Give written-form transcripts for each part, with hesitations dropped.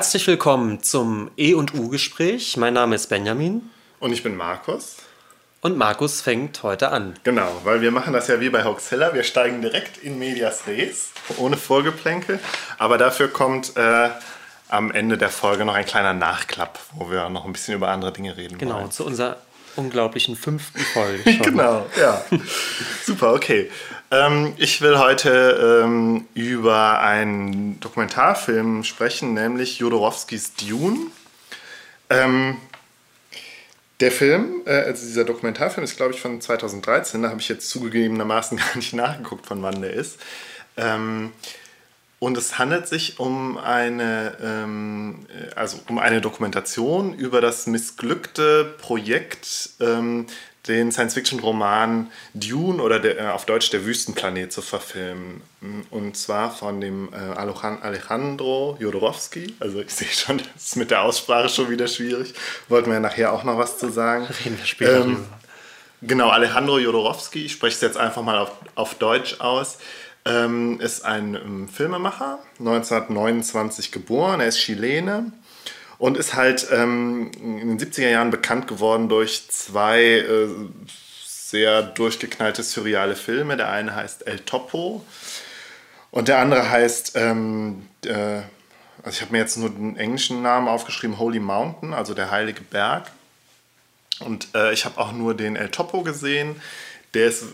Herzlich willkommen zum E&U-Gespräch. Mein Name ist Benjamin. Und ich bin Markus. Und Markus fängt heute an. Genau, weil wir machen das ja wie bei Hoaxilla. Wir steigen direkt in medias res, ohne Vorgeplänkel. Aber dafür kommt am Ende der Folge noch ein kleiner Nachklapp, wo wir noch ein bisschen über andere Dinge reden wollen. Genau, zu unserer unglaublichen 5. Folge schon. Genau, ja. Super, okay. Ich will heute über einen Dokumentarfilm sprechen, nämlich Jodorowskis Dune. Der Film, also dieser Dokumentarfilm ist, glaube ich, von 2013. Da habe ich jetzt zugegebenermaßen gar nicht nachgeguckt, von wann der ist. Und es handelt sich um eine Dokumentation über das missglückte Projekt, den Science-Fiction-Roman Dune oder auf Deutsch Der Wüstenplanet zu verfilmen. Und zwar von dem Alejandro Jodorowsky. Also ich sehe schon, das ist mit der Aussprache schon wieder schwierig. Wollten wir ja nachher auch noch was zu sagen. Reden wir später drüber. Genau, Alejandro Jodorowsky, ich spreche es jetzt einfach mal auf Deutsch aus, ist ein Filmemacher, 1929 geboren, er ist Chilene. Und ist halt in den 70er Jahren bekannt geworden durch zwei sehr durchgeknallte surreale Filme. Der eine heißt El Topo und der andere heißt, also ich habe mir jetzt nur den englischen Namen aufgeschrieben, Holy Mountain, also der heilige Berg. Und ich habe auch nur den El Topo gesehen. Der ist,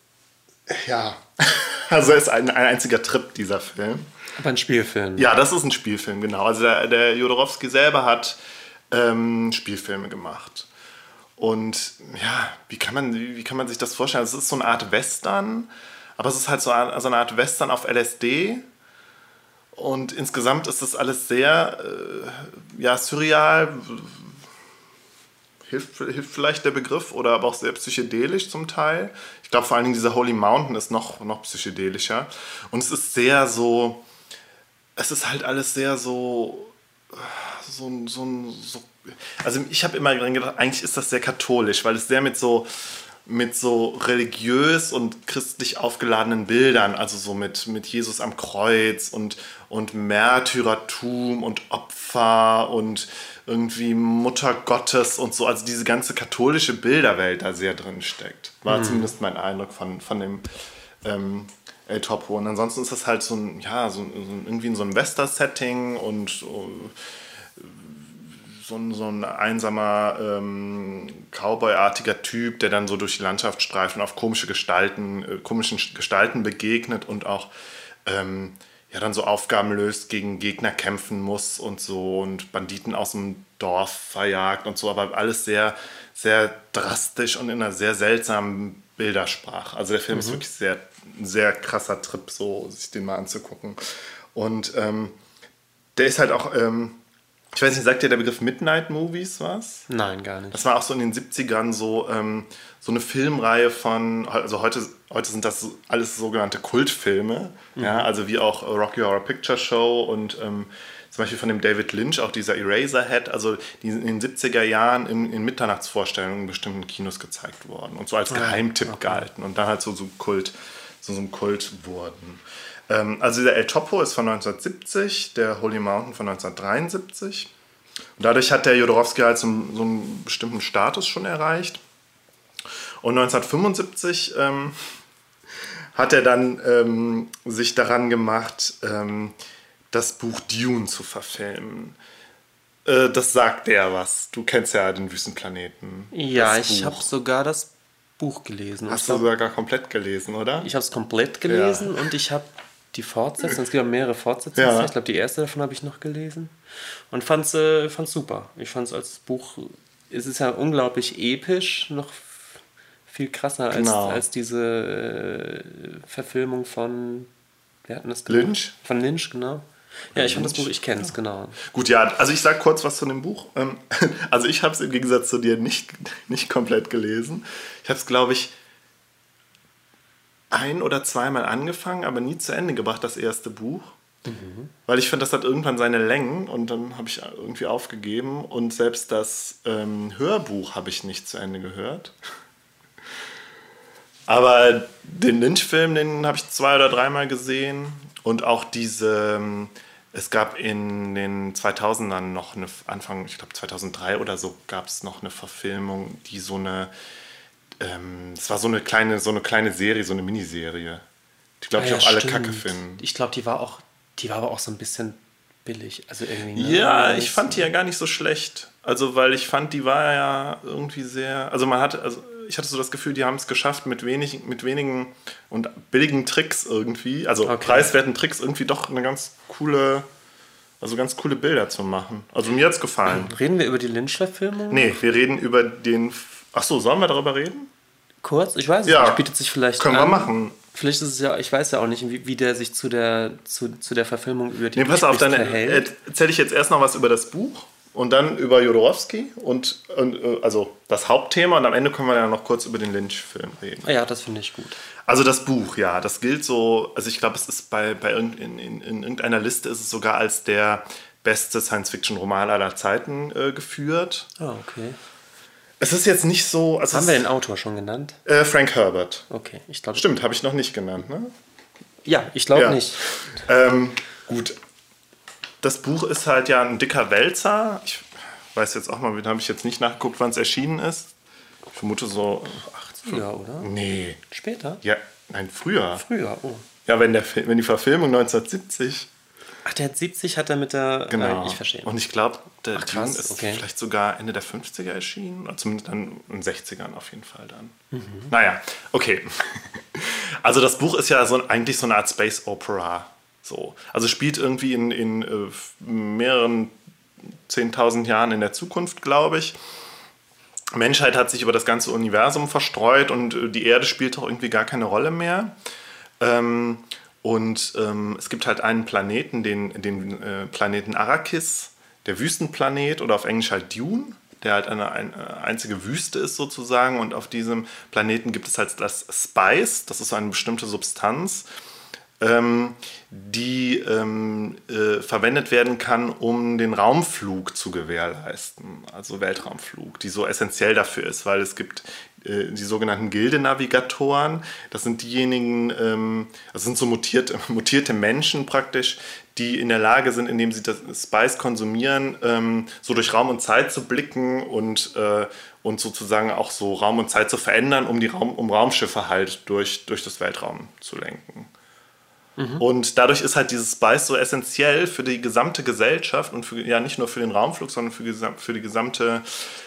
also ist ein einziger Trip, dieser Film. Aber ein Spielfilm. Ja, das ist ein Spielfilm, genau. Also der Jodorowsky selber hat Spielfilme gemacht. Und ja, wie kann man sich das vorstellen? Es ist so eine Art Western, aber es ist halt so eine Art Western auf LSD. Und insgesamt ist das alles sehr surreal. Hilft vielleicht der Begriff, oder aber auch sehr psychedelisch zum Teil. Ich glaube vor allen Dingen dieser Holy Mountain ist noch psychedelischer. Und es ist sehr so... Es ist halt alles sehr so also ich habe immer gedacht, eigentlich ist das sehr katholisch, weil es sehr mit so religiös und christlich aufgeladenen Bildern, also so mit Jesus am Kreuz und Märtyrertum und Opfer und irgendwie Mutter Gottes und so, also diese ganze katholische Bilderwelt da sehr drin steckt. War zumindest mein Eindruck von dem El Topo. Und ansonsten ist das halt irgendwie in so einem Western-Setting und so ein einsamer Cowboy-artiger Typ, der dann so durch die Landschaft streift und auf komischen Gestalten begegnet und auch dann so Aufgaben löst, gegen Gegner kämpfen muss und so und Banditen aus dem Dorf verjagt und so, aber alles sehr, sehr drastisch und in einer sehr seltsamen Bildersprache. Also der Film ist wirklich sehr, sehr krasser Trip, so sich den mal anzugucken. Und der ist halt auch, ich weiß nicht, sagt dir der Begriff Midnight Movies was? Nein, gar nicht. Das war auch so in den 70ern so eine Filmreihe von, also heute sind das alles sogenannte Kultfilme, ja, also wie auch Rocky Horror Picture Show und zum Beispiel von dem David Lynch, auch dieser Eraserhead, also die in den 70er Jahren in Mitternachtsvorstellungen in bestimmten Kinos gezeigt worden und so als Geheimtipp gehalten und dann halt so ein Kult wurden. Also der El Topo ist von 1970, der Holy Mountain von 1973. Und dadurch hat der Jodorowsky halt so einen bestimmten Status schon erreicht. Und 1975 hat er dann sich daran gemacht, das Buch Dune zu verfilmen. Das sagt der was. Du kennst ja den Wüstenplaneten. Ja, ich habe sogar das Buch gelesen. Hast du sogar komplett gelesen, oder? Ich habe es komplett gelesen und ich habe die Fortsetzung, es gibt ja mehrere Fortsetzungen. Ja. Ich glaube, die erste davon habe ich noch gelesen und fand's super. Ich fand es als Buch, es ist ja unglaublich episch, noch viel krasser als diese Verfilmung von, wer hat denn das gemacht? Lynch? Von Lynch, genau. Ja, ich fand das Buch, ich kenne es, genau. Gut, ja, also ich sag kurz was zu dem Buch. Also ich habe es im Gegensatz zu dir nicht komplett gelesen. Ich habe es, glaube ich, ein- oder zweimal angefangen, aber nie zu Ende gebracht, das erste Buch. Weil ich finde, das hat irgendwann seine Längen und dann habe ich irgendwie aufgegeben und selbst das Hörbuch habe ich nicht zu Ende gehört. Aber den Lynch-Film, den habe ich 2- oder 3-mal gesehen und auch diese Es gab in den 2000ern noch Anfang, ich glaube 2003 oder so, gab es noch eine Verfilmung, die so eine, es war so eine kleine Serie, so eine Miniserie, die, glaube ich, auch alle Kacke finden. Ich glaube, die war aber auch so ein bisschen billig. Also irgendwie, ne? Ja, ich fand die ja gar nicht so schlecht. Also, weil ich fand, die war ja irgendwie sehr, ich hatte so das Gefühl, die haben es geschafft, mit wenigen und billigen Tricks irgendwie, also preiswerten Tricks, irgendwie doch eine ganz coole Bilder zu machen. Also mir hat es gefallen. Reden wir über die Lynch-Verfilmung? Nee, wir reden über den... Achso, sollen wir darüber reden? Kurz? Ich weiß es nicht. Bietet sich vielleicht können wir machen. Vielleicht ist es ja, ich weiß ja auch nicht, wie der sich zu der Verfilmung über die pass auf, dann erzähle ich jetzt erst noch was über das Buch und dann über Jodorowsky und also das Hauptthema und am Ende können wir dann noch kurz über den Lynch-Film reden. Ja, das finde ich gut. Also das Buch, ja, das gilt so, also ich glaube, es ist in irgendeiner Liste ist es sogar als der beste Science-Fiction-Roman aller Zeiten geführt. Ah, okay. Es ist jetzt nicht so... Also haben wir den Autor schon genannt? Frank Herbert. Okay, ich glaube... Stimmt, habe ich noch nicht genannt, ne? Ja, ich glaube nicht. Gut. Das Buch ist halt ja ein dicker Wälzer. Ich weiß jetzt auch mal, habe ich jetzt nicht nachgeguckt, wann es erschienen ist. Ich vermute so... Früher, oder? Nee. Später? Ja, nein, früher. Früher, oh. Ja, wenn die Verfilmung 1970... Ach, der hat 70 hat er mit der... Genau. Ich verstehe. Und ich glaube, der Dune ist vielleicht sogar Ende der 50er erschienen. Oder zumindest dann in den 60ern auf jeden Fall dann. Naja, okay. Also das Buch ist ja eigentlich so eine Art Space Opera. So. Also spielt irgendwie in mehreren 10.000 Jahren in der Zukunft, glaube ich. Menschheit hat sich über das ganze Universum verstreut und die Erde spielt auch irgendwie gar keine Rolle mehr. Und es gibt halt einen Planeten, den Planeten Arrakis, der Wüstenplanet oder auf Englisch halt Dune, der halt eine einzige Wüste ist sozusagen. Und auf diesem Planeten gibt es halt das Spice, das ist so eine bestimmte Substanz, die verwendet werden kann, um den Raumflug zu gewährleisten, also Weltraumflug, die so essentiell dafür ist, weil es gibt die sogenannten Gildenavigatoren, das sind diejenigen, das sind so mutierte Menschen praktisch, die in der Lage sind, indem sie das Spice konsumieren, so durch Raum und Zeit zu blicken und sozusagen auch so Raum und Zeit zu verändern, um Raumschiffe halt durch das Weltraum zu lenken. Und dadurch ist halt dieses Spice so essentiell für die gesamte Gesellschaft und nicht nur für den Raumflug, sondern für den gesamten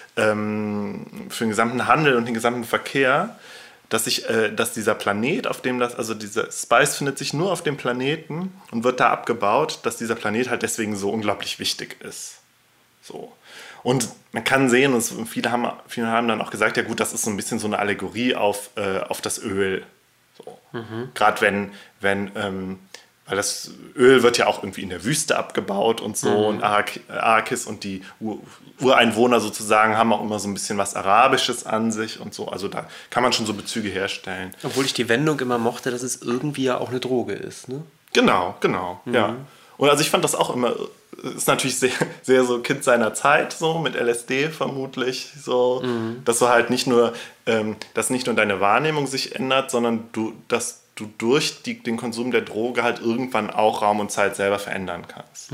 Handel und den gesamten Verkehr, dass dieser Planet, auf dem dieser Spice findet sich nur auf dem Planeten und wird da abgebaut, dass dieser Planet halt deswegen so unglaublich wichtig ist. So. Und man kann sehen, und viele haben dann auch gesagt, ja gut, das ist so ein bisschen so eine Allegorie auf das Öl. So. Gerade weil das Öl wird ja auch irgendwie in der Wüste abgebaut und so. Und Arrakis und die Ureinwohner sozusagen haben auch immer so ein bisschen was Arabisches an sich und so. Also da kann man schon so Bezüge herstellen. Obwohl ich die Wendung immer mochte, dass es irgendwie ja auch eine Droge ist, ne? Genau, ja. Und also ich fand das auch immer, ist natürlich sehr, sehr so Kind seiner Zeit, so mit LSD vermutlich, so, dass du halt dass nicht nur deine Wahrnehmung sich ändert, sondern dass du durch den Konsum der Droge halt irgendwann auch Raum und Zeit selber verändern kannst.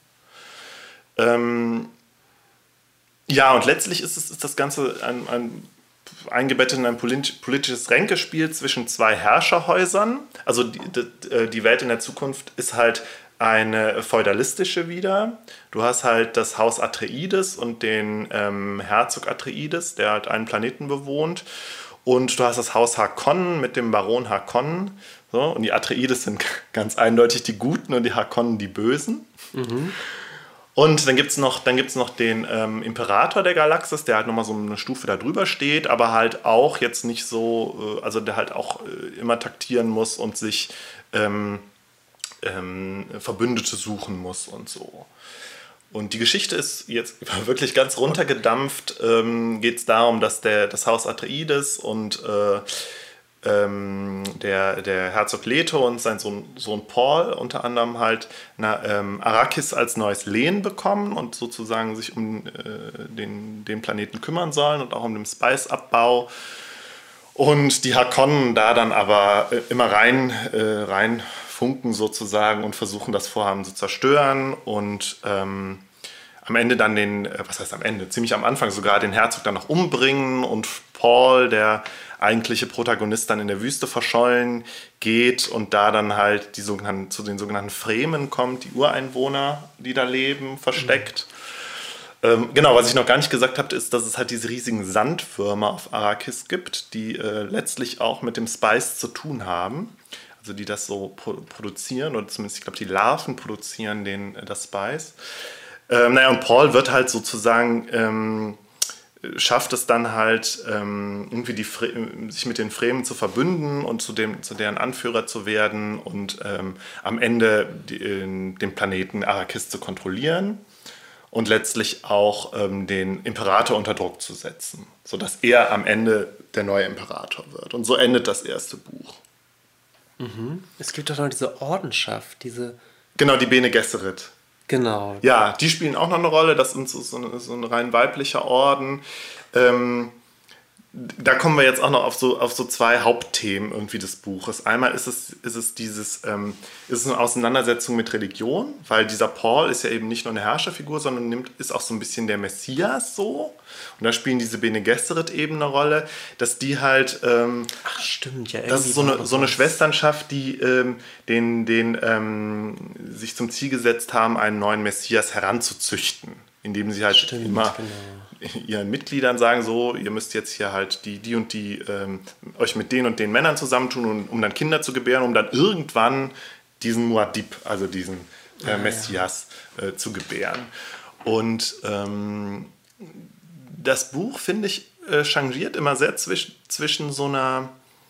Ja, und letztlich ist das Ganze eingebettet in ein politisches Ränkespiel zwischen zwei Herrscherhäusern. Also die Welt in der Zukunft ist halt eine feudalistische wieder. Du hast halt das Haus Atreides und den Herzog Atreides, der halt einen Planeten bewohnt. Und du hast das Haus Harkonnen mit dem Baron Harkonnen. So, und die Atreides sind ganz eindeutig die Guten und die Harkonnen die Bösen. Und dann gibt es noch den Imperator der Galaxis, der halt nochmal so eine Stufe da drüber steht, aber halt auch jetzt nicht so, also der halt auch immer taktieren muss und sich Verbündete suchen muss und so. Und die Geschichte ist jetzt wirklich ganz runtergedampft. Geht es darum, dass das Haus Atreides und der Herzog Leto und sein Sohn Paul unter anderem halt Arrakis als neues Lehen bekommen und sozusagen sich um den Planeten kümmern sollen und auch um den Spice-Abbau. Und die Harkonnen da dann aber immer rein funken sozusagen und versuchen, das Vorhaben zu zerstören und am Ende dann ziemlich am Anfang sogar den Herzog dann noch umbringen und Paul, der eigentliche Protagonist, dann in der Wüste verschollen geht und da dann halt zu den sogenannten Fremen kommt, die Ureinwohner, die da leben, versteckt. Genau, was ich noch gar nicht gesagt habe, ist, dass es halt diese riesigen Sandwürmer auf Arrakis gibt, die letztlich auch mit dem Spice zu tun haben. Also die das so produzieren, oder zumindest, ich glaube, die Larven produzieren das Spice. Und Paul wird halt sozusagen, schafft es dann halt, irgendwie sich mit den Fremen zu verbünden und zu deren Anführer zu werden und am Ende den Planeten Arrakis zu kontrollieren und letztlich auch den Imperator unter Druck zu setzen, sodass er am Ende der neue Imperator wird. Und so endet das erste Buch. Mhm. Es gibt doch noch diese Ordenschaft, Genau, die Bene Gesserit. Genau. Ja, die spielen auch noch eine Rolle. Das ist so ein rein weiblicher Orden. Da kommen wir jetzt auch noch auf so zwei Hauptthemen irgendwie des Buches. Einmal ist es eine Auseinandersetzung mit Religion, weil dieser Paul ist ja eben nicht nur eine Herrscherfigur, sondern ist auch so ein bisschen der Messias so. Und da spielen diese Bene Gesserit eben eine Rolle, dass die halt ach stimmt, ja, das ist so eine Schwesternschaft, die sich zum Ziel gesetzt haben, einen neuen Messias heranzuzüchten, indem sie halt ihren Mitgliedern sagen, so, ihr müsst jetzt hier halt die und die euch mit den und den Männern zusammentun, um dann Kinder zu gebären, um dann irgendwann diesen Muad'Dib, also diesen Messias, zu gebären. Und das Buch, finde ich, changiert immer sehr zwischen so einer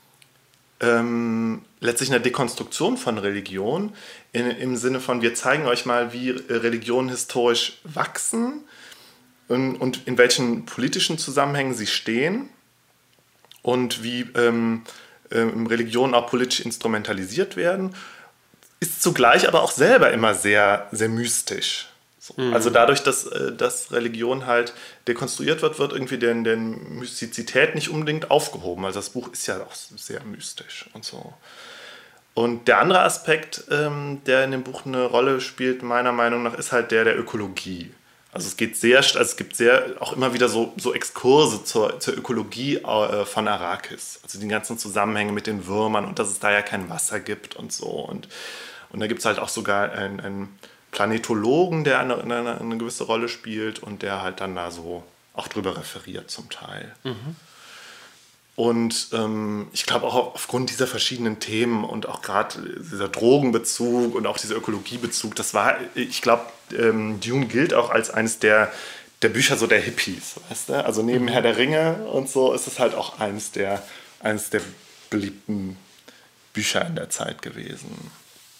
letztlich einer Dekonstruktion von Religion im Sinne von, wir zeigen euch mal, wie Religionen historisch wachsen und in welchen politischen Zusammenhängen sie stehen und wie Religionen auch politisch instrumentalisiert werden, ist zugleich aber auch selber immer sehr, sehr mystisch. So. Mhm. Also dadurch, dass Religion halt dekonstruiert wird irgendwie der Mystizität nicht unbedingt aufgehoben. Also das Buch ist ja auch sehr mystisch und so. Und der andere Aspekt, der in dem Buch eine Rolle spielt, meiner Meinung nach, ist halt der Ökologie. Also es gibt auch immer wieder so Exkurse zur Ökologie von Arrakis. Also die ganzen Zusammenhänge mit den Würmern und dass es da ja kein Wasser gibt und so. Und da gibt es halt auch sogar einen Planetologen, der eine gewisse Rolle spielt und der halt dann da so auch drüber referiert zum Teil. Mhm. Und ich glaube auch aufgrund dieser verschiedenen Themen und auch gerade dieser Drogenbezug und auch dieser Ökologiebezug, ich glaube, Dune gilt auch als eines der Bücher so der Hippies, weißt du? Also neben Herr der Ringe und so ist es halt auch eines der beliebten Bücher in der Zeit gewesen.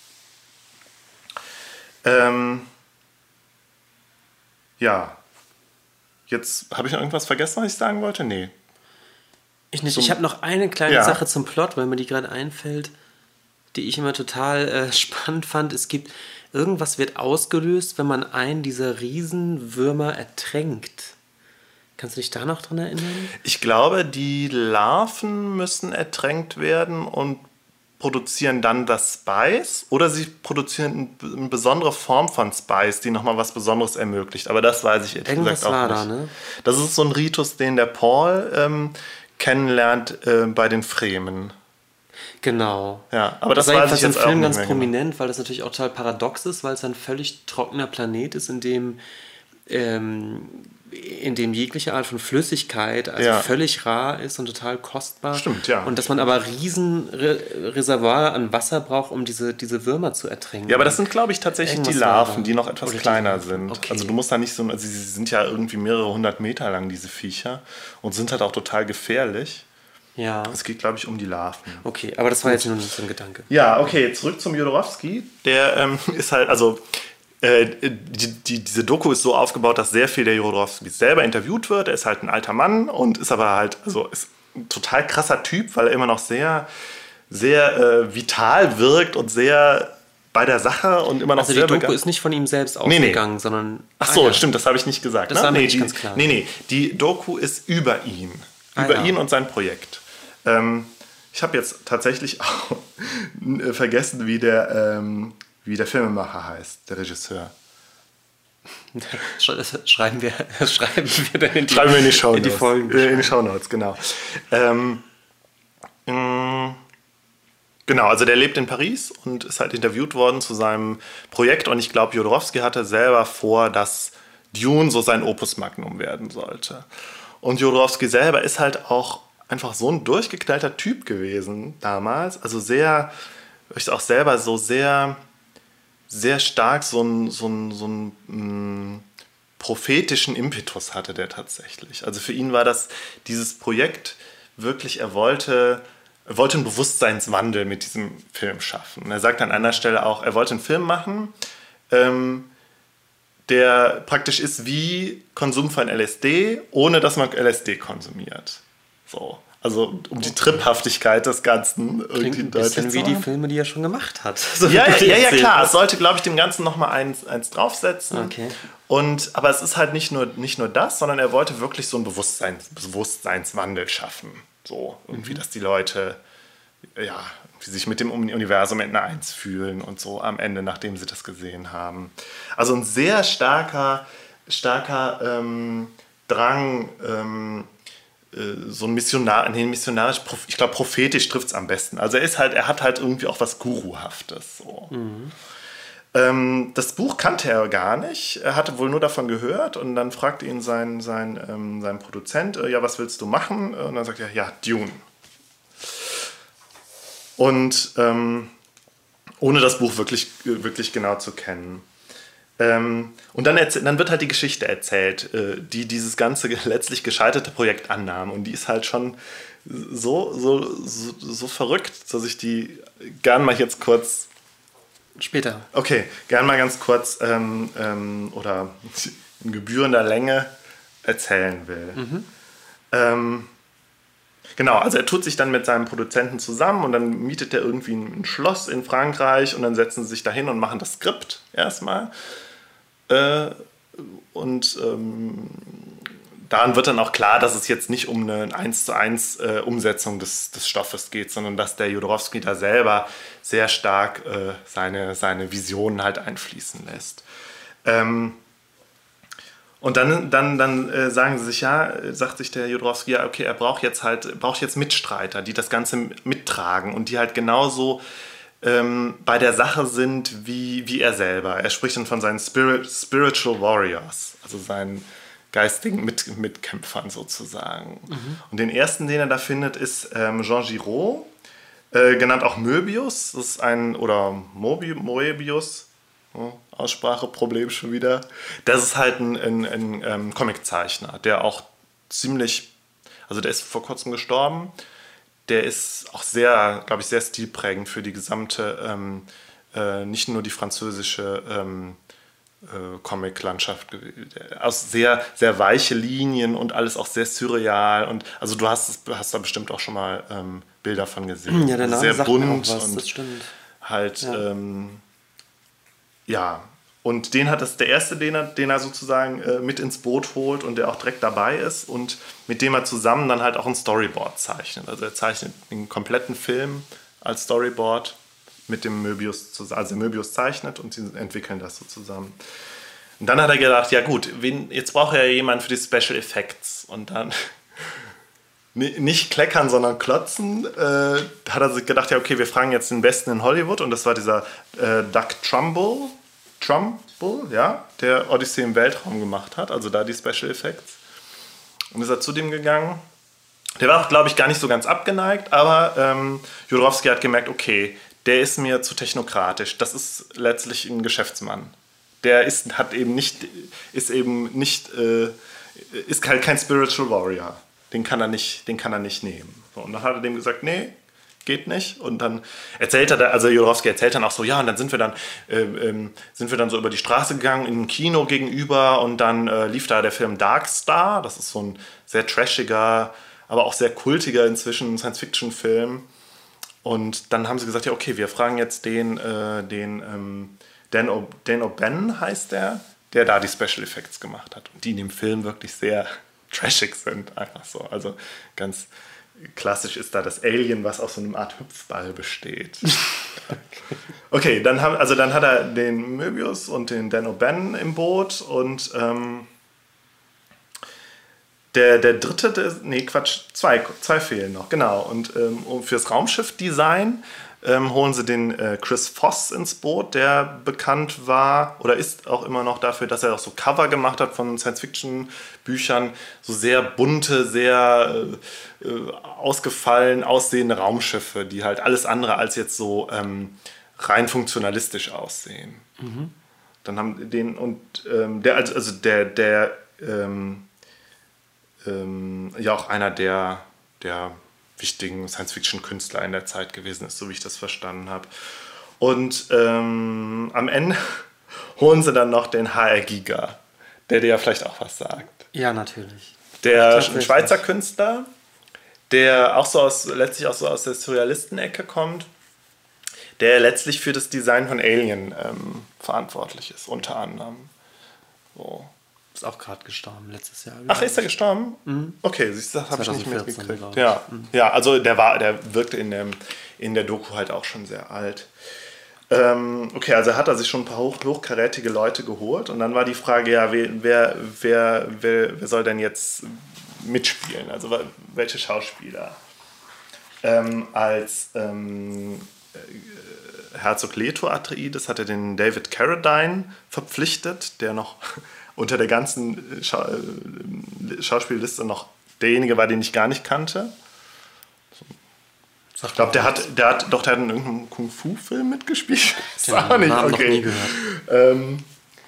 Ja, jetzt habe ich noch irgendwas vergessen, was ich sagen wollte? Nee. Ich nicht. Ich habe noch eine kleine Sache zum Plot, weil mir die gerade einfällt, die ich immer total spannend fand. Irgendwas wird ausgelöst, wenn man einen dieser Riesenwürmer ertränkt. Kannst du dich da noch dran erinnern? Ich glaube, die Larven müssen ertränkt werden und produzieren dann das Spice, oder sie produzieren eine besondere Form von Spice, die nochmal was Besonderes ermöglicht. Aber das weiß ich ehrlich gesagt auch nicht. Da, ne? Das ist so ein Ritus, den der Paul kennenlernt bei den Fremen. Genau. Ja, aber das weiß ich jetzt im Film auch ganz nicht prominent, weil das natürlich auch total paradox ist, weil es ein völlig trockener Planet ist, in dem jegliche Art von Flüssigkeit völlig rar ist und total kostbar. Stimmt, ja. Und dass man aber riesen Reservoir an Wasser braucht, um diese Würmer zu ertränken. Ja, aber das sind, glaube ich, tatsächlich die Larven, die noch etwas kleiner sind. Okay. Also du musst da nicht so, also sie sind ja irgendwie mehrere 100 Meter lang, diese Viecher, und sind halt auch total gefährlich. Ja. Es geht, glaube ich, um die Larven. Okay, aber das war jetzt nur so ein Gedanke. Ja, okay, zurück zum Jodorowsky. Der ist halt, also diese Doku ist so aufgebaut, dass sehr viel der Jodorowsky selber interviewt wird. Er ist halt ein alter Mann und ist aber halt, also ist ein total krasser Typ, weil er immer noch sehr, sehr vital wirkt und sehr bei der Sache und immer noch sehr... Also die Doku ist nicht von ihm selbst ausgegangen, sondern... Ach so, stimmt, das habe ich nicht gesagt. Das war mir nicht ganz klar. Nee, die Doku ist über ihn. Über ihn und sein Projekt. Ich habe jetzt tatsächlich auch vergessen, wie der Filmemacher heißt, der Regisseur. Schreiben wir dann in die Shownotes. In die Folgen. In die Shownotes, genau. Genau, also der lebt in Paris und ist halt interviewt worden zu seinem Projekt. Und ich glaube, Jodorowsky hatte selber vor, dass Dune so sein Opus Magnum werden sollte. Und Jodorowsky selber ist halt auch einfach so ein durchgeknallter Typ gewesen damals. Also sehr, ich auch selber so sehr, sehr stark so einen prophetischen Impetus hatte der tatsächlich. Also für ihn war dieses Projekt wirklich, er wollte einen Bewusstseinswandel mit diesem Film schaffen. Und er sagt an einer Stelle auch, er wollte einen Film machen, der praktisch ist wie Konsum von LSD, ohne dass man LSD konsumiert. So. Also um die Triphaftigkeit des Ganzen irgendwie ein bisschen wie die Filme, die er schon gemacht hat. So ja, klar. Es sollte, glaube ich, dem Ganzen nochmal eins draufsetzen. Okay. Aber es ist halt nicht nur das, sondern er wollte wirklich so einen Bewusstseinswandel schaffen. So, irgendwie, dass die Leute sich mit dem Universum in eins fühlen und so am Ende, nachdem sie das gesehen haben. Also ein sehr starker Drang, so ein missionarisch, ich glaube prophetisch trifft es am besten. Also er hat halt irgendwie auch was Guruhaftes. So. Das Buch kannte er gar nicht, er hatte wohl nur davon gehört und dann fragte ihn sein Produzent, ja, was willst du machen? Und dann sagt er, ja, Dune. Und ohne das Buch wirklich genau zu kennen. Und dann wird halt die Geschichte erzählt, die dieses ganze letztlich gescheiterte Projekt annahm. Und die ist halt schon so verrückt, dass ich die gern mal jetzt kurz... Später. Okay, gern mal ganz kurz oder in gebührender Länge erzählen will. Genau, also er tut sich dann mit seinem Produzenten zusammen und dann mietet er irgendwie ein Schloss in Frankreich und dann setzen sie sich dahin und machen das Skript erstmal. Daran wird dann auch klar, dass es jetzt nicht um eine 1:1 Umsetzung des Stoffes geht, sondern dass der Jodorowsky da selber sehr stark seine Visionen halt einfließen lässt. Und dann sagt sich der Jodorowsky, ja, okay, er braucht jetzt Mitstreiter, die das Ganze mittragen und die halt genauso bei der Sache sind wie er selber. Er spricht dann von seinen Spiritual Warriors, also seinen geistigen Mitkämpfern sozusagen. Und den ersten, den er da findet, ist Jean Giraud, genannt auch Möbius, das ist Moebius, Ausspracheproblem schon wieder. Das ist halt ein Comiczeichner, der auch ziemlich, also der ist vor kurzem gestorben, der ist auch sehr, glaube ich, sehr stilprägend für die gesamte, nicht nur die französische Comic-Landschaft. Aus sehr, sehr weiche Linien und alles auch sehr surreal. Und also du hast da bestimmt auch schon mal Bilder von gesehen. Ja, der Name sehr sagt bunt mir auch was, und das stimmt. halt, ja. Und das ist der erste, den er sozusagen mit ins Boot holt und der auch direkt dabei ist und mit dem er zusammen dann halt auch ein Storyboard zeichnet. Also er zeichnet den kompletten Film als Storyboard mit dem Möbius zusammen. Also Möbius zeichnet und sie entwickeln das so zusammen. Und dann hat er gedacht, ja gut, jetzt braucht er ja jemanden für die Special Effects. Und dann nicht kleckern, sondern klotzen, hat er sich gedacht, ja okay, wir fragen jetzt den Besten in Hollywood. Und das war dieser Doug Trumbull, ja, der Odyssey im Weltraum gemacht hat, also da die Special Effects. Und ist er zu dem gegangen. Der war auch, glaube ich, gar nicht so ganz abgeneigt, aber Jodorowsky hat gemerkt, okay, der ist mir zu technokratisch. Das ist letztlich ein Geschäftsmann. Der ist halt kein Spiritual Warrior. Den kann er nicht nehmen. So, und dann hat er dem gesagt, nee, geht nicht. Und dann Jodorowsky erzählt dann auch so, ja, und dann sind wir dann so über die Straße gegangen, in ein Kino gegenüber und dann lief da der Film Dark Star. Das ist so ein sehr trashiger, aber auch sehr kultiger inzwischen Science-Fiction-Film. Und dann haben sie gesagt, ja, okay, wir fragen jetzt den Dan O'Bannon heißt der da die Special Effects gemacht hat. Und die in dem Film wirklich sehr trashig sind, einfach so. Also ganz klassisch ist da das Alien, was aus so einer Art Hüpfball besteht. Okay, dann hat er den Möbius und den Dan O'Bannon im Boot und der dritte, zwei fehlen noch, genau. Und fürs Raumschiff-Design holen sie den Chris Voss ins Boot, der bekannt war oder ist auch immer noch dafür, dass er auch so Cover gemacht hat von Science-Fiction-Büchern, so sehr bunte, sehr ausgefallen aussehende Raumschiffe, die halt alles andere als jetzt so rein funktionalistisch aussehen. Mhm. Dann haben den und der ja auch einer der wichtigen Science-Fiction-Künstler in der Zeit gewesen ist, so wie ich das verstanden habe. Und am Ende holen sie dann noch den HR Giger, der dir ja vielleicht auch was sagt. Ja, natürlich. Der Schweizer Künstler, der auch letztlich auch so aus der Surrealisten-Ecke kommt, der letztlich für das Design von Alien verantwortlich ist, unter anderem. So. Ist auch gerade gestorben, letztes Jahr. Ach, ist er gestorben? Mhm. Okay, das habe ich nicht mitgekriegt. Ja. Mhm. Ja, also der wirkte in der Doku halt auch schon sehr alt. Okay, also hat er sich schon ein paar hochkarätige Leute geholt und dann war die Frage, ja, wer soll denn jetzt mitspielen? Also welche Schauspieler? Als Herzog Leto Atreides hat er den David Carradine verpflichtet, der noch unter der ganzen Schauspielliste noch derjenige war, den ich gar nicht kannte. Ich glaube, der hat in irgendeinem Kung-Fu-Film mitgespielt. Das war nicht, okay. Noch nie gehört.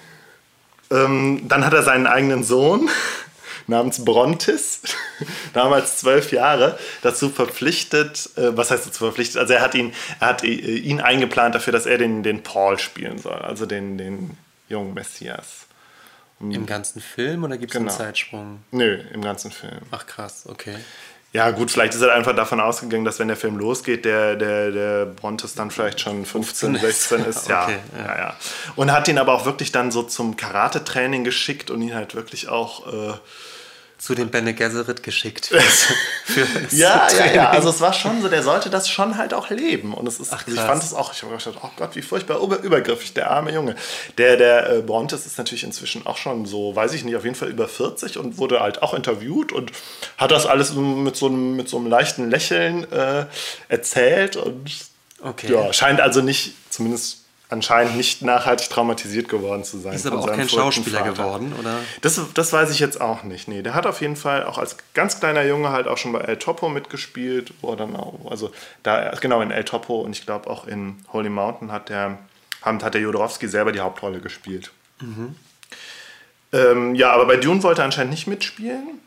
Dann hat er seinen eigenen Sohn namens Brontis, damals 12 Jahre, dazu verpflichtet, was heißt dazu verpflichtet? Also er hat ihn eingeplant dafür, dass er den Paul spielen soll, also den jungen Messias. Im ganzen Film oder gibt es einen Zeitsprung? Nö, im ganzen Film. Ach krass, okay. Ja gut, vielleicht ist er einfach davon ausgegangen, dass wenn der Film losgeht, der Brontes dann vielleicht schon 15, 16 ist. Ja, okay, ja. Und hat ihn aber auch wirklich dann so zum Karate-Training geschickt und ihn halt wirklich auch zu den Bene Gesserit geschickt. Ja, also es war schon so, der sollte das schon halt auch leben. Und es ist, ich fand es auch, ich habe gedacht, oh Gott, wie furchtbar übergriffig, der arme Junge. Der Brontes ist natürlich inzwischen auch schon so, weiß ich nicht, auf jeden Fall über 40 und wurde halt auch interviewt und hat das alles mit so einem leichten Lächeln erzählt und ja, scheint also nicht, zumindest anscheinend nicht nachhaltig traumatisiert geworden zu sein. Ist aber auch kein Schauspieler geworden, oder? Das weiß ich jetzt auch nicht. Nee, der hat auf jeden Fall auch als ganz kleiner Junge halt auch schon bei El Topo mitgespielt, wo er dann auch, also da, genau in El Topo und ich glaube auch in Holy Mountain hat der Jodorowsky selber die Hauptrolle gespielt. Mhm. Ja, aber bei Dune wollte er anscheinend nicht mitspielen.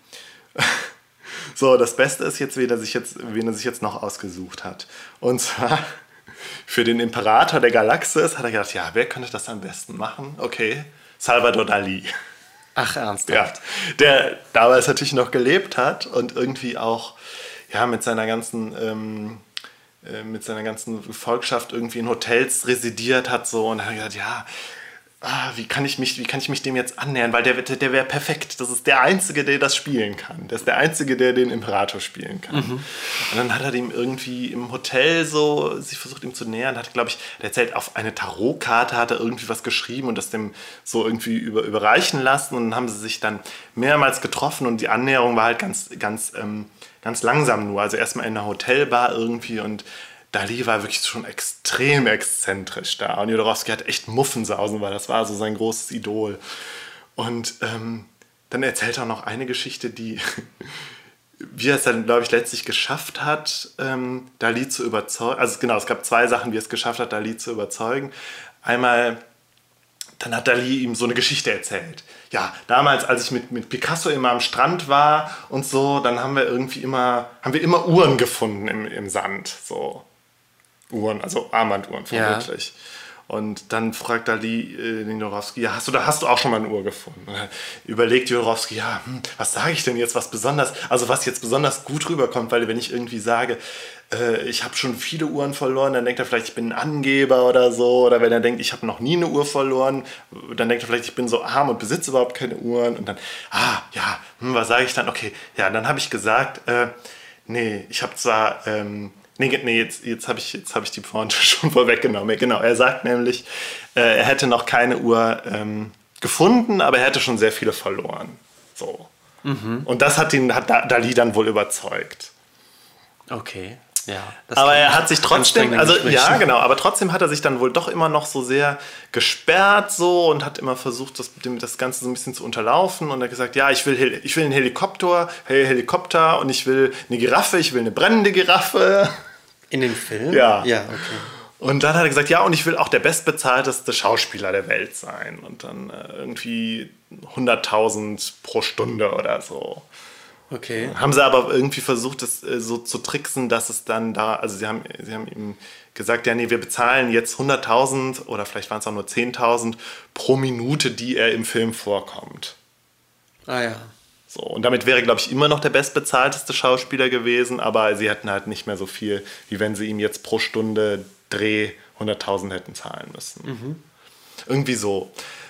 So, das Beste ist jetzt, wen er sich jetzt noch ausgesucht hat. Und zwar für den Imperator der Galaxis hat er gedacht, ja, wer könnte das am besten machen? Okay, Salvador Dalí. Ach, ernsthaft? Ja, der damals natürlich noch gelebt hat und irgendwie auch ja, mit seiner ganzen Volksschaft irgendwie in Hotels residiert hat so und hat gedacht, ja, wie kann ich mich dem jetzt annähern, weil der wäre perfekt. Das ist der Einzige, der das spielen kann. Der ist der Einzige, der den Imperator spielen kann. Mhm. Und dann hat er dem irgendwie im Hotel so sich versucht, ihm zu nähern. Hat, glaube ich, der erzählt, auf eine Tarotkarte hat er irgendwie was geschrieben und das dem so irgendwie überreichen lassen. Und dann haben sie sich dann mehrmals getroffen und die Annäherung war halt ganz langsam nur. Also erstmal in einer Hotelbar irgendwie und Dalí war wirklich schon extrem exzentrisch da und Jodorowsky hat echt Muffensausen, weil das war so sein großes Idol. Und dann erzählt er noch eine Geschichte, die, wie er es dann, glaube ich, letztlich geschafft hat, Dalí zu überzeugen. Also genau, es gab zwei Sachen, wie er es geschafft hat, Dalí zu überzeugen. Einmal, dann hat Dalí ihm so eine Geschichte erzählt. Ja, damals, als ich mit Picasso immer am Strand war und so, dann haben wir immer Uhren gefunden im Sand, so. Uhren, also Armbanduhren vermutlich. Ja. Und dann fragt Dalí den Jodorowsky, ja, hast du auch schon mal eine Uhr gefunden? Und dann überlegt Jodorowsky, ja, was sage ich denn jetzt, was jetzt besonders gut rüberkommt, weil wenn ich irgendwie sage, ich habe schon viele Uhren verloren, dann denkt er vielleicht, ich bin ein Angeber oder so. Oder wenn er denkt, ich habe noch nie eine Uhr verloren, dann denkt er vielleicht, ich bin so arm und besitze überhaupt keine Uhren. Und dann, was sage ich dann? Okay, ja, dann habe ich gesagt, Nee, ich habe zwar... jetzt habe ich die Pointe schon vorweggenommen. Genau, er sagt nämlich, er hätte noch keine Uhr gefunden, aber er hätte schon sehr viele verloren. So. Und das hat Dalí dann wohl überzeugt. Okay, ja. Aber er hat sich trotzdem, aber trotzdem hat er sich dann wohl doch immer noch so sehr gesperrt so und hat immer versucht, das Ganze so ein bisschen zu unterlaufen und hat gesagt, ja, ich will einen Helikopter und ich will eine Giraffe, ich will eine brennende Giraffe. In dem Film? Ja. Ja, okay. Und dann hat er gesagt, ja, und ich will auch der bestbezahlteste Schauspieler der Welt sein. Und dann irgendwie 100.000 pro Stunde oder so. Okay. Haben sie aber irgendwie versucht, das so zu tricksen, dass es dann da, also sie haben ihm gesagt, ja, nee, wir bezahlen jetzt 100.000 oder vielleicht waren es auch nur 10.000 pro Minute, die er im Film vorkommt. Ah ja. So, und damit wäre, glaube ich, immer noch der bestbezahlteste Schauspieler gewesen, aber sie hätten halt nicht mehr so viel, wie wenn sie ihm jetzt pro Stunde Dreh 100.000 hätten zahlen müssen. Irgendwie so.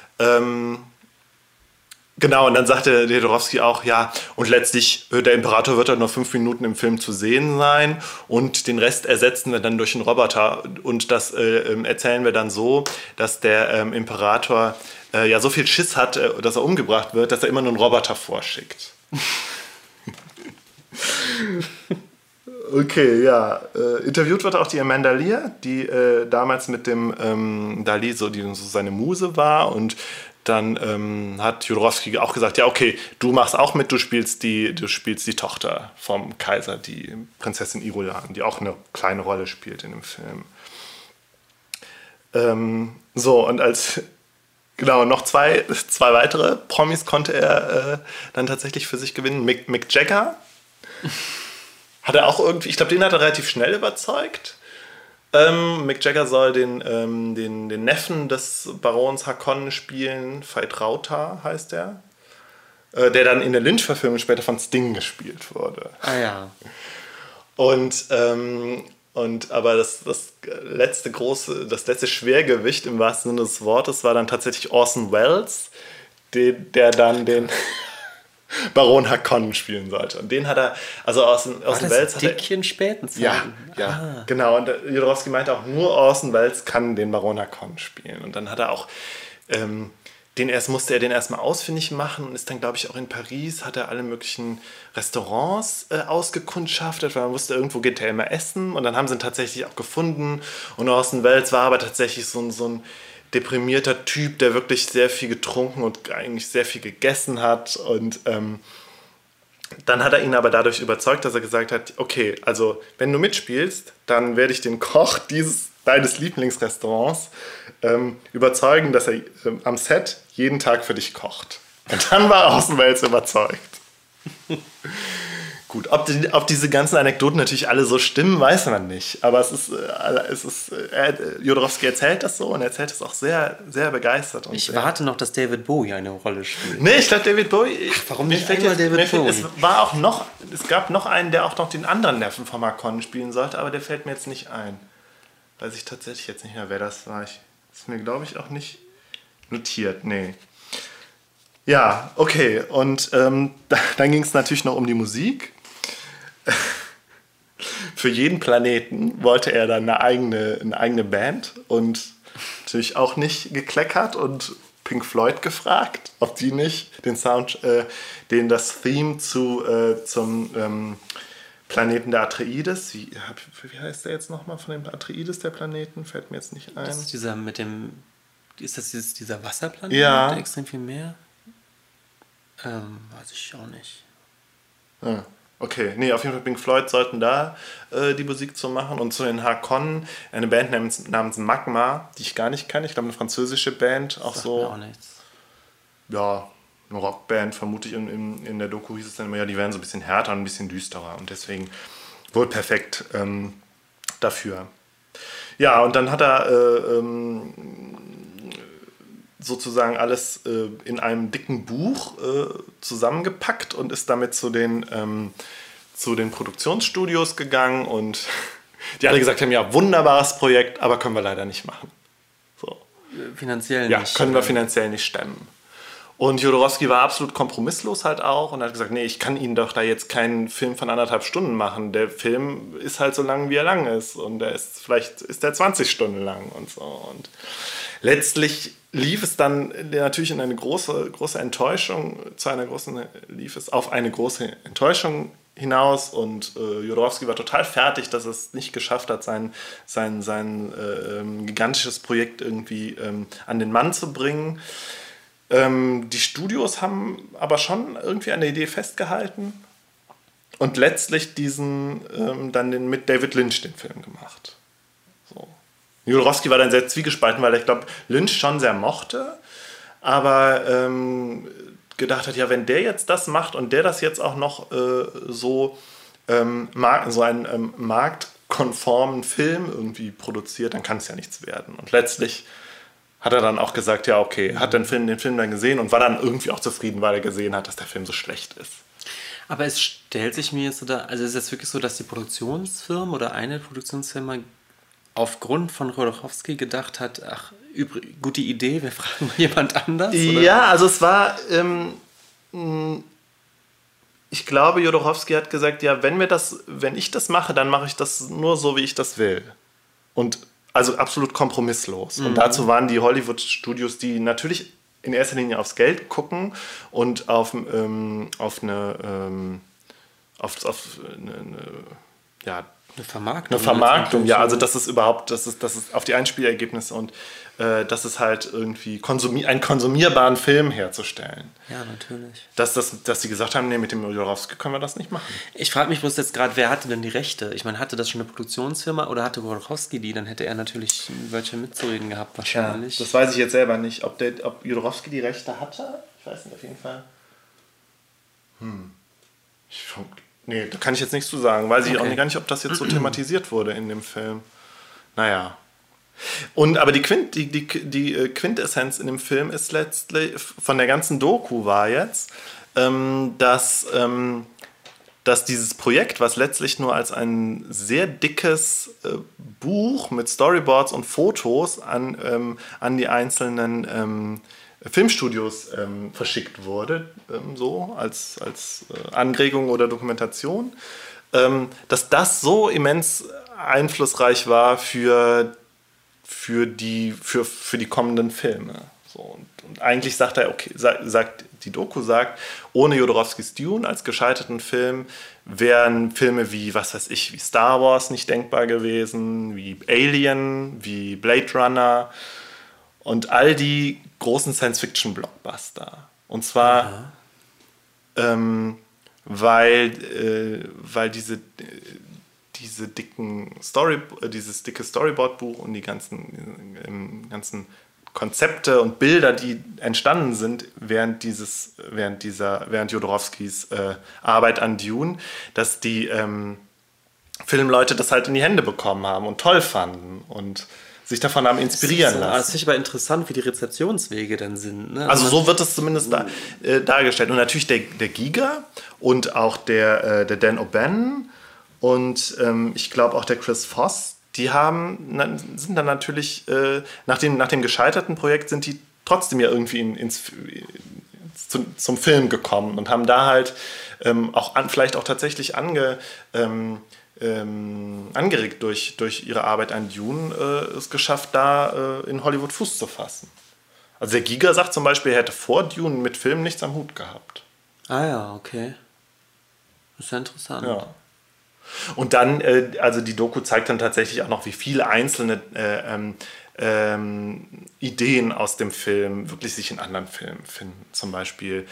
Genau, und dann sagte Jodorowsky auch, ja, und letztlich, der Imperator wird dann nur 5 Minuten im Film zu sehen sein und den Rest ersetzen wir dann durch einen Roboter und das erzählen wir dann so, dass der Imperator ja so viel Schiss hat, dass er umgebracht wird, dass er immer nur einen Roboter vorschickt. Okay, ja. Interviewt wird auch die Amanda Lear, die damals mit dem Dalí so seine Muse war und dann hat Jodorowsky auch gesagt, ja okay, du machst auch mit, du spielst die Tochter vom Kaiser, die Prinzessin Irulan, die auch eine kleine Rolle spielt in dem Film. So, und noch zwei weitere Promis konnte er dann tatsächlich für sich gewinnen. Mick Jagger hat er auch irgendwie, ich glaube, den hat er relativ schnell überzeugt. Mick Jagger soll den Neffen des Barons Harkonnen spielen, Veit Rauta heißt er, der dann in der Lynch-Verfilmung später von Sting gespielt wurde. Ah ja. Aber das letzte Schwergewicht im wahrsten Sinne des Wortes war dann tatsächlich Orson Welles, der dann den Baron Harkonnen spielen sollte. Und den hat er, also Orson Welles hat Dickchen späten ja, genau. Und Jodorowsky meinte auch, nur Orson Welles kann den Baron Harkonnen spielen. Und dann hat er auch musste er den erstmal ausfindig machen und ist dann, glaube ich, auch in Paris, hat er alle möglichen Restaurants ausgekundschaftet, weil man wusste, irgendwo geht er immer essen. Und dann haben sie ihn tatsächlich auch gefunden. Und Orson Welles war aber tatsächlich so ein deprimierter Typ, der wirklich sehr viel getrunken und eigentlich sehr viel gegessen hat. Und dann hat er ihn aber dadurch überzeugt, dass er gesagt hat, okay, also wenn du mitspielst, dann werde ich den Koch deines Lieblingsrestaurants überzeugen, dass er am Set jeden Tag für dich kocht. Und dann war Orson Welles überzeugt. Gut, ob diese ganzen Anekdoten natürlich alle so stimmen, weiß man nicht. Aber Jodorowsky erzählt das so und er erzählt es auch sehr, sehr begeistert. Und ich warte noch, dass David Bowie eine Rolle spielt. Nee, ich glaube, David Bowie... Warum nicht einmal David Bowie? Es gab noch einen, der auch noch den anderen Neffen von Harkonnen spielen sollte, aber der fällt mir jetzt nicht ein. Weiß ich tatsächlich jetzt nicht mehr, wer das war. Ist mir, glaube ich, auch nicht notiert. Nee. Ja, okay. Und dann ging es natürlich noch um die Musik. Für jeden Planeten wollte er dann eine eigene Band und natürlich auch nicht gekleckert und Pink Floyd gefragt, ob die nicht das Theme zum Planeten der Atreides, wie heißt der jetzt nochmal von dem Atreides, der Planeten? Fällt mir jetzt nicht ein. Das ist dieser Wasserplanet? Ja. Der extrem viel mehr? Weiß ich auch nicht. Ja. Okay, nee, auf jeden Fall Pink Floyd sollten da die Musik zu machen. Und zu den Harkonnen eine Band namens Magma, die ich gar nicht kenne. Ich glaube, eine französische Band. Auch sagt so. Mir auch nichts. Ja, eine Rockband, vermute ich. In der Doku hieß es dann immer, ja, die werden so ein bisschen härter und ein bisschen düsterer. Und deswegen wohl perfekt dafür. Ja, und dann hat er sozusagen alles in einem dicken Buch zusammengepackt und ist damit zu den Produktionsstudios gegangen und die alle gesagt haben, ja, wunderbares Projekt, aber können wir leider nicht machen. So. Finanziell nicht. Ja, können wir oder? finanziell nicht stemmen. Und Jodorowsky war absolut kompromisslos halt auch und hat gesagt, nee, ich kann Ihnen doch da jetzt keinen Film von 1,5 Stunden machen. Der Film ist halt so lang, wie er lang ist. Und vielleicht ist der 20 Stunden lang und so. Und letztlich lief es dann natürlich in eine große Enttäuschung, lief es auf eine große Enttäuschung hinaus und Jodorowsky war total fertig, dass es nicht geschafft hat, sein gigantisches Projekt irgendwie an den Mann zu bringen. Die Studios haben aber schon irgendwie an der Idee festgehalten und letztlich mit David Lynch den Film gemacht. So. Jodorowsky war dann sehr zwiegespalten, weil ich glaube, Lynch schon sehr mochte, aber gedacht hat, ja, wenn der jetzt das macht und der das jetzt auch noch so einen marktkonformen Film irgendwie produziert, dann kann es ja nichts werden. Und letztlich hat er dann auch gesagt, ja, okay, hat den Film dann gesehen und war dann irgendwie auch zufrieden, weil er gesehen hat, dass der Film so schlecht ist. Aber es stellt sich mir jetzt also ist es jetzt wirklich so, dass die Produktionsfirma oder eine Produktionsfirma aufgrund von Jodorowsky gedacht hat, ach, gute Idee, wir fragen mal jemand anders? Oder? Ja, also es war, ich glaube, Jodorowsky hat gesagt, ja, wenn ich das mache, dann mache ich das nur so, wie ich das will. Und also absolut kompromisslos. Und dazu waren die Hollywood-Studios, die natürlich in erster Linie aufs Geld gucken und auf eine Vermarktung, ja, also das ist auf die Einspielergebnisse und das ist halt irgendwie einen konsumierbaren Film herzustellen. Ja, natürlich. Dass sie gesagt haben, nee, mit dem Jodorowsky können wir das nicht machen. Ich frage mich bloß jetzt gerade, wer hatte denn die Rechte? Ich meine, hatte das schon eine Produktionsfirma oder hatte Jodorowsky die? Dann hätte er natürlich welche mitzureden gehabt wahrscheinlich. Ja, das weiß ich jetzt selber nicht, ob Jodorowsky die Rechte hatte. Ich weiß nicht, auf jeden Fall. Nee, da kann ich jetzt nichts zu sagen. Weiß ich auch gar nicht, ob das jetzt so thematisiert wurde in dem Film. Naja. Aber die Quintessenz in dem Film ist letztlich, von der ganzen Doku war jetzt, dass dieses Projekt, was letztlich nur als ein sehr dickes Buch mit Storyboards und Fotos an die einzelnen Filmstudios verschickt wurde, so als Anregung oder Dokumentation, dass das so immens einflussreich war für die kommenden Filme. So, und eigentlich sagt die Doku, ohne Jodorowskys Dune als gescheiterten Film wären Filme wie, was weiß ich, wie Star Wars nicht denkbar gewesen, wie Alien, wie Blade Runner und all die großen Science-Fiction-Blockbuster. Und zwar, weil dieses dicke Storyboard-Buch und die ganzen Konzepte und Bilder, die entstanden sind während Jodorowskys Arbeit an Dune, dass die Filmleute das halt in die Hände bekommen haben und toll fanden und sich davon haben inspirieren lassen. Das finde ich aber interessant, wie die Rezeptionswege dann sind. Ne? Also so wird es zumindest dargestellt. Und natürlich der Giger und auch der Dan O'Bannon und ich glaube auch der Chris Voss, die sind dann natürlich, nach dem gescheiterten Projekt sind die trotzdem ja irgendwie zum Film gekommen und haben da halt vielleicht auch tatsächlich angeregt durch ihre Arbeit an Dune es geschafft, da in Hollywood Fuß zu fassen. Also der Giger sagt zum Beispiel, er hätte vor Dune mit Filmen nichts am Hut gehabt. Ah ja, okay. Das ist ja interessant. Ja. Und dann, also die Doku zeigt dann tatsächlich auch noch, wie viele einzelne Ideen aus dem Film wirklich sich in anderen Filmen finden. Zum Beispiel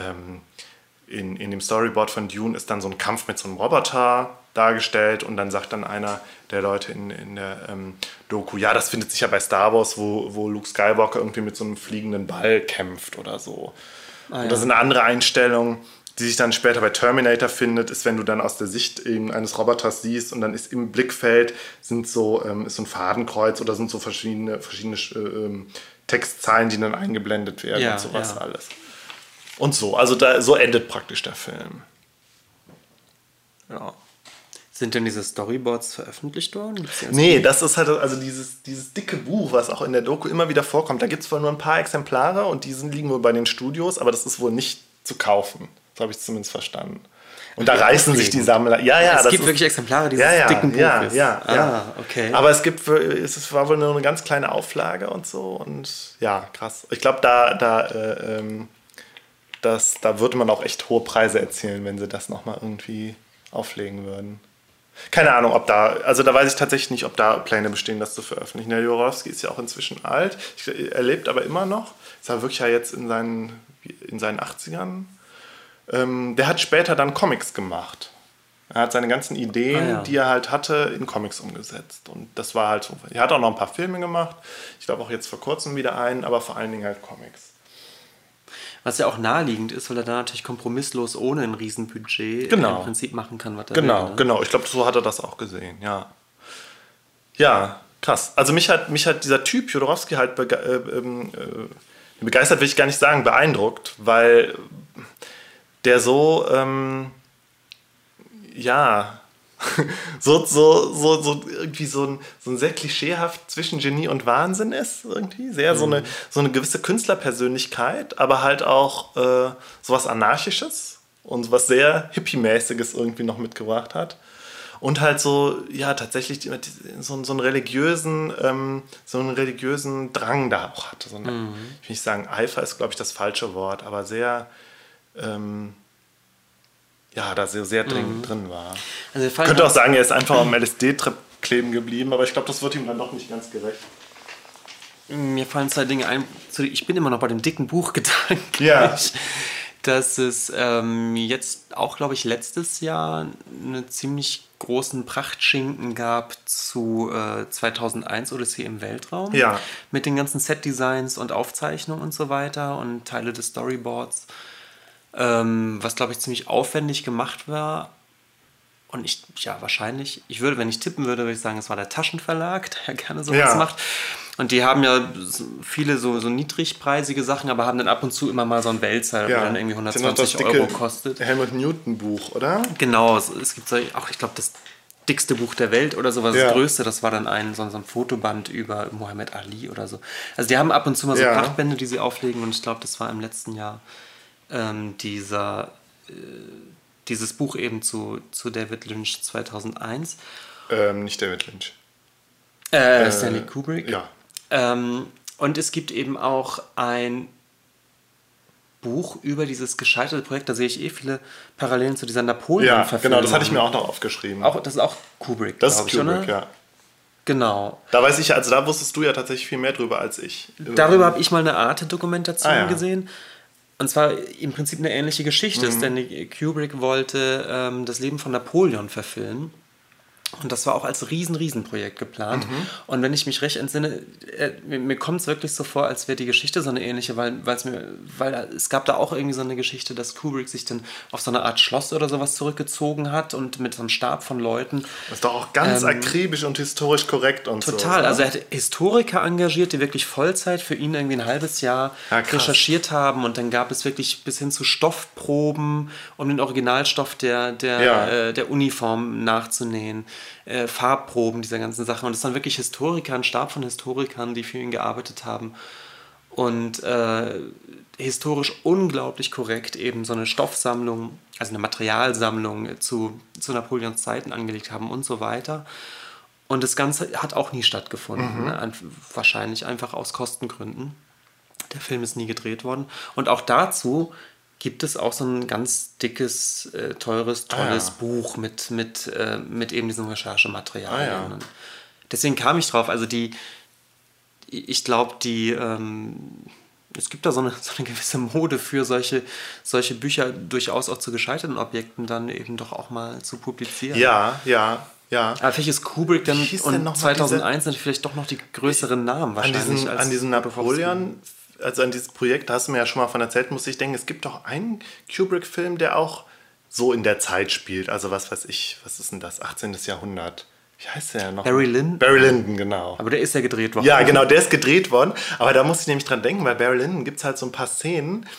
in dem Storyboard von Dune ist dann so ein Kampf mit so einem Roboter dargestellt und dann sagt dann einer der Leute in der Doku, ja, das findet sich ja bei Star Wars, wo Luke Skywalker irgendwie mit so einem fliegenden Ball kämpft oder so. Ah, ja. Und das ist eine andere Einstellung, die sich dann später bei Terminator findet, ist, wenn du dann aus der Sicht eben eines Roboters siehst und dann ist im Blickfeld ist so ein Fadenkreuz oder sind so verschiedene Textzeilen, die dann eingeblendet werden und sowas alles. Und so, also so endet praktisch der Film. Ja. Sind denn diese Storyboards veröffentlicht worden? Nee, das ist halt also dieses dicke Buch, was auch in der Doku immer wieder vorkommt. Da gibt es wohl nur ein paar Exemplare und die liegen wohl bei den Studios, aber das ist wohl nicht zu kaufen. So habe ich es zumindest verstanden. Und da reißen sich die Sammler. Ja, es gibt wirklich Exemplare dieses dicken Buches. Ja. Okay. Aber es war wohl nur eine ganz kleine Auflage und so. Und ja, krass. Ich glaube, da würde man auch echt hohe Preise erzielen, wenn sie das nochmal irgendwie auflegen würden. Keine Ahnung, also da weiß ich tatsächlich nicht, ob da Pläne bestehen, das zu veröffentlichen. Der Jodorowsky ist ja auch inzwischen alt, er lebt aber immer noch, ist ja wirklich jetzt in seinen 80ern. Der hat später dann Comics gemacht. Er hat seine ganzen Ideen, die er halt hatte, in Comics umgesetzt. Und das war halt so. Er hat auch noch ein paar Filme gemacht, ich glaube auch jetzt vor kurzem wieder einen, aber vor allen Dingen halt Comics. Was ja auch naheliegend ist, weil er da natürlich kompromisslos ohne ein Riesenbudget im Prinzip machen kann, was er will. Ne? Genau. Ich glaube, so hat er das auch gesehen, ja. Ja, krass. Also mich hat dieser Typ Jodorowsky halt begeistert, will ich gar nicht sagen, beeindruckt, weil der so, so irgendwie so ein sehr klischeehaft zwischen Genie und Wahnsinn ist irgendwie. Sehr so eine gewisse Künstlerpersönlichkeit, aber halt auch sowas Anarchisches und was sehr Hippie-mäßiges irgendwie noch mitgebracht hat. Und halt so, ja, tatsächlich so einen religiösen Drang da auch hatte. Ich will nicht sagen, Eifer ist, glaube ich, das falsche Wort, aber sehr... da sehr drin war. Also ich könnte auch sagen, er ist einfach am LSD-Trip kleben geblieben, aber ich glaube, das wird ihm dann doch nicht ganz gerecht. Mir fallen zwei Dinge ein. Ich bin immer noch bei dem dicken Buch gedanklich. Ja. Dass es jetzt auch, glaube ich, letztes Jahr einen ziemlich großen Prachtschinken gab zu 2001 Odyssee im Weltraum. Ja. Mit den ganzen Set-Designs und Aufzeichnungen und so weiter und Teile des Storyboards. Was, glaube ich, ziemlich aufwendig gemacht war. Und wahrscheinlich, wenn ich tippen würde ich sagen, es war der Taschenverlag, der gerne sowas macht. Und die haben ja viele so niedrigpreisige Sachen, aber haben dann ab und zu immer mal so einen Wälzer, der dann irgendwie 120 Euro kostet. Helmut Newton Buch, oder? Genau, es gibt auch, ich glaube, das dickste Buch der Welt oder sowas, das größte, das war dann so ein Fotoband über Muhammad Ali oder so. Also die haben ab und zu mal so Prachtbände, die sie auflegen und ich glaube, das war im letzten Jahr dieses Buch eben zu David Lynch 2001. Nicht David Lynch. Stanley Kubrick. Ja. Und es gibt eben auch ein Buch über dieses gescheiterte Projekt, da sehe ich viele Parallelen zu dieser Napoleon-Verfilmung. Ja, genau, das hatte ich mir auch noch aufgeschrieben. Das ist auch Kubrick, das ist Kubrick, ja. Genau. Da wusstest du ja tatsächlich viel mehr drüber als ich. Darüber habe ich mal eine Arte-Dokumentation gesehen. Und zwar im Prinzip eine ähnliche Geschichte. Stanley Kubrick wollte das Leben von Napoleon verfilmen. Und das war auch als Riesenprojekt geplant. Und wenn ich mich recht entsinne, mir kommt es wirklich so vor, als wäre die Geschichte so eine ähnliche, weil es gab da auch irgendwie so eine Geschichte, dass Kubrick sich dann auf so eine Art Schloss oder sowas zurückgezogen hat und mit so einem Stab von Leuten. Das ist doch auch ganz akribisch und historisch korrekt und total. so. Total. Also er hat Historiker engagiert, die wirklich Vollzeit für ihn irgendwie ein halbes Jahr recherchiert haben. Und dann gab es wirklich bis hin zu Stoffproben, um den Originalstoff der Uniform nachzunähen. Farbproben dieser ganzen Sachen. Und es waren wirklich Historiker, ein Stab von Historikern, die für ihn gearbeitet haben. Und historisch unglaublich korrekt eben so eine Stoffsammlung, also eine Materialsammlung zu Napoleons Zeiten angelegt haben und so weiter. Und das Ganze hat auch nie stattgefunden. Ne? Wahrscheinlich einfach aus Kostengründen. Der Film ist nie gedreht worden. Und auch dazu gibt es auch so ein ganz dickes, tolles Buch mit eben diesem Recherchematerial. Deswegen kam ich drauf. Also ich glaube, es gibt da so eine gewisse Mode für solche Bücher durchaus auch zu gescheiterten Objekten dann eben doch auch mal zu publizieren. Ja. Aber vielleicht ist Kubrick dann und 2001 sind vielleicht doch noch die größeren Namen wahrscheinlich. An diesen Napoleon, also an dieses Projekt, da hast du mir ja schon mal von erzählt, muss ich denken, es gibt doch einen Kubrick-Film, der auch so in der Zeit spielt. Also was weiß ich, was ist denn das? 18. Jahrhundert. Wie heißt der noch? Barry Lyndon? Barry Lyndon, genau. Aber der ist ja gedreht worden. Ja, genau, der ist gedreht worden. Aber da muss ich nämlich dran denken, bei Barry Lyndon gibt es halt so ein paar Szenen,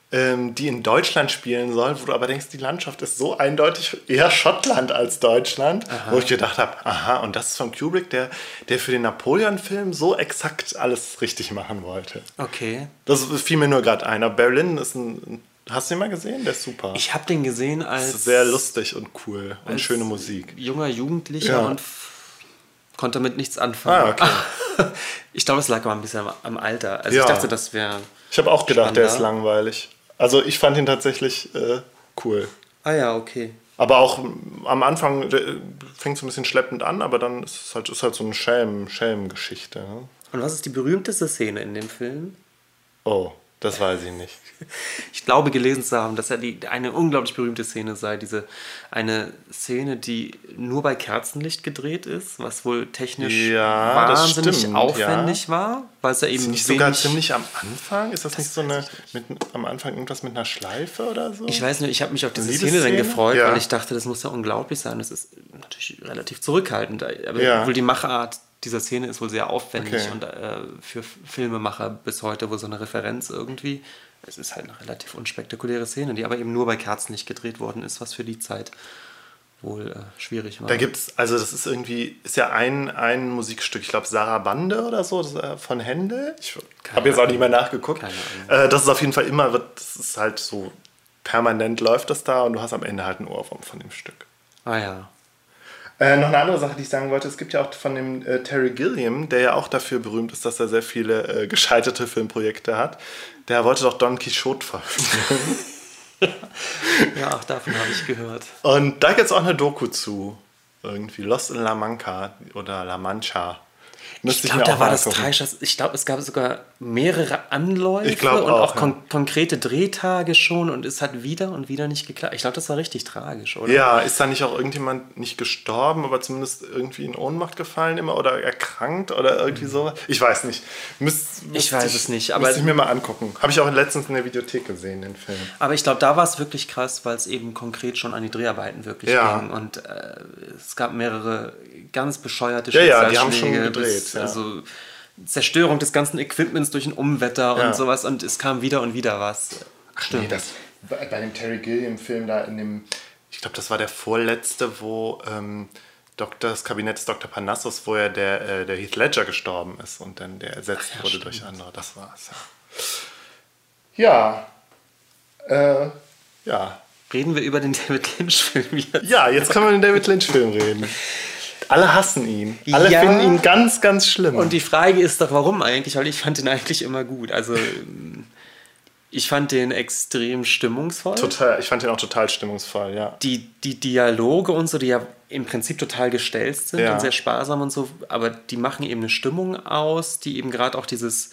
die in Deutschland spielen soll, wo du aber denkst, die Landschaft ist so eindeutig eher Schottland als Deutschland, wo ich gedacht habe, aha, und das ist von Kubrick, der für den Napoleon-Film so exakt alles richtig machen wollte. Okay. Das fiel mir nur gerade ein. Aber Berlin ist hast du den mal gesehen? Der ist super. Ich habe den gesehen als... Das ist sehr lustig und cool und schöne Musik. Junger Jugendlicher und konnte damit nichts anfangen. Okay. Ich glaube, es lag aber ein bisschen am Alter. Also ich dachte, das wäre... Ich habe auch gedacht, der ist langweilig. Also ich fand ihn tatsächlich cool. Ah ja, okay. Aber auch am Anfang fängt es ein bisschen schleppend an, aber dann ist es halt so eine Schelm-Geschichte. Ne? Und was ist die berühmteste Szene in dem Film? Oh, das weiß ich nicht. Ich glaube, gelesen zu haben, dass eine unglaublich berühmte Szene sei. Eine Szene, die nur bei Kerzenlicht gedreht ist, was wohl technisch wahnsinnig aufwendig war. Weil es ja eben ist nicht sogar ziemlich am Anfang? Ist das nicht so am Anfang irgendwas mit einer Schleife oder so? Ich weiß nicht, ich habe mich auf diese Szene dann gefreut, weil ich dachte, das muss ja unglaublich sein. Das ist natürlich relativ zurückhaltend. Aber wohl die Machart dieser Szene ist wohl sehr aufwendig und für Filmemacher bis heute wohl so eine Referenz irgendwie. Es ist halt eine relativ unspektakuläre Szene, die aber eben nur bei Kerzenlicht gedreht worden ist, was für die Zeit wohl schwierig war. Da gibt's, also das ist ja ein Musikstück, ich glaube Sarabande oder so, von Händel. Ich habe jetzt auch nicht mehr nachgeguckt. Das ist auf jeden Fall das ist halt so permanent läuft das da und du hast am Ende halt einen Ohrwurm von dem Stück. Ah ja. Noch eine andere Sache, die ich sagen wollte, es gibt ja auch von dem Terry Gilliam, der ja auch dafür berühmt ist, dass er sehr viele gescheiterte Filmprojekte hat. Der wollte doch Don Quixote veröffentlichen. Ja, auch davon habe ich gehört. Und da gibt es auch eine Doku zu. Irgendwie Lost in La Mancha oder La Mancha. Ich glaube, da war das Dreischatz. Ich glaube, es gab sogar mehrere Anläufe und auch konkrete Drehtage schon und es hat wieder und wieder nicht geklappt. Ich glaube, das war richtig tragisch, oder? Ja, ist da nicht auch irgendjemand nicht gestorben, aber zumindest irgendwie in Ohnmacht gefallen immer oder erkrankt oder irgendwie so? Ich weiß nicht. Ich weiß es nicht. Aber müsste ich mir mal angucken. Habe ich auch letztens in der Videothek gesehen, den Film. Aber ich glaube, da war es wirklich krass, weil es eben konkret schon an die Dreharbeiten wirklich ging. Und es gab mehrere ganz bescheuerte Schicksalsschläge. Ja, die haben schon gedreht. Also Zerstörung des ganzen Equipments durch ein Unwetter und sowas und es kam wieder und wieder was. Stimmt. Nee, bei dem Terry Gilliam-Film da ich glaube, das war der vorletzte, wo das Kabinett des Dr. Parnassus, wo ja der Heath Ledger gestorben ist und dann der ersetzt wurde durch andere. Das war's, ja. Ja. Reden wir über den David Lynch-Film jetzt? Ja, jetzt können wir über den David Lynch-Film reden. Alle hassen ihn. Alle finden ihn ganz, ganz schlimm. Und die Frage ist doch, warum eigentlich? Weil ich fand ihn eigentlich immer gut. Also ich fand den extrem stimmungsvoll. Total, ich fand den auch total stimmungsvoll, ja. Die Dialoge und so, die ja im Prinzip total gestelzt sind und sehr sparsam und so, aber die machen eben eine Stimmung aus, die eben gerade auch diese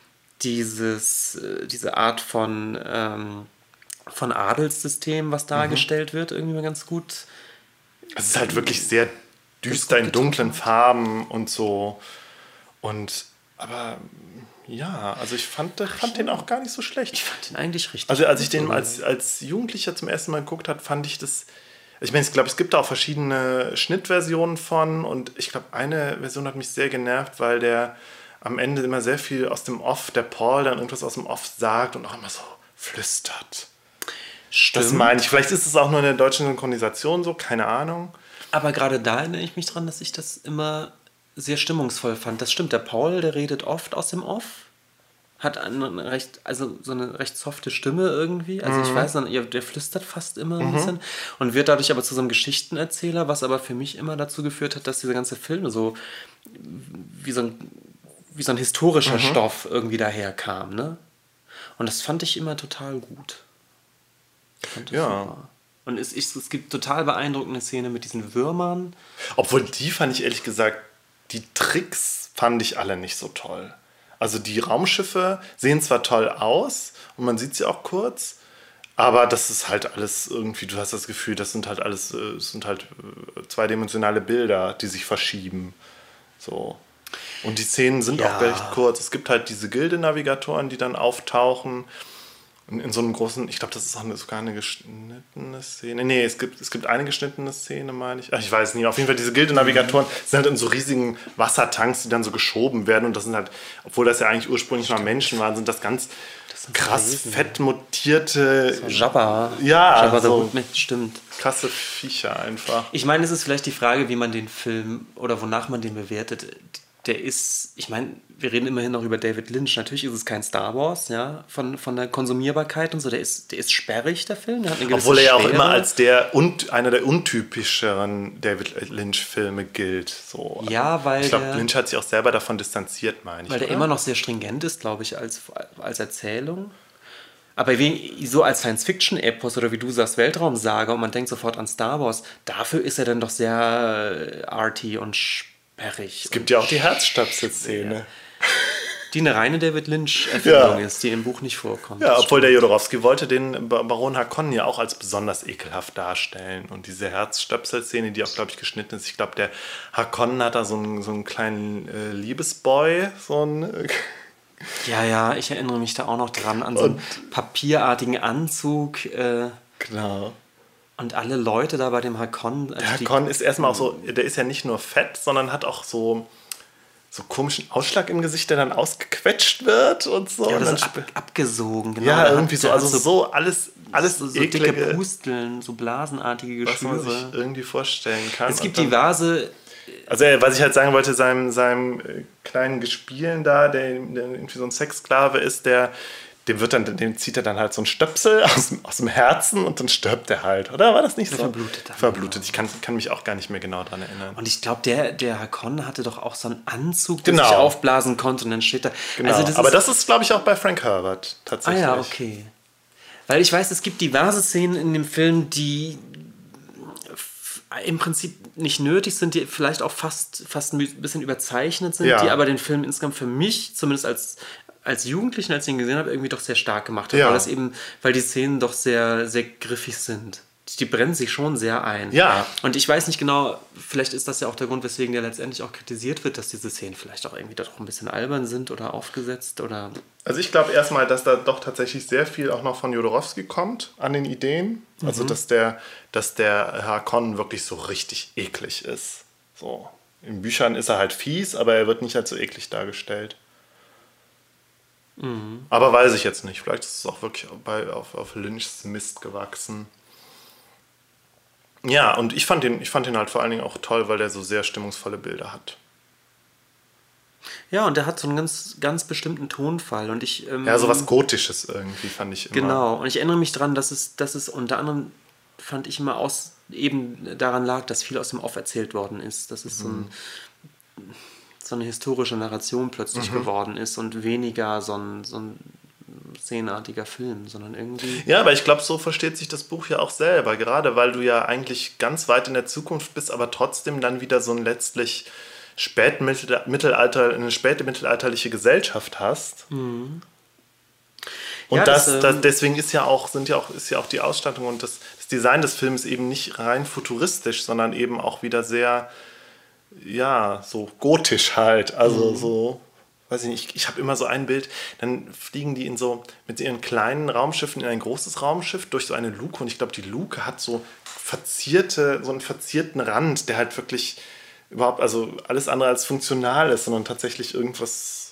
Art von Adelssystem, was dargestellt wird, irgendwie mal ganz gut. Es ist halt wirklich sehr düster in dunklen Farben und so. Aber ja, also ich fand den auch gar nicht so schlecht. Ich fand den eigentlich richtig. Also als ich den als Jugendlicher zum ersten Mal geguckt habe, fand ich das... Ich meine, ich glaube, es gibt da auch verschiedene Schnittversionen von und ich glaube, eine Version hat mich sehr genervt, weil der am Ende immer sehr viel aus dem Off, der Paul dann irgendwas aus dem Off sagt und auch immer so flüstert. Stimmt. Das meine ich. Vielleicht ist es auch nur in der deutschen Synchronisation so, keine Ahnung. Aber gerade da erinnere ich mich dran, dass ich das immer sehr stimmungsvoll fand. Das stimmt, der Paul, der redet oft aus dem Off, hat so eine recht softe Stimme irgendwie. Also ich weiß dann, der flüstert fast immer ein bisschen und wird dadurch aber zu so einem Geschichtenerzähler, was aber für mich immer dazu geführt hat, dass dieser ganze Film so wie so ein historischer Stoff irgendwie daherkam, ne? Und das fand ich immer total gut. Super. Und es gibt total beeindruckende Szene mit diesen Würmern. Obwohl die fand ich ehrlich gesagt, die Tricks fand ich alle nicht so toll. Also die Raumschiffe sehen zwar toll aus und man sieht sie auch kurz, aber das ist halt alles irgendwie, du hast das Gefühl, das sind halt alles zweidimensionale Bilder, die sich verschieben. So. Und die Szenen sind auch recht kurz. Es gibt halt diese Gilde-Navigatoren, die dann auftauchen. Und in so einem großen, ich glaube, das ist auch sogar eine geschnittene Szene. Nee, es gibt eine geschnittene Szene, meine ich. Ach, ich weiß nicht. Auf jeden Fall, diese Gildenavigatoren sind halt in so riesigen Wassertanks, die dann so geschoben werden. Und das sind halt, obwohl das ja eigentlich ursprünglich mal Menschen waren, sind das ganz krass fett mutierte... So Jabba. Ja, Jabba so the Hutt, stimmt. Krasse Viecher einfach. Ich meine, es ist vielleicht die Frage, wie man den Film oder wonach man den bewertet. Der ist, ich meine, wir reden immerhin noch über David Lynch. Natürlich ist es kein Star Wars, ja, von der Konsumierbarkeit und so. Der ist sperrig, der Film. Der hat eine gewisse Obwohl er ja auch Schwere. immer als einer der untypischeren David Lynch-Filme gilt. So. Ja, weil ich glaube, Lynch hat sich auch selber davon distanziert, meine ich. Weil der immer noch sehr stringent ist, glaube ich, als Erzählung. Aber so als Science-Fiction-Epos oder wie du sagst, Weltraumsaga und man denkt sofort an Star Wars, dafür ist er dann doch sehr arty und sperrig. Es gibt ja auch die Herzstöpsel-Szene. Die eine reine David Lynch-Erfindung ist, die im Buch nicht vorkommt. Ja, obwohl der Jodorowsky wollte den Baron Harkonnen ja auch als besonders ekelhaft darstellen. Und diese Herzstöpsel-Szene, die auch, glaube ich, geschnitten ist. Ich glaube, der Harkonnen hat da so einen kleinen Liebesboy, Ja, ich erinnere mich da auch noch dran, an so einen papierartigen Anzug. Genau. Und alle Leute da bei dem Harkonnen... Der Harkonnen ist erstmal auch so, der ist ja nicht nur fett, sondern hat auch so komischen Ausschlag im Gesicht, der dann ausgequetscht wird und so. Ja, und das ist abgesogen, genau. Ja, irgendwie so, also so alles so dicke Pusteln, so blasenartige Geschwüre. Was man sich irgendwie vorstellen kann. Es gibt diverse... Also was ich halt sagen wollte, seinem kleinen Gespielen da, der irgendwie so ein Sexsklave ist, dem zieht er dann halt so ein Stöpsel aus dem Herzen und dann stirbt er halt, oder? War das nicht so? Verblutet. Ich kann mich auch gar nicht mehr genau daran erinnern. Und ich glaube, der Harkonnen hatte doch auch so einen Anzug, der sich aufblasen konnte und dann steht da... Genau, also das ist, glaube ich, auch bei Frank Herbert tatsächlich. Ah ja, okay. Weil ich weiß, es gibt diverse Szenen in dem Film, die im Prinzip nicht nötig sind, die vielleicht auch fast ein bisschen überzeichnet sind, die aber den Film insgesamt für mich, zumindest als Jugendlichen, als ich ihn gesehen habe, irgendwie doch sehr stark gemacht hat, weil die Szenen doch sehr, sehr griffig sind. Die brennen sich schon sehr ein. Ja. Und ich weiß nicht genau, vielleicht ist das ja auch der Grund, weswegen der letztendlich auch kritisiert wird, dass diese Szenen vielleicht auch irgendwie doch ein bisschen albern sind oder aufgesetzt oder... Also ich glaube erstmal, dass da doch tatsächlich sehr viel auch noch von Jodorowsky kommt an den Ideen. Also dass der Harkonnen wirklich so richtig eklig ist. So. In Büchern ist er halt fies, aber er wird nicht als so eklig dargestellt. Aber weiß ich jetzt nicht. Vielleicht ist es auch wirklich auf Lynchs Mist gewachsen. Ja, und ich fand den halt vor allen Dingen auch toll, weil der so sehr stimmungsvolle Bilder hat. Ja, und der hat so einen ganz, ganz bestimmten Tonfall. Und ich, so was Gotisches irgendwie, fand ich immer. Genau, und ich erinnere mich daran, dass es unter anderem, fand ich immer eben daran lag, dass viel aus dem Off erzählt worden ist. Dass es so eine historische Narration plötzlich geworden ist und weniger so ein szenenartiger Film, sondern irgendwie... Ja, aber ich glaube, so versteht sich das Buch ja auch selber, gerade weil du ja eigentlich ganz weit in der Zukunft bist, aber trotzdem dann wieder so ein letztlich eine spätmittelalterliche Gesellschaft hast. Und ja, deswegen ist ja auch die Ausstattung und das Design des Films eben nicht rein futuristisch, sondern eben auch wieder sehr, so gotisch halt, also so... Weiß ich nicht, ich habe immer so ein Bild, dann fliegen die mit ihren kleinen Raumschiffen in ein großes Raumschiff durch so eine Luke und ich glaube, die Luke hat so einen verzierten Rand, der halt wirklich überhaupt, also alles andere als funktional ist, sondern tatsächlich irgendwas...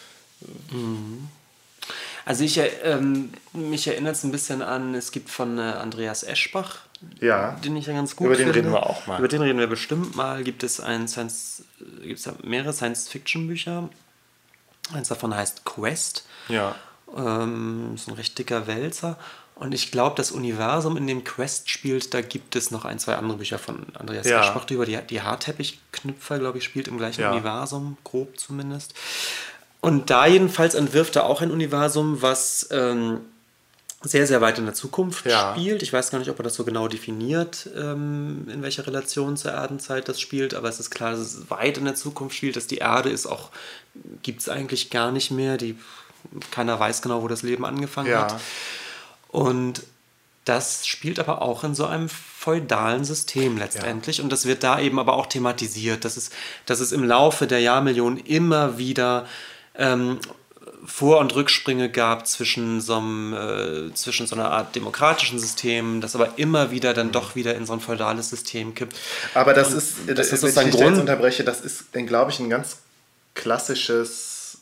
Also mich erinnert es ein bisschen an, es gibt von Andreas Eschbach, den ich ja ganz gut finde. Über den reden wir auch mal. Über den reden wir bestimmt mal. Gibt es mehrere Science-Fiction-Bücher. Eins davon heißt Quest. Ja. Ist ein recht dicker Wälzer. Und ich glaube, das Universum, in dem Quest spielt, da gibt es noch 1, 2 andere Bücher von Andreas Eschbach drüber. Die Haarteppichknüpfer, glaube ich, spielt im gleichen Universum, grob zumindest. Und da jedenfalls entwirft er auch ein Universum, was sehr, sehr weit in der Zukunft spielt. Ich weiß gar nicht, ob er das so genau definiert, in welcher Relation zur Erdenzeit das spielt, aber es ist klar, dass es weit in der Zukunft spielt, dass die Erde gibt es eigentlich gar nicht mehr. Keiner weiß genau, wo das Leben angefangen hat. Und das spielt aber auch in so einem feudalen System letztendlich. Und das wird da eben aber auch thematisiert, dass es im Laufe der Jahrmillionen immer wieder Vor- und Rücksprünge gab zwischen so einer Art demokratischen System, das aber immer wieder dann doch wieder in so ein feudales System kippt. Aber das ist, das ist wenn sozusagen ich dich jetzt unterbreche, das ist, glaube ich, ein ganz klassisches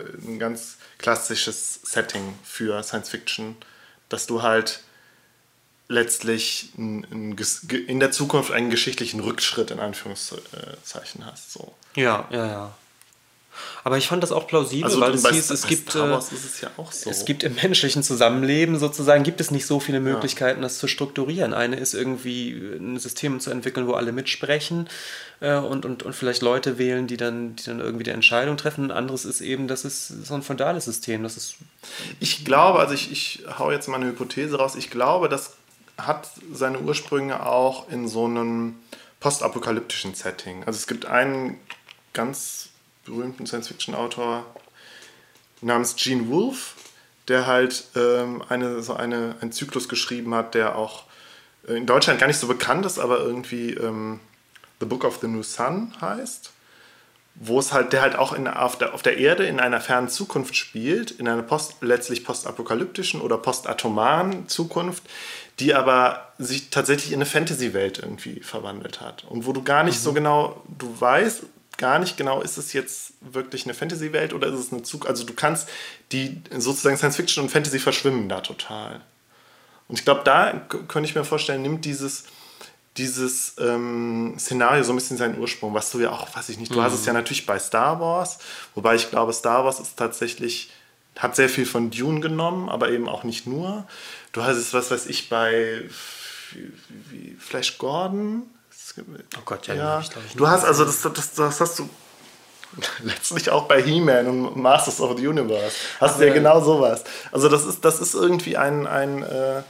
Setting für Science Fiction, dass du halt letztlich in der Zukunft einen geschichtlichen Rückschritt in Anführungszeichen hast. So. Ja. Aber ich fand das auch plausibel, weil es hieß, Star Wars ist es ja auch so. Es gibt im menschlichen Zusammenleben sozusagen, gibt es nicht so viele Möglichkeiten, das zu strukturieren. Eine ist irgendwie ein System zu entwickeln, wo alle mitsprechen und vielleicht Leute wählen, die dann irgendwie die Entscheidung treffen. Ein anderes ist eben, das ist so ein feudales System. Ich glaube, also ich hau jetzt mal eine Hypothese raus, ich glaube, das hat seine Ursprünge auch in so einem postapokalyptischen Setting. Also es gibt einen ganz berühmten Science-Fiction-Autor namens Gene Wolfe, der halt einen Zyklus geschrieben hat, der auch in Deutschland gar nicht so bekannt ist, aber irgendwie The Book of the New Sun heißt, wo es halt, der halt auch auf der Erde in einer fernen Zukunft spielt, in einer letztlich postapokalyptischen oder postatomaren Zukunft, die aber sich tatsächlich in eine Fantasy-Welt irgendwie verwandelt hat. Und wo du gar nicht so genau, du weißt gar nicht genau, ist es jetzt wirklich eine Fantasy-Welt oder ist es eine Zukunft? Also du kannst die sozusagen Science-Fiction und Fantasy verschwimmen da total. Und ich glaube, da könnte ich mir vorstellen, nimmt dieses Szenario so ein bisschen seinen Ursprung, was du ja auch, weiß ich nicht, du hast es ja natürlich bei Star Wars, wobei ich glaube, Star Wars ist tatsächlich, hat sehr viel von Dune genommen, aber eben auch nicht nur. Du hast es, was weiß ich, bei Flash Gordon. Oh Gott, ja. Du hast also, das hast du letztlich auch bei He-Man und Masters of the Universe. Hast du ja genau sowas. Also das ist irgendwie ein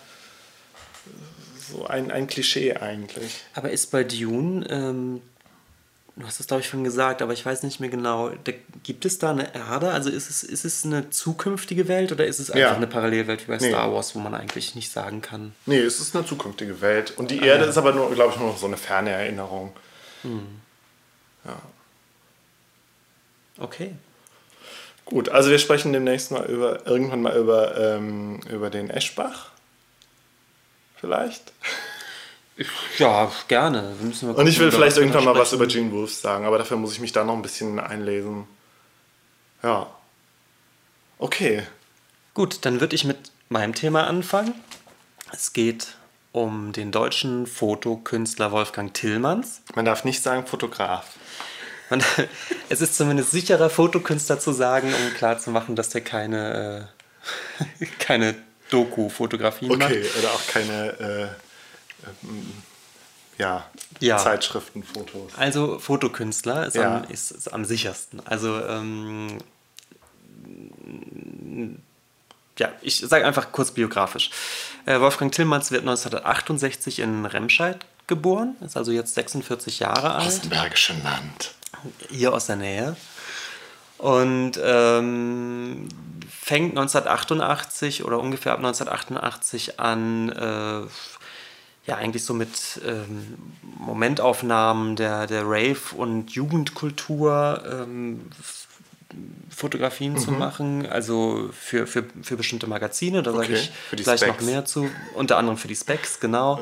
Klischee eigentlich. Aber ist bei Dune, du hast es glaube ich schon gesagt, aber ich weiß nicht mehr genau, gibt es da eine Erde? Also ist es eine zukünftige Welt oder ist es einfach eine Parallelwelt wie bei Star Wars, wo man eigentlich nicht sagen kann? Nee, es ist eine zukünftige Welt. Und die Erde ist aber nur, glaube ich, nur noch so eine ferne Erinnerung. Ja. Okay. Gut, also wir sprechen demnächst irgendwann mal über den Eschbach. Vielleicht? Ja, gerne. Und ich will vielleicht irgendwann mal was über Gene Wolfe sagen, aber dafür muss ich mich da noch ein bisschen einlesen. Ja. Okay. Gut, dann würde ich mit meinem Thema anfangen. Es geht um den deutschen Fotokünstler Wolfgang Tillmans. Man darf nicht sagen Fotograf. Es ist zumindest sicherer, Fotokünstler zu sagen, um klarzumachen, dass der keine Doku-Fotografien macht. Okay, oder auch keine Zeitschriftenfotos. Also Fotokünstler ist am sichersten. Also ich sage einfach kurz biografisch. Wolfgang Tillmans wird 1968 in Remscheid geboren, ist also jetzt 46 Jahre alt. Aus dem Bergischen Land. Hier aus der Nähe. Und fängt 1988 oder ungefähr ab 1988 an, eigentlich so mit Momentaufnahmen der Rave- und Jugendkultur Fotografien zu machen, also für bestimmte Magazine, da sage ich gleich noch mehr zu, unter anderem für die Specs, genau.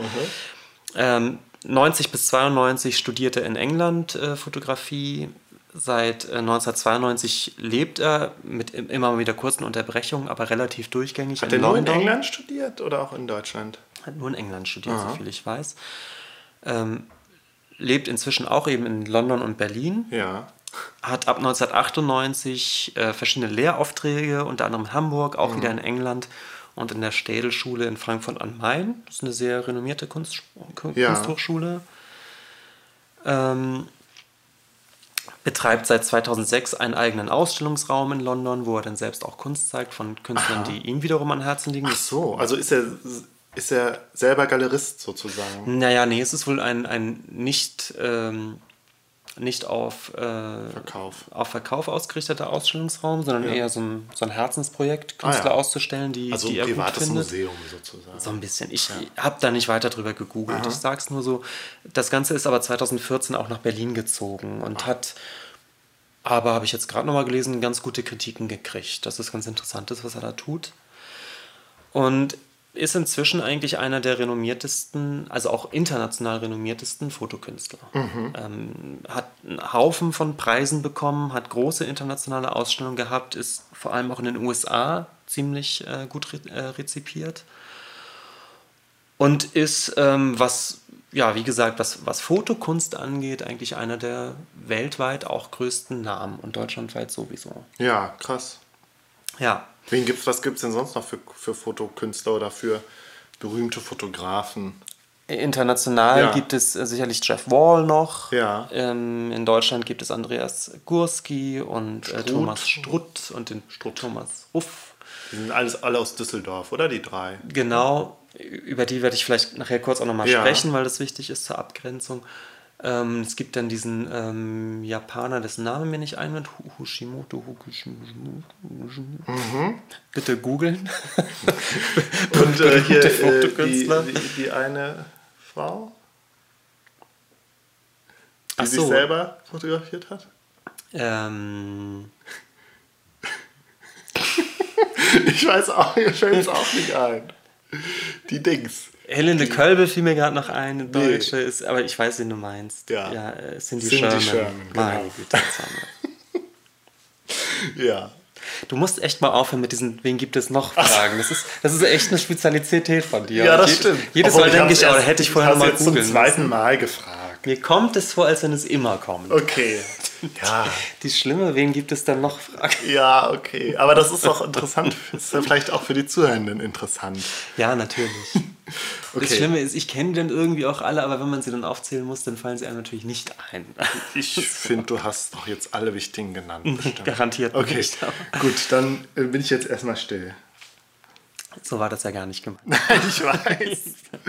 90 bis 92 studierte er in England Fotografie. Seit 1992 lebt er mit immer wieder kurzen Unterbrechungen, aber relativ durchgängig in London. Hat er nur in England studiert oder auch in Deutschland? Hat nur in England studiert, soviel ich weiß. Lebt inzwischen auch eben in London und Berlin. Ja. Hat ab 1998 verschiedene Lehraufträge, unter anderem in Hamburg, auch wieder in England und in der Städelschule in Frankfurt am Main. Das ist eine sehr renommierte Kunsthochschule. Betreibt seit 2006 einen eigenen Ausstellungsraum in London, wo er dann selbst auch Kunst zeigt von Künstlern, die ihm wiederum am Herzen liegen. Ach so, also ist er selber Galerist sozusagen? Naja, nee, es ist wohl ein nicht auf Verkauf ausgerichteter Ausstellungsraum, sondern eher so ein Herzensprojekt, Künstler auszustellen, die er gut findet. Also ein privates Museum sozusagen. So ein bisschen. Ich habe da nicht weiter drüber gegoogelt. Ich sage es nur so. Das Ganze ist aber 2014 auch nach Berlin gezogen und hat Aber habe ich jetzt gerade nochmal gelesen, ganz gute Kritiken gekriegt. Das ist ganz interessant, was er da tut. Und ist inzwischen eigentlich einer der renommiertesten, also auch international renommiertesten Fotokünstler. Hat einen Haufen von Preisen bekommen, hat große internationale Ausstellungen gehabt, ist vor allem auch in den USA ziemlich gut rezipiert. Und ist, wie gesagt, was Fotokunst angeht, eigentlich einer der weltweit auch größten Namen und deutschlandweit sowieso. Ja, krass. Ja. Was gibt's denn sonst noch für Fotokünstler oder für berühmte Fotografen? International gibt es sicherlich Jeff Wall noch. Ja. In Deutschland gibt es Andreas Gursky und Thomas Strutt und den Thomas Ruff. Die sind alle aus Düsseldorf, oder die drei? Genau, über die werde ich vielleicht nachher kurz auch nochmal sprechen, weil das wichtig ist zur Abgrenzung. Es gibt dann diesen Japaner, dessen Name mir nicht einwand, Hoshimoto. Bitte googeln. Und hier die eine Frau, die sich selber fotografiert hat? Ich weiß auch, mir fällt es auch nicht ein. Die Dings. Helene Kölbe fiel mir gerade noch ein, eine Deutsche, ist, aber ich weiß, wen du meinst. Ja, Cindy Sherman. Genau. Ja. Du musst echt mal aufhören mit diesen, wen gibt es noch Fragen. Das ist echt eine Spezialität von dir. Ja, das stimmt. Jedes Mal denke ich, hätte ich vorher nochmal googeln zum zweiten Mal gefragt. Mir kommt es vor, als wenn es immer kommt. Okay. Ja. Die schlimme, wen gibt es dann noch Fragen? Ja, okay. Aber das ist auch interessant. Ist ja vielleicht auch für die Zuhörenden interessant. Ja, natürlich. Okay. Das Schlimme ist, ich kenne die dann irgendwie auch alle, aber wenn man sie dann aufzählen muss, dann fallen sie einem natürlich nicht ein. Ich finde, du hast doch jetzt alle wichtigen genannt. Bestimmt. Garantiert okay. Nicht. Gut, dann bin ich jetzt erstmal still. So war das ja gar nicht gemeint. Nein, ich weiß.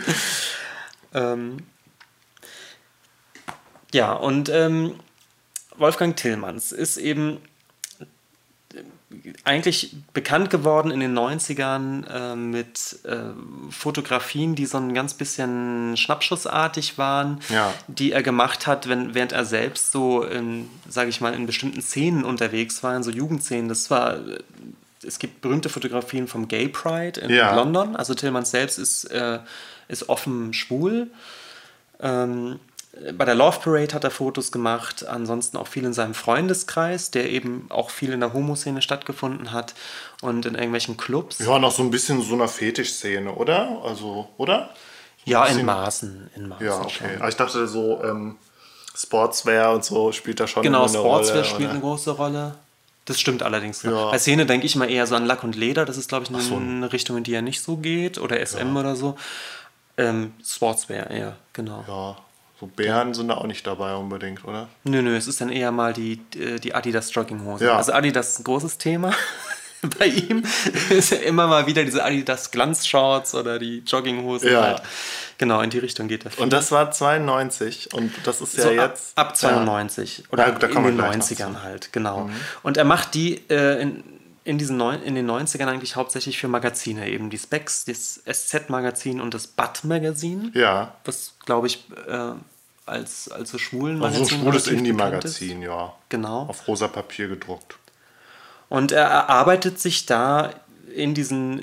Ja, und Wolfgang Tillmans ist eben eigentlich bekannt geworden in den 90ern mit Fotografien, die so ein ganz bisschen schnappschussartig waren, die er gemacht hat, während er selbst so, sage ich mal, in bestimmten Szenen unterwegs war, in so Jugendszenen. Es gibt berühmte Fotografien vom Gay Pride in London. Also Tillmans selbst ist offen schwul. Bei der Love Parade hat er Fotos gemacht, ansonsten auch viel in seinem Freundeskreis, der eben auch viel in der Homo-Szene stattgefunden hat und in irgendwelchen Clubs. Ja, noch so ein bisschen so einer Fetisch-Szene, oder? Also, oder? So ja, in Maßen. Ja, okay. Schon. Aber ich dachte so, Sportswear und so spielt da schon eine Rolle. Genau, Sportswear spielt eine große Rolle. Das stimmt allerdings. Ja. Bei Szene denke ich mal eher so an Lack und Leder. Das ist, glaube ich, eine Richtung, in die er nicht so geht. Oder SM oder so. Sportswear eher, genau. Ja. So Bären sind da auch nicht dabei unbedingt, oder? Nö, es ist dann eher mal die Adidas Jogginghose. Ja. Also Adidas ist ein großes Thema bei ihm. Ist ja immer mal wieder diese Adidas Glanzshorts oder die Jogginghosen. Ja. Halt. Genau, in die Richtung geht er viel. Und das war 92 und das ist ja so jetzt... Ab 92 oder da in den 90ern halt, genau. Mhm. Und er macht die in den 90ern eigentlich hauptsächlich für Magazine, eben die Specs, das SZ-Magazin und das Butt-Magazin. Ja. Was, glaube ich, als so schwulen Magazin. Also so ein schwules Indie-Magazin, ja. Genau. Auf rosa Papier gedruckt. Und er erarbeitet sich da in diesen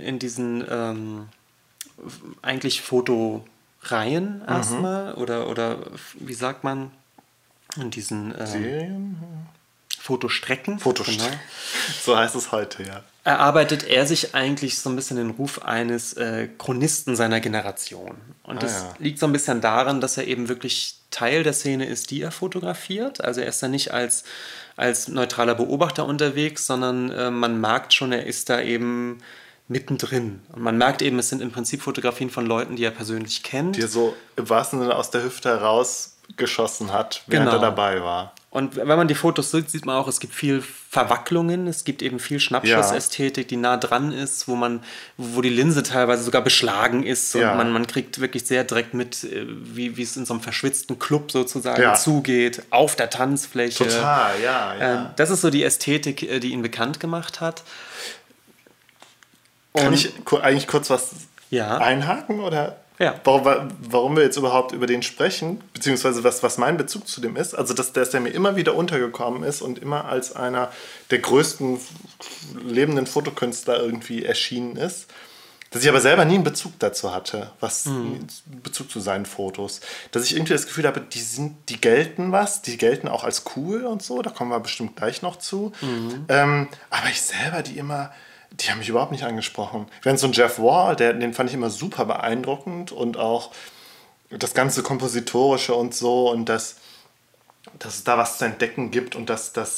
eigentlich Fotoreihen erstmal oder wie sagt man, in diesen Serien? Fotostrecken. Genau. So heißt es heute, ja. Erarbeitet er sich eigentlich so ein bisschen den Ruf eines Chronisten seiner Generation. Und das liegt so ein bisschen daran, dass er eben wirklich Teil der Szene ist, die er fotografiert. Also er ist da nicht als neutraler Beobachter unterwegs, sondern man merkt schon, er ist da eben mittendrin. Und man merkt eben, es sind im Prinzip Fotografien von Leuten, die er persönlich kennt. Die er so im wahrsten Sinne aus der Hüfte herausgeschossen hat, während er dabei war. Und wenn man die Fotos sieht, sieht man auch, es gibt viel Verwacklungen, es gibt eben viel Schnappschussästhetik, die nah dran ist, wo die Linse teilweise sogar beschlagen ist und man kriegt wirklich sehr direkt mit, wie es in so einem verschwitzten Club sozusagen zugeht, auf der Tanzfläche. Total, ja. Das ist so die Ästhetik, die ihn bekannt gemacht hat. Kann ich eigentlich kurz was einhaken, oder? Ja. Warum wir jetzt überhaupt über den sprechen, beziehungsweise was mein Bezug zu dem ist, also dass der mir immer wieder untergekommen ist und immer als einer der größten lebenden Fotokünstler irgendwie erschienen ist, dass ich aber selber nie einen Bezug dazu hatte, Bezug zu seinen Fotos. Dass ich irgendwie das Gefühl habe, die gelten auch als cool und so, da kommen wir bestimmt gleich noch zu. Aber ich selber, die haben mich überhaupt nicht angesprochen. Während so ein Jeff Wall, den fand ich immer super beeindruckend und auch das ganze Kompositorische und so und dass es da was zu entdecken gibt und dass da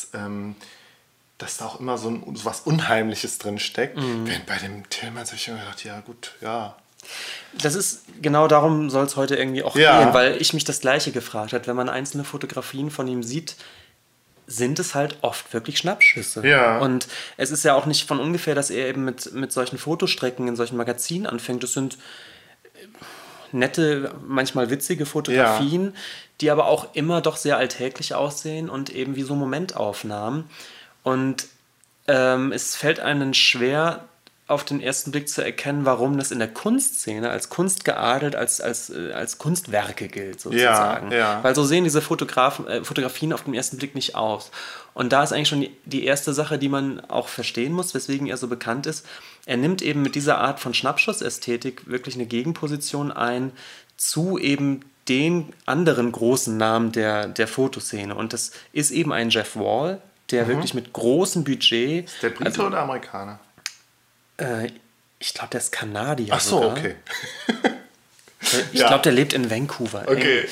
auch immer so was Unheimliches drin steckt. Während bei dem Tillmans habe ich mir gedacht, ja gut, ja. Das ist, genau darum soll es heute irgendwie auch gehen, weil ich mich das Gleiche gefragt habe. Wenn man einzelne Fotografien von ihm sieht, sind es halt oft wirklich Schnappschüsse. Ja. Und es ist ja auch nicht von ungefähr, dass er eben mit solchen Fotostrecken in solchen Magazinen anfängt. Das sind nette, manchmal witzige Fotografien, die aber auch immer doch sehr alltäglich aussehen und eben wie so Momentaufnahmen. Und es fällt einem schwer, auf den ersten Blick zu erkennen, warum das in der Kunstszene als Kunst geadelt, als Kunstwerke gilt, sozusagen. Ja. Weil so sehen diese Fotografien auf den ersten Blick nicht aus. Und da ist eigentlich schon die erste Sache, die man auch verstehen muss, weswegen er so bekannt ist. Er nimmt eben mit dieser Art von Schnappschussästhetik wirklich eine Gegenposition ein zu eben den anderen großen Namen der Fotoszene. Und das ist eben ein Jeff Wall, der wirklich mit großem Budget... Ist der Brite oder Amerikaner? Ich glaube, der ist Kanadier. Ach so, sogar. okay. Ich glaube, der lebt in Vancouver. Okay.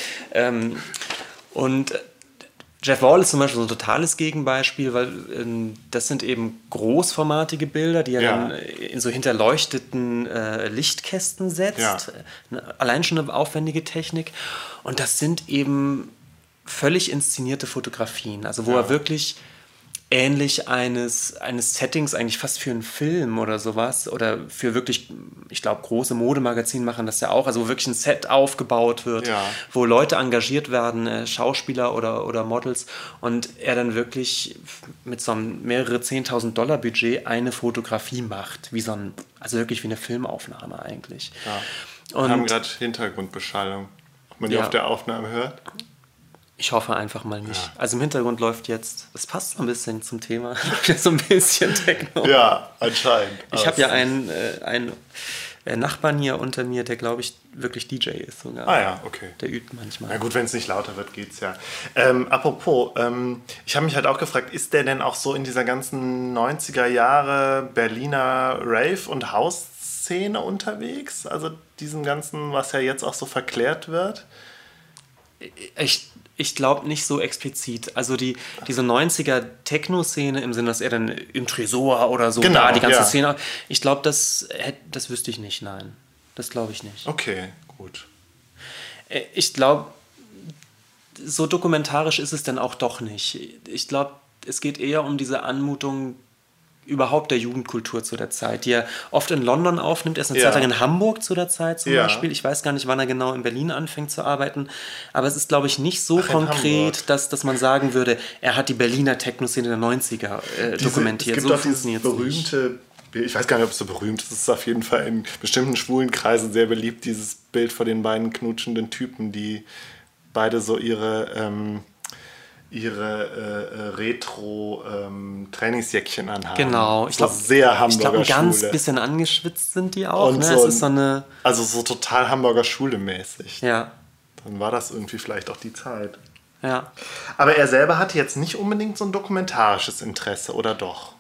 Und Jeff Wall ist zum Beispiel so ein totales Gegenbeispiel, weil das sind eben großformatige Bilder, die er dann in so hinterleuchteten Lichtkästen setzt. Allein schon eine aufwendige Technik. Und das sind eben völlig inszenierte Fotografien. Also wo er wirklich ähnlich eines Settings eigentlich fast für einen Film oder sowas oder für wirklich, ich glaube, große Modemagazine machen das ja auch, also wo wirklich ein Set aufgebaut wird, wo Leute engagiert werden, Schauspieler oder Models und er dann wirklich mit so einem mehrere 10.000 $ Budget eine Fotografie macht, also wirklich wie eine Filmaufnahme eigentlich. Ja. Wir haben gerade Hintergrundbeschallung, ob man die auf der Aufnahme hört. Ich hoffe einfach mal nicht. Ja. Also im Hintergrund läuft jetzt, das passt so ein bisschen zum Thema, so ein bisschen Techno. Ja, anscheinend. Ich habe ja einen Nachbarn hier unter mir, der, glaube ich, wirklich DJ ist sogar. Ah ja, okay. Der übt manchmal. Na gut, wenn es nicht lauter wird, geht's ja. Apropos, ich habe mich halt auch gefragt, ist der denn auch so in dieser ganzen 90er Jahre Berliner Rave- und House-Szene unterwegs? Also diesen ganzen, was ja jetzt auch so verklärt wird? Ich glaube nicht so explizit. Also diese 90er Techno-Szene im Sinne, dass er dann im Tresor oder so genau, die ganze Szene. Ich glaube, das wüsste ich nicht, nein. Das glaube ich nicht. Okay, gut. Ich glaube, so dokumentarisch ist es dann auch doch nicht. Ich glaube, es geht eher um diese Anmutung überhaupt der Jugendkultur zu der Zeit, die er oft in London aufnimmt, erst eine Zeit lang in Hamburg zu der Zeit zum Beispiel. Ich weiß gar nicht, wann er genau in Berlin anfängt zu arbeiten, aber es ist, glaube ich, nicht so konkret, dass man sagen würde, er hat die Berliner Techno-Szene der 90er dokumentiert. Es gibt auch dieses berühmte, ich weiß gar nicht, ob es so berühmt ist, es ist auf jeden Fall in bestimmten schwulen Kreisen sehr beliebt, dieses Bild von den beiden knutschenden Typen, die beide so ihre Retro-Trainingsjäckchen anhaben. Genau. Ich glaube, sehr Hamburger ein ganz Schule. bisschen angeschwitzt sind die auch. Und ne? so es ist so eine also so total Hamburger Schule mäßig. Ja. Dann war das irgendwie vielleicht auch die Zeit. Ja. Aber er selber hatte jetzt nicht unbedingt so ein dokumentarisches Interesse, oder doch?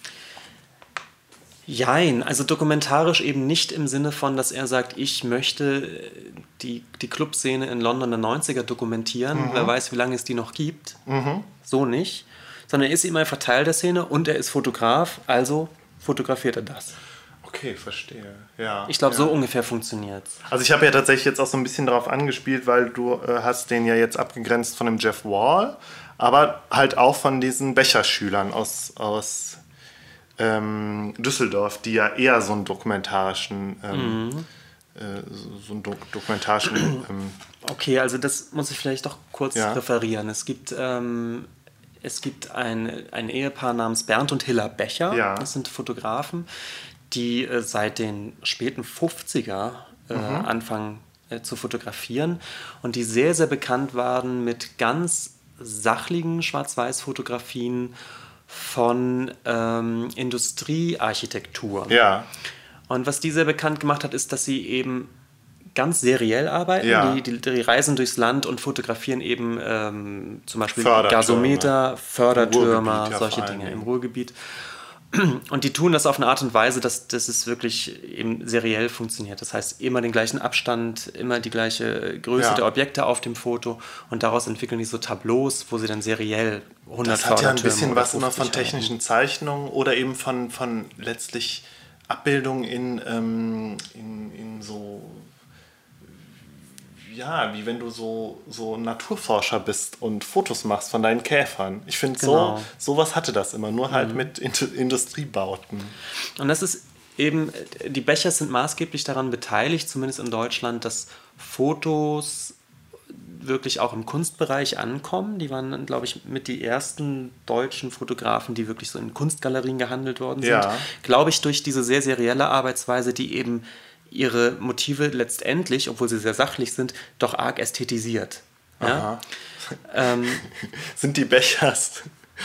Jein, also dokumentarisch eben nicht im Sinne von, dass er sagt, ich möchte die Clubszene in London der 90er dokumentieren, wer weiß, wie lange es die noch gibt. So nicht. Sondern er ist eben einfach Teil der Szene und er ist Fotograf, also fotografiert er das. Okay, verstehe. Ja, ich glaube, so ungefähr funktioniert es. Also ich habe ja tatsächlich jetzt auch so ein bisschen darauf angespielt, weil du hast den ja jetzt abgegrenzt von dem Jeff Wall, aber halt auch von diesen Becherschülern aus Düsseldorf, die ja eher so einen dokumentarischen okay, also das muss ich vielleicht doch kurz referieren. Es gibt ein Ehepaar namens Bernd und Hilla Becher. Das sind Fotografen, die seit den späten 50er anfangen zu fotografieren und die sehr, sehr bekannt waren mit ganz sachlichen Schwarz-Weiß-Fotografien von Industriearchitektur. Ja. Und was die sehr bekannt gemacht hat, ist, dass sie eben ganz seriell arbeiten. Ja. Die reisen durchs Land und fotografieren eben zum Beispiel Gasometer, Fördertürme, solche Dinge im Ruhrgebiet. Und die tun das auf eine Art und Weise, dass es wirklich eben seriell funktioniert. Das heißt, immer den gleichen Abstand, immer die gleiche Größe der Objekte auf dem Foto und daraus entwickeln die so Tableaus, wo sie dann seriell 100 Das hat ja ein bisschen was immer von technischen Zeichnungen oder eben von letztlich Abbildungen in so, ja, wie wenn du so Naturforscher bist und Fotos machst von deinen Käfern. Ich finde, sowas hatte das immer, nur halt mit Industriebauten. Und das ist eben, die Bechers sind maßgeblich daran beteiligt, zumindest in Deutschland, dass Fotos wirklich auch im Kunstbereich ankommen. Die waren, glaube ich, mit die ersten deutschen Fotografen, die wirklich so in Kunstgalerien gehandelt worden sind. Ja. Glaube ich, durch diese sehr serielle Arbeitsweise, die eben ihre Motive letztendlich, obwohl sie sehr sachlich sind, doch arg ästhetisiert. Ja? Sind die Bechers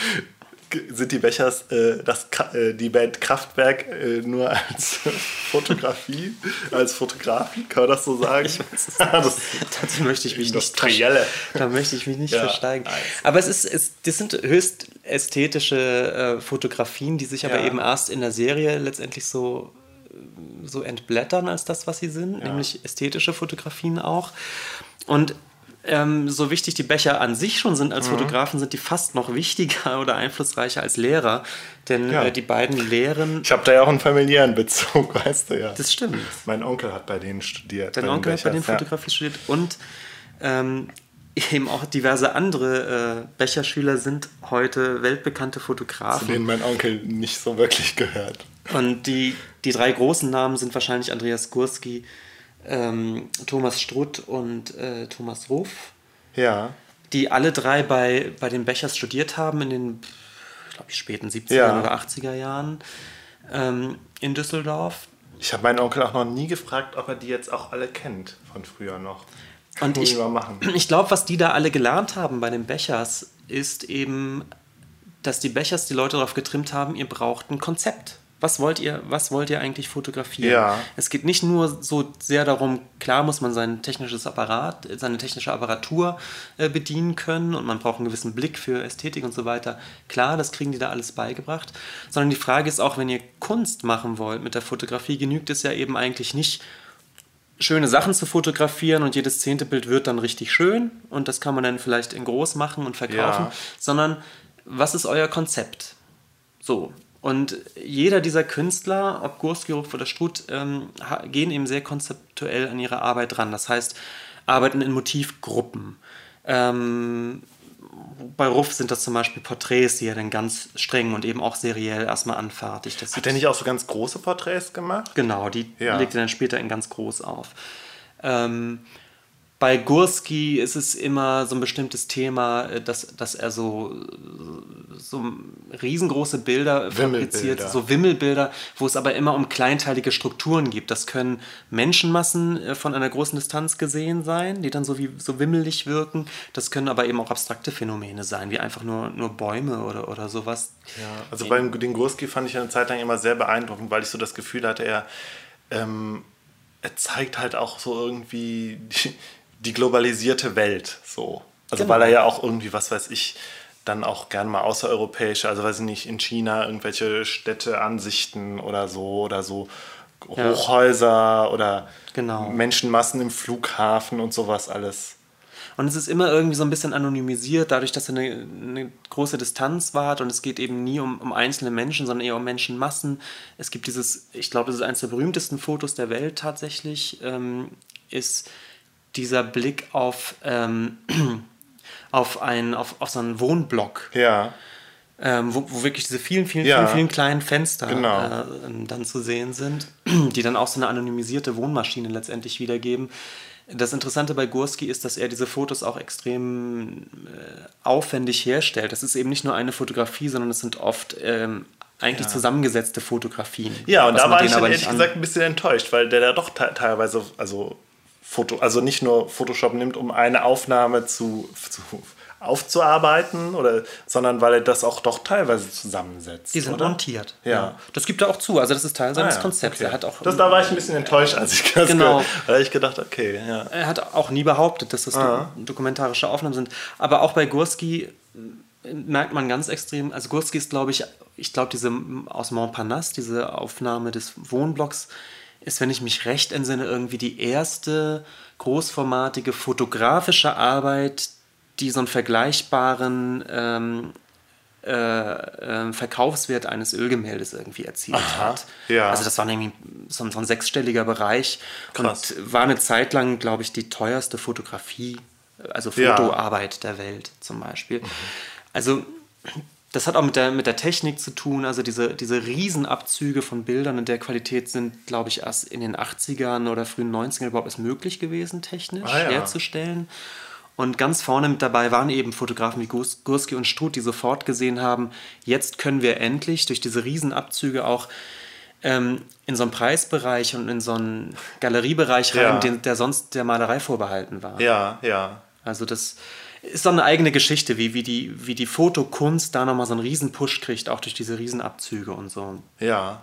die Band Kraftwerk nur als Fotografie, als Fotografen, kann man das so sagen? Dazu möchte ich mich nicht versteigen. Aber das sind höchst ästhetische Fotografien, die sich aber eben erst in der Serie letztendlich so entblättern als das, was sie sind, nämlich ästhetische Fotografien auch. Und so wichtig die Becher an sich schon sind als Fotografen, sind die fast noch wichtiger oder einflussreicher als Lehrer. Denn die beiden lehren... Ich habe da ja auch einen familiären Bezug, weißt du ja. Das stimmt. Mein Onkel hat bei denen studiert. Dein Onkel hat bei denen Fotografie studiert und eben auch diverse andere Becherschüler sind heute weltbekannte Fotografen. Zu denen mein Onkel nicht so wirklich gehört. Und die drei großen Namen sind wahrscheinlich Andreas Gursky, Thomas Strutt und Thomas Ruff. Ja. Die alle drei bei den Bechers studiert haben in den, glaube ich, späten 70er oder 80er Jahren in Düsseldorf. Ich habe meinen Onkel auch noch nie gefragt, ob er die jetzt auch alle kennt von früher noch. Und ich glaube, was die da alle gelernt haben bei den Bechers, ist eben, dass die Bechers die Leute darauf getrimmt haben, ihr braucht ein Konzept. Was wollt ihr eigentlich fotografieren? Ja. Es geht nicht nur so sehr darum, klar muss man seine technische Apparatur bedienen können und man braucht einen gewissen Blick für Ästhetik und so weiter. Klar, das kriegen die da alles beigebracht. Sondern die Frage ist auch, wenn ihr Kunst machen wollt mit der Fotografie, genügt es ja eben eigentlich nicht, schöne Sachen zu fotografieren und jedes 10. Bild wird dann richtig schön und das kann man dann vielleicht in groß machen und verkaufen, sondern was ist euer Konzept? So. Und jeder dieser Künstler, ob Gursky, Ruff oder Strutt, gehen eben sehr konzeptuell an ihre Arbeit ran. Das heißt, arbeiten in Motivgruppen. Bei Ruff sind das zum Beispiel Porträts, die er dann ganz streng und eben auch seriell erstmal anfertigt. Hat er nicht auch so ganz große Porträts gemacht? Genau, die legt er dann später in ganz groß auf. Bei Gursky ist es immer so ein bestimmtes Thema, dass er so riesengroße Bilder fabriziert, so Wimmelbilder, wo es aber immer um kleinteilige Strukturen gibt. Das können Menschenmassen von einer großen Distanz gesehen sein, die dann so wimmelig wirken. Das können aber eben auch abstrakte Phänomene sein, wie einfach nur Bäume oder sowas. Ja, also bei den Gursky fand ich eine Zeit lang immer sehr beeindruckend, weil ich so das Gefühl hatte, er zeigt halt auch so irgendwie die globalisierte Welt, so. Also weil er ja auch irgendwie, was weiß ich, dann auch gern mal außereuropäische, also weiß ich nicht, in China irgendwelche Städteansichten oder so Hochhäuser oder Menschenmassen im Flughafen und sowas alles. Und es ist immer irgendwie so ein bisschen anonymisiert, dadurch, dass er eine große Distanz wahrt und es geht eben nie um einzelne Menschen, sondern eher um Menschenmassen. Es gibt ich glaube, das ist eines der berühmtesten Fotos der Welt tatsächlich, ist dieser Blick auf so einen Wohnblock. Ja. Wo wirklich diese vielen kleinen Fenster dann zu sehen sind, die dann auch so eine anonymisierte Wohnmaschine letztendlich wiedergeben. Das Interessante bei Gursky ist, dass er diese Fotos auch extrem aufwendig herstellt. Das ist eben nicht nur eine Fotografie, sondern es sind oft eigentlich zusammengesetzte Fotografien. Ja, und da war ich dann ehrlich gesagt ein bisschen enttäuscht, weil der da doch teilweise, also nicht nur Photoshop nimmt, um eine Aufnahme aufzuarbeiten, sondern weil er das auch doch teilweise zusammensetzt. Die sind montiert. Ja. Das gibt er auch zu. Also das ist Teil seines Konzepts. Okay. Er hat auch da war ich ein bisschen enttäuscht, als ich das gehört habe. Da habe ich gedacht, okay. Ja. Er hat auch nie behauptet, dass das dokumentarische Aufnahmen sind. Aber auch bei Gursky merkt man ganz extrem, also Gursky ist, glaube ich glaube, diese aus Montparnasse, diese Aufnahme des Wohnblocks, ist, wenn ich mich recht entsinne, irgendwie die erste großformatige fotografische Arbeit, die so einen vergleichbaren Verkaufswert eines Ölgemäldes irgendwie erzielt hat. Ja. Also das war nämlich so ein sechsstelliger Bereich. Krass. Und war eine Zeit lang, glaube ich, die teuerste Fotografie, also Fotoarbeit der Welt zum Beispiel. Also das hat auch mit der Technik zu tun, also diese Riesenabzüge von Bildern in der Qualität sind, glaube ich, erst in den 80ern oder frühen 90ern überhaupt erst möglich gewesen, technisch herzustellen. Und ganz vorne mit dabei waren eben Fotografen wie Gursky und Struth, die sofort gesehen haben, jetzt können wir endlich durch diese Riesenabzüge auch in so einen Preisbereich und in so einen Galeriebereich rein, der sonst der Malerei vorbehalten war. Ja, ja. Also das ist so eine eigene Geschichte, wie die Fotokunst da nochmal so einen Riesen-Push kriegt, auch durch diese Riesenabzüge und so. Ja.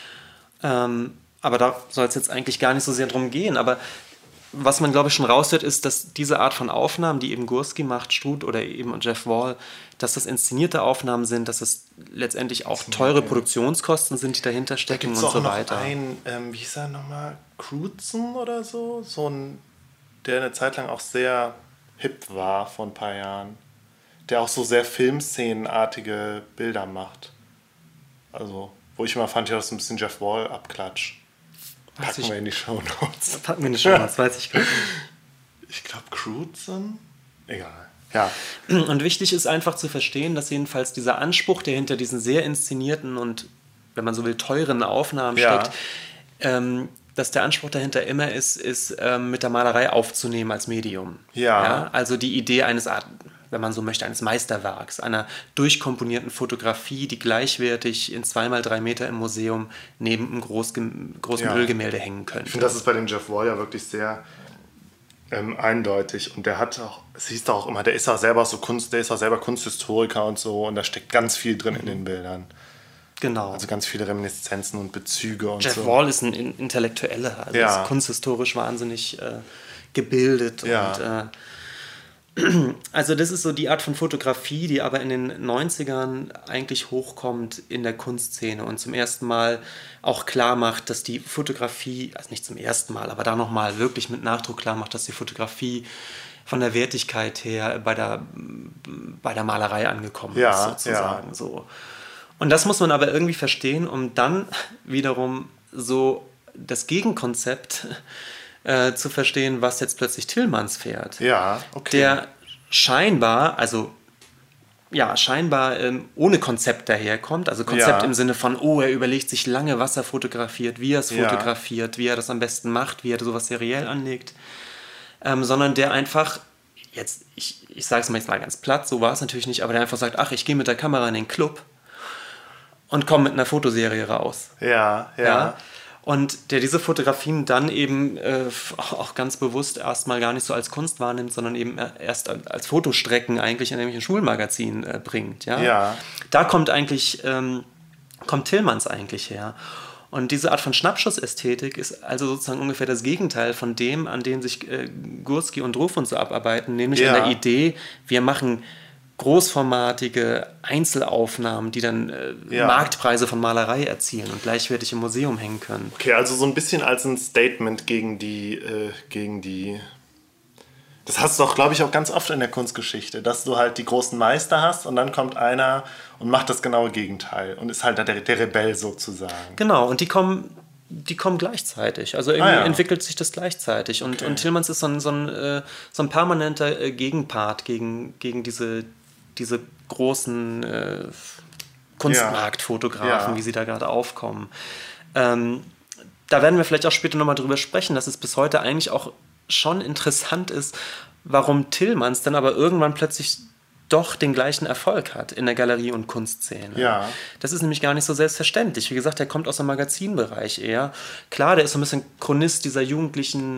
Aber da soll es jetzt eigentlich gar nicht so sehr drum gehen. Aber was man, glaube ich, schon raushört, ist, dass diese Art von Aufnahmen, die eben Gursky macht, Struth oder eben Jeff Wall, dass das inszenierte Aufnahmen sind, dass es letztendlich auch teure Produktionskosten sind, die dahinter stecken und so weiter. Da gibt es auch noch wie hieß er nochmal, Crutzen oder so? Der eine Zeit lang auch sehr hip war vor ein paar Jahren. Der auch so sehr Filmszenenartige Bilder macht. Also, wo ich immer fand, ja, das ist ein bisschen Jeff Wall Abklatsch. Packen wir in die Shownotes. Packen wir in die Shownotes, weiß ich gar nicht. Ich glaube, Crutzen? Egal. Ja. Und wichtig ist einfach zu verstehen, dass jedenfalls dieser Anspruch, der hinter diesen sehr inszenierten und, wenn man so will, teuren Aufnahmen steckt, dass der Anspruch dahinter immer ist mit der Malerei aufzunehmen als Medium. Ja. Also die Idee wenn man so möchte, eines Meisterwerks, einer durchkomponierten Fotografie, die gleichwertig in 2x3 Meter im Museum neben einem großen Ölgemälde hängen könnte. Ich finde, das ist bei dem Jeff Wall ja wirklich sehr eindeutig. Und der hat auch, es hieß doch auch immer, der ist auch selber Kunsthistoriker und so, und da steckt ganz viel drin in den Bildern. Genau. Also ganz viele Reminiszenzen und Bezüge und Jeff so. Jeff Wall ist ein Intellektueller, also ist kunsthistorisch wahnsinnig gebildet. Ja. Und also das ist so die Art von Fotografie, die aber in den 90ern eigentlich hochkommt in der Kunstszene und zum ersten Mal auch klar macht, dass die Fotografie, also nicht zum ersten Mal, aber da nochmal wirklich mit Nachdruck klar macht, dass die Fotografie von der Wertigkeit her bei der Malerei angekommen ist, sozusagen. So. Und das muss man aber irgendwie verstehen, um dann wiederum so das Gegenkonzept zu verstehen, was jetzt plötzlich Tillmans fährt. Ja, okay. Der scheinbar ohne Konzept daherkommt. Also Konzept im Sinne von, er überlegt sich lange, was er fotografiert, wie er es fotografiert, wie er das am besten macht, wie er sowas seriell anlegt. Sondern der einfach, ich sage es mal jetzt mal ganz platt, so war es natürlich nicht, aber der einfach sagt, ich gehe mit der Kamera in den Club und komme mit einer Fotoserie raus. Ja. Und der diese Fotografien dann eben auch ganz bewusst erstmal gar nicht so als Kunst wahrnimmt, sondern eben erst als Fotostrecken eigentlich in irgendwelchen Schulmagazinen bringt. Ja? Da kommt Tillmans eigentlich her. Und diese Art von Schnappschussästhetik ist also sozusagen ungefähr das Gegenteil von dem, an dem sich Gursky und Ruff und so abarbeiten, nämlich an der Idee, wir machen großformatige Einzelaufnahmen, die dann Marktpreise von Malerei erzielen und gleichwertig im Museum hängen können. Okay, also so ein bisschen als ein Statement gegen die das hast du doch, glaube ich, auch ganz oft in der Kunstgeschichte, dass du halt die großen Meister hast und dann kommt einer und macht das genaue Gegenteil und ist halt der Rebell sozusagen. Genau, und die kommen gleichzeitig. Also irgendwie entwickelt sich das gleichzeitig. Und Tillmans ist so ein permanenter Gegenpart gegen diese großen Kunstmarktfotografen, wie sie da gerade aufkommen. Da werden wir vielleicht auch später nochmal drüber sprechen, dass es bis heute eigentlich auch schon interessant ist, warum Tillmans dann aber irgendwann plötzlich doch den gleichen Erfolg hat in der Galerie- und Kunstszene. Ja. Das ist nämlich gar nicht so selbstverständlich. Wie gesagt, der kommt aus dem Magazinbereich eher. Klar, der ist so ein bisschen Chronist dieser jugendlichen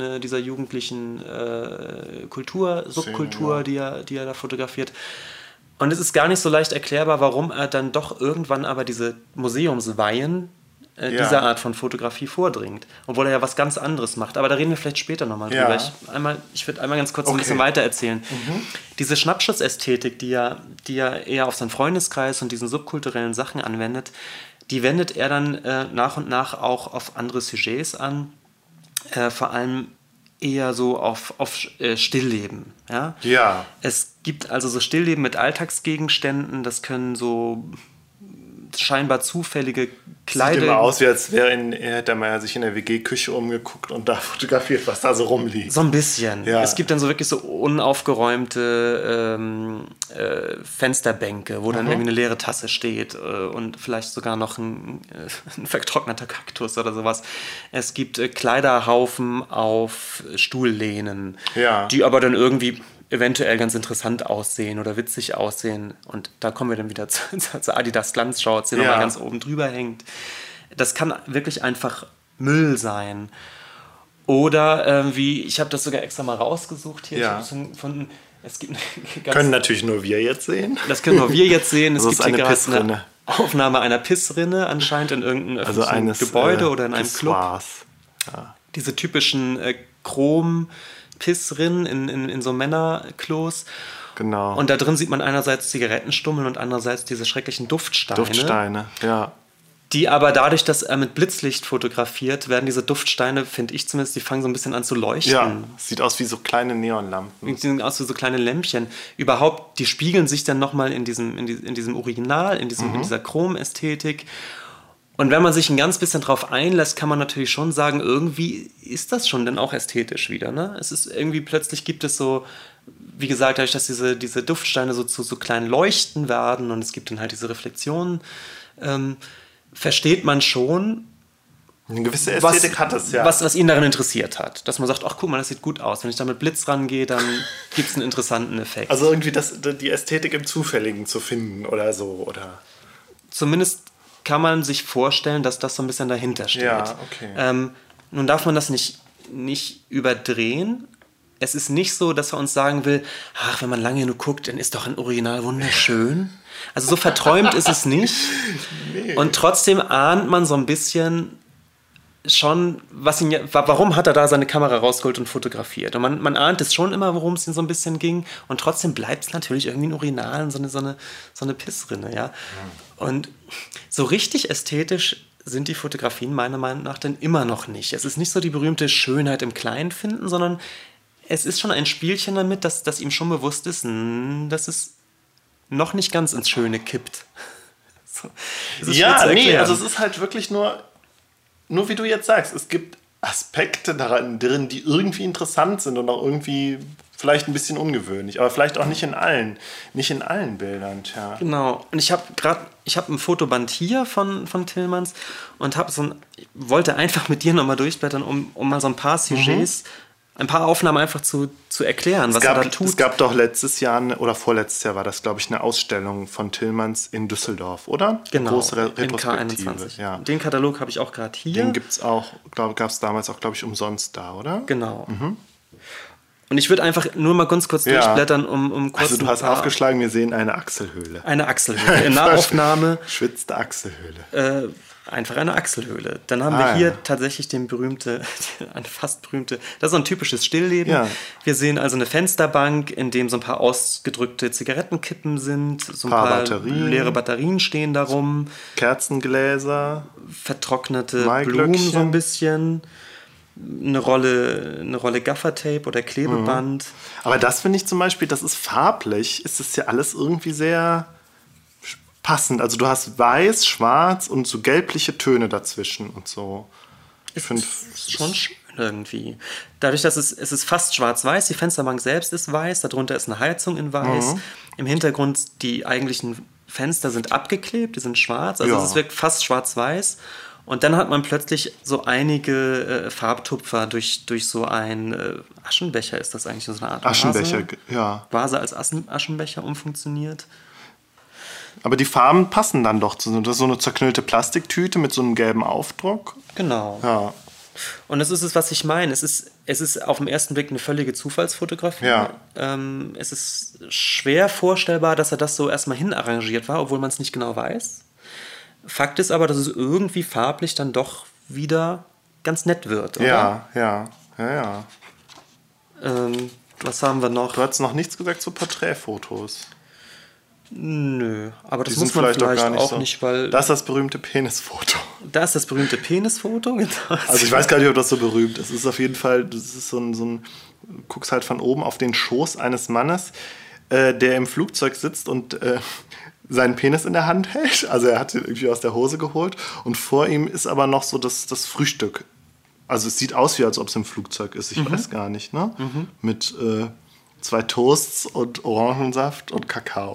Subkultur, die er da fotografiert. Und es ist gar nicht so leicht erklärbar, warum er dann doch irgendwann aber diese Museumsweihen dieser Art von Fotografie vordringt. Obwohl er ja was ganz anderes macht. Aber da reden wir vielleicht später nochmal drüber. Ich würde einmal ganz kurz ein bisschen weiter erzählen. Diese Schnappschussästhetik, die er eher auf seinen Freundeskreis und diesen subkulturellen Sachen anwendet, die wendet er dann nach und nach auch auf andere Sujets an. Vor allem eher so auf Stillleben. Ja? Ja. Es gibt also so Stillleben mit Alltagsgegenständen. Das können so scheinbar zufällige Kleider. Sieht immer aus, wie als hätte man sich in der WG-Küche umgeguckt und da fotografiert, was da so rumliegt. So ein bisschen. Ja. Es gibt dann so wirklich so unaufgeräumte Fensterbänke, wo dann irgendwie eine leere Tasse steht und vielleicht sogar noch ein vertrockneter Kaktus oder sowas. Es gibt Kleiderhaufen auf Stuhllehnen, die aber dann irgendwie eventuell ganz interessant aussehen oder witzig aussehen. Und da kommen wir dann wieder zur Adidas Glanzshorts, die nochmal ganz oben drüber hängt. Das kann wirklich einfach Müll sein. Oder ich habe das sogar extra mal rausgesucht hier. Ja. Ich habe gefunden, es gibt können natürlich nur wir jetzt sehen. Das können nur wir jetzt sehen. Es das gibt ist hier eine gerade eine Aufnahme einer Pissrinne anscheinend in irgendeinem öffentlichen Gebäude oder in einem Club. Ja. Diese typischen Chrom-Pissrinnen in so Männerklos. Genau. Und da drin sieht man einerseits Zigarettenstummeln und andererseits diese schrecklichen Duftsteine. Duftsteine, ja. Die aber dadurch, dass er mit Blitzlicht fotografiert, werden diese Duftsteine, finde ich zumindest, die fangen so ein bisschen an zu leuchten. Ja, sieht aus wie so kleine Neonlampen. Die sehen aus wie so kleine Lämpchen. Überhaupt, die spiegeln sich dann nochmal in diesem Original, in dieser Chromästhetik. Und wenn man sich ein ganz bisschen drauf einlässt, kann man natürlich schon sagen, irgendwie ist das schon dann auch ästhetisch wieder. Ne? Es ist irgendwie, plötzlich gibt es so, wie gesagt, dadurch, dass diese Duftsteine so zu so kleinen Leuchten werden und es gibt dann halt diese Reflexionen, versteht man schon, eine gewisse Ästhetik hat es, ja. Was ihn daran interessiert hat. Dass man sagt, ach guck mal, das sieht gut aus. Wenn ich da mit Blitz rangehe, dann gibt es einen interessanten Effekt. Also irgendwie die Ästhetik im Zufälligen zu finden oder so, oder? Zumindest kann man sich vorstellen, dass das so ein bisschen dahinter steht. Ja, okay. Nun darf man das nicht überdrehen. Es ist nicht so, dass er uns sagen will, ach, wenn man lange genug guckt, dann ist doch ein Original wunderschön. Also so verträumt ist es nicht. Nee. Und trotzdem ahnt man so ein bisschen schon, warum hat er da seine Kamera rausgeholt und fotografiert. Und man ahnt es schon immer, worum es ihm so ein bisschen ging. Und trotzdem bleibt es natürlich irgendwie ein Original und so eine Pissrinne. Ja? Und so richtig ästhetisch sind die Fotografien meiner Meinung nach dann immer noch nicht. Es ist nicht so die berühmte Schönheit im Kleinen finden, sondern es ist schon ein Spielchen damit, dass ihm schon bewusst ist, dass es noch nicht ganz ins Schöne kippt. So, also es ist halt wirklich nur wie du jetzt sagst, es gibt Aspekte daran drin, die irgendwie interessant sind und auch irgendwie vielleicht ein bisschen ungewöhnlich, aber vielleicht auch nicht in allen Bildern. Tja. Genau. Und ich habe ein Fotoband hier von Tillmans und wollte einfach mit dir nochmal durchblättern, um mal so ein paar Sujets, ein paar Aufnahmen einfach zu erklären, was er da tut. Es gab doch letztes Jahr oder vorletztes Jahr war das, glaube ich, eine Ausstellung von Tillmans in Düsseldorf, oder? Genau, große Retrospektive. K21. Ja. Den Katalog habe ich auch gerade hier. Den gab es damals auch, glaube ich, umsonst da, oder? Genau. Und ich würde einfach nur mal ganz kurz durchblättern, um kurz. Also du hast aufgeschlagen, wir sehen eine Achselhöhle. Eine Achselhöhle. In Nahaufnahme. Schwitzte Achselhöhle. Einfach eine Achselhöhle. Dann haben wir hier tatsächlich eine fast berühmte, das ist so ein typisches Stillleben. Ja. Wir sehen also eine Fensterbank, in dem so ein paar ausgedrückte Zigarettenkippen sind, so ein paar leere Batterien stehen darum. Kerzengläser. Vertrocknete Blumen so ein bisschen. Eine Rolle Gaffertape oder Klebeband. Aber das finde ich zum Beispiel, das ist farblich, ist das ja alles irgendwie sehr passend. Also du hast weiß, schwarz und so gelbliche Töne dazwischen und so. Ich finde es schon schön irgendwie. Dadurch, dass es ist fast schwarz-weiß, die Fensterbank selbst ist weiß, darunter ist eine Heizung in weiß. Im Hintergrund die eigentlichen Fenster sind abgeklebt, die sind schwarz, also es wirkt fast schwarz-weiß. Und dann hat man plötzlich so einige Farbtupfer durch so ein Aschenbecher, ist das eigentlich so eine Art Aschenbecher, Vase? ja. Vase als Aschenbecher umfunktioniert. Aber die Farben passen dann doch zu. Das ist so eine zerknüllte Plastiktüte mit so einem gelben Aufdruck. Genau. Ja. Und das ist es, was ich meine. Es ist auf den ersten Blick eine völlige Zufallsfotografie. Ja. Es ist schwer vorstellbar, dass er das so erstmal hinarrangiert war, obwohl man es nicht genau weiß. Fakt ist aber, dass es irgendwie farblich dann doch wieder ganz nett wird, oder? Ja. Was haben wir noch? Du hast noch nichts gesagt zu Porträtfotos. Nö, aber das Die muss sind man vielleicht gar nicht auch so. nicht, weil... Das ist das berühmte Penisfoto. Das ist das berühmte Penisfoto, genau. Also ich weiß gar nicht, ob das so berühmt ist. Es ist auf jeden Fall, das ist so ein du guckst halt von oben auf den Schoß eines Mannes, der im Flugzeug sitzt und seinen Penis in der Hand hält. Also er hat ihn irgendwie aus der Hose geholt und vor ihm ist aber noch so das Frühstück. Also es sieht aus, wie als ob es im Flugzeug ist. Ich weiß gar nicht, ne? Mit 2 Toasts und Orangensaft und Kakao.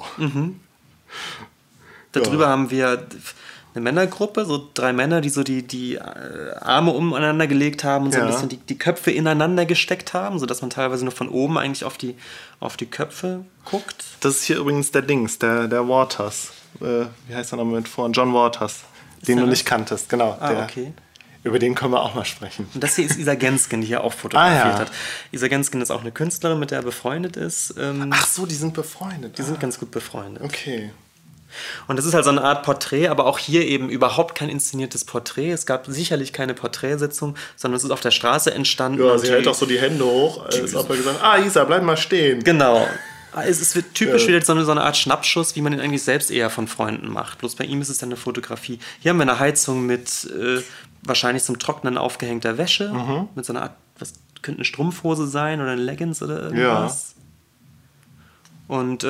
Darüber haben wir eine Männergruppe, so 3 Männer, die so die Arme umeinander gelegt haben und so ein bisschen die Köpfe ineinander gesteckt haben, sodass man teilweise nur von oben eigentlich auf die Köpfe guckt. Das ist hier übrigens der der Waters. Wie heißt er nochmal mit vor? John Waters. Den du nicht kanntest, genau. Okay. Über den können wir auch mal sprechen. Und das hier ist Isa Genskin, die hier auch fotografiert hat. Isa Genskin ist auch eine Künstlerin, mit der er befreundet ist. Ach so, die sind befreundet. Die sind ganz gut befreundet. Okay. Und das ist halt so eine Art Porträt, aber auch hier eben überhaupt kein inszeniertes Porträt. Es gab sicherlich keine Porträtsitzung, sondern es ist auf der Straße entstanden. Ja, sie hält auch so die Hände hoch, als ob er gesagt hat, Isa, bleib mal stehen. Genau. Es wird typisch wieder so eine Art Schnappschuss, wie man ihn eigentlich selbst eher von Freunden macht. Bloß bei ihm ist es dann eine Fotografie. Hier haben wir eine Heizung mit wahrscheinlich zum Trocknen aufgehängter Wäsche, mit so einer Art, was könnte eine Strumpfhose sein oder eine Leggings oder irgendwas. Ja. Und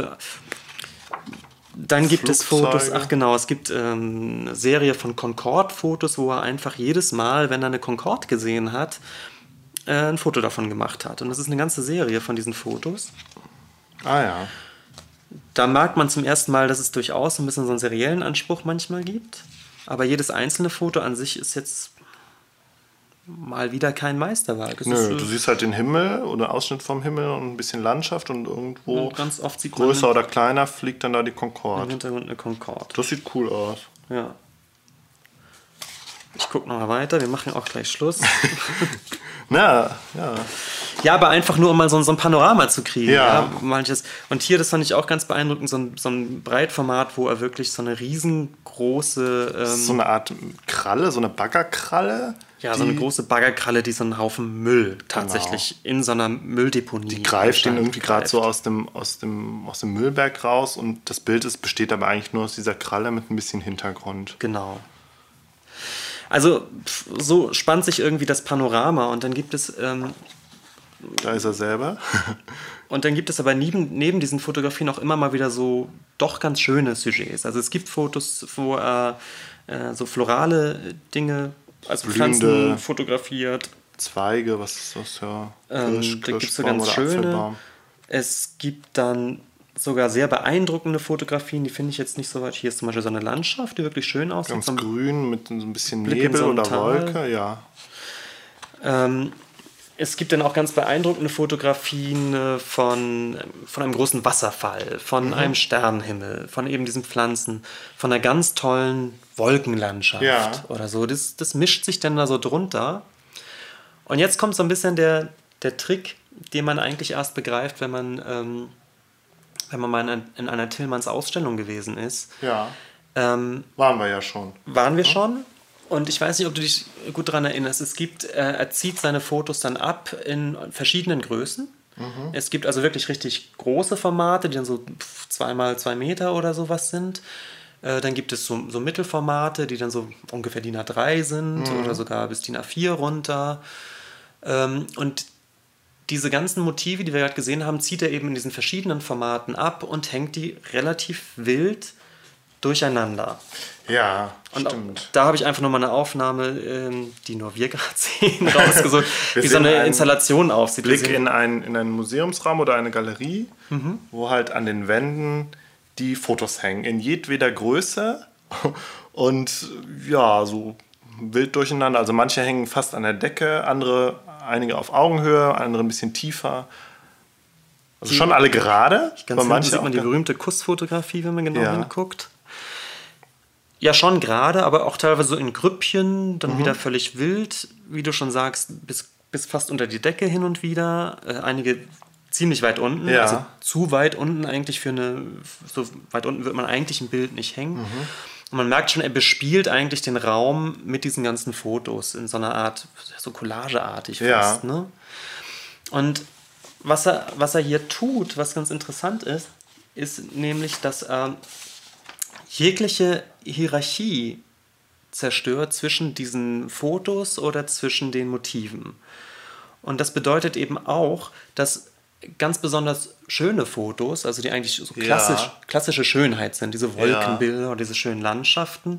dann gibt es Fotos, es gibt eine Serie von Concorde-Fotos, wo er einfach jedes Mal, wenn er eine Concorde gesehen hat, ein Foto davon gemacht hat. Und das ist eine ganze Serie von diesen Fotos. Ah ja. Da merkt man zum ersten Mal, dass es durchaus ein bisschen so einen seriellen Anspruch manchmal gibt. Aber jedes einzelne Foto an sich ist jetzt mal wieder kein Meisterwerk. Du siehst halt den Himmel oder Ausschnitt vom Himmel und ein bisschen Landschaft und irgendwo und ganz oft sieht größer oder kleiner fliegt dann da die Concorde. Im Hintergrund eine Concorde. Das sieht cool aus. Ja. Ich gucke noch mal weiter, wir machen auch gleich Schluss. Ja. Ja, aber einfach nur, um mal so ein Panorama zu kriegen. Ja. Manches. Und hier, das fand ich auch ganz beeindruckend, so ein Breitformat, wo er wirklich so eine riesengroße... so eine Art Kralle, so eine Baggerkralle. Ja, so eine große Baggerkralle, die so einen Haufen Müll tatsächlich in so einer Mülldeponie... Die greift den irgendwie gerade so aus dem Müllberg raus und das Bild besteht aber eigentlich nur aus dieser Kralle mit ein bisschen Hintergrund. Genau. Also so spannt sich irgendwie das Panorama und dann gibt es... da ist er selber. Und dann gibt es aber neben diesen Fotografien auch immer mal wieder so doch ganz schöne Sujets. Also es gibt Fotos, wo er so florale Dinge, also Pflanzen fotografiert. Zweige, was ist das? Ja, da gibt es so ganz schöne. Apfelbaum. Es gibt dann sogar sehr beeindruckende Fotografien, die finde ich jetzt nicht so weit. Hier ist zum Beispiel so eine Landschaft, die wirklich schön aussieht. Ganz grün mit so ein bisschen Nebel oder Wolke, ja. Es gibt dann auch ganz beeindruckende Fotografien von einem großen Wasserfall, von einem Sternenhimmel, von eben diesen Pflanzen, von einer ganz tollen Wolkenlandschaft oder so. Das mischt sich dann da so drunter. Und jetzt kommt so ein bisschen der Trick, den man eigentlich erst begreift, wenn man mal in einer Tillmanns Ausstellung gewesen ist. Ja. Waren wir ja schon. Waren wir schon? Und ich weiß nicht, ob du dich gut daran erinnerst. Er zieht seine Fotos dann ab in verschiedenen Größen. Es gibt also wirklich richtig große Formate, die dann so 2x2 Meter oder sowas sind. Dann gibt es so Mittelformate, die dann so ungefähr DIN A3 sind oder sogar bis DIN A4 runter. Und diese ganzen Motive, die wir gerade gesehen haben, zieht er eben in diesen verschiedenen Formaten ab und hängt die relativ wild durcheinander. Ja, und stimmt. Da habe ich einfach nochmal eine Aufnahme, die nur wir gerade sehen, rausgesucht, wie so eine Installation aussieht. Blick in einen Museumsraum oder eine Galerie, wo halt an den Wänden die Fotos hängen, in jedweder Größe und ja, so wild durcheinander. Also manche hängen fast an der Decke, einige auf Augenhöhe, andere ein bisschen tiefer. Also schon alle gerade. Ganz hinten sieht man die berühmte Kussfotografie, wenn man genau hinguckt. Ja, schon gerade, aber auch teilweise so in Grüppchen, dann wieder völlig wild, wie du schon sagst, bis fast unter die Decke hin und wieder. Einige ziemlich weit unten, also zu weit unten eigentlich so weit unten wird man eigentlich im Bild nicht hängen. Und man merkt schon, er bespielt eigentlich den Raum mit diesen ganzen Fotos in so einer Art, so collageartig fast. Ne? Und was er hier tut, was ganz interessant ist nämlich, dass er jegliche Hierarchie zerstört zwischen diesen Fotos oder zwischen den Motiven. Und das bedeutet eben auch, dass ganz besonders schöne Fotos, also die eigentlich so klassische Schönheit sind, diese Wolkenbilder oder diese schönen Landschaften,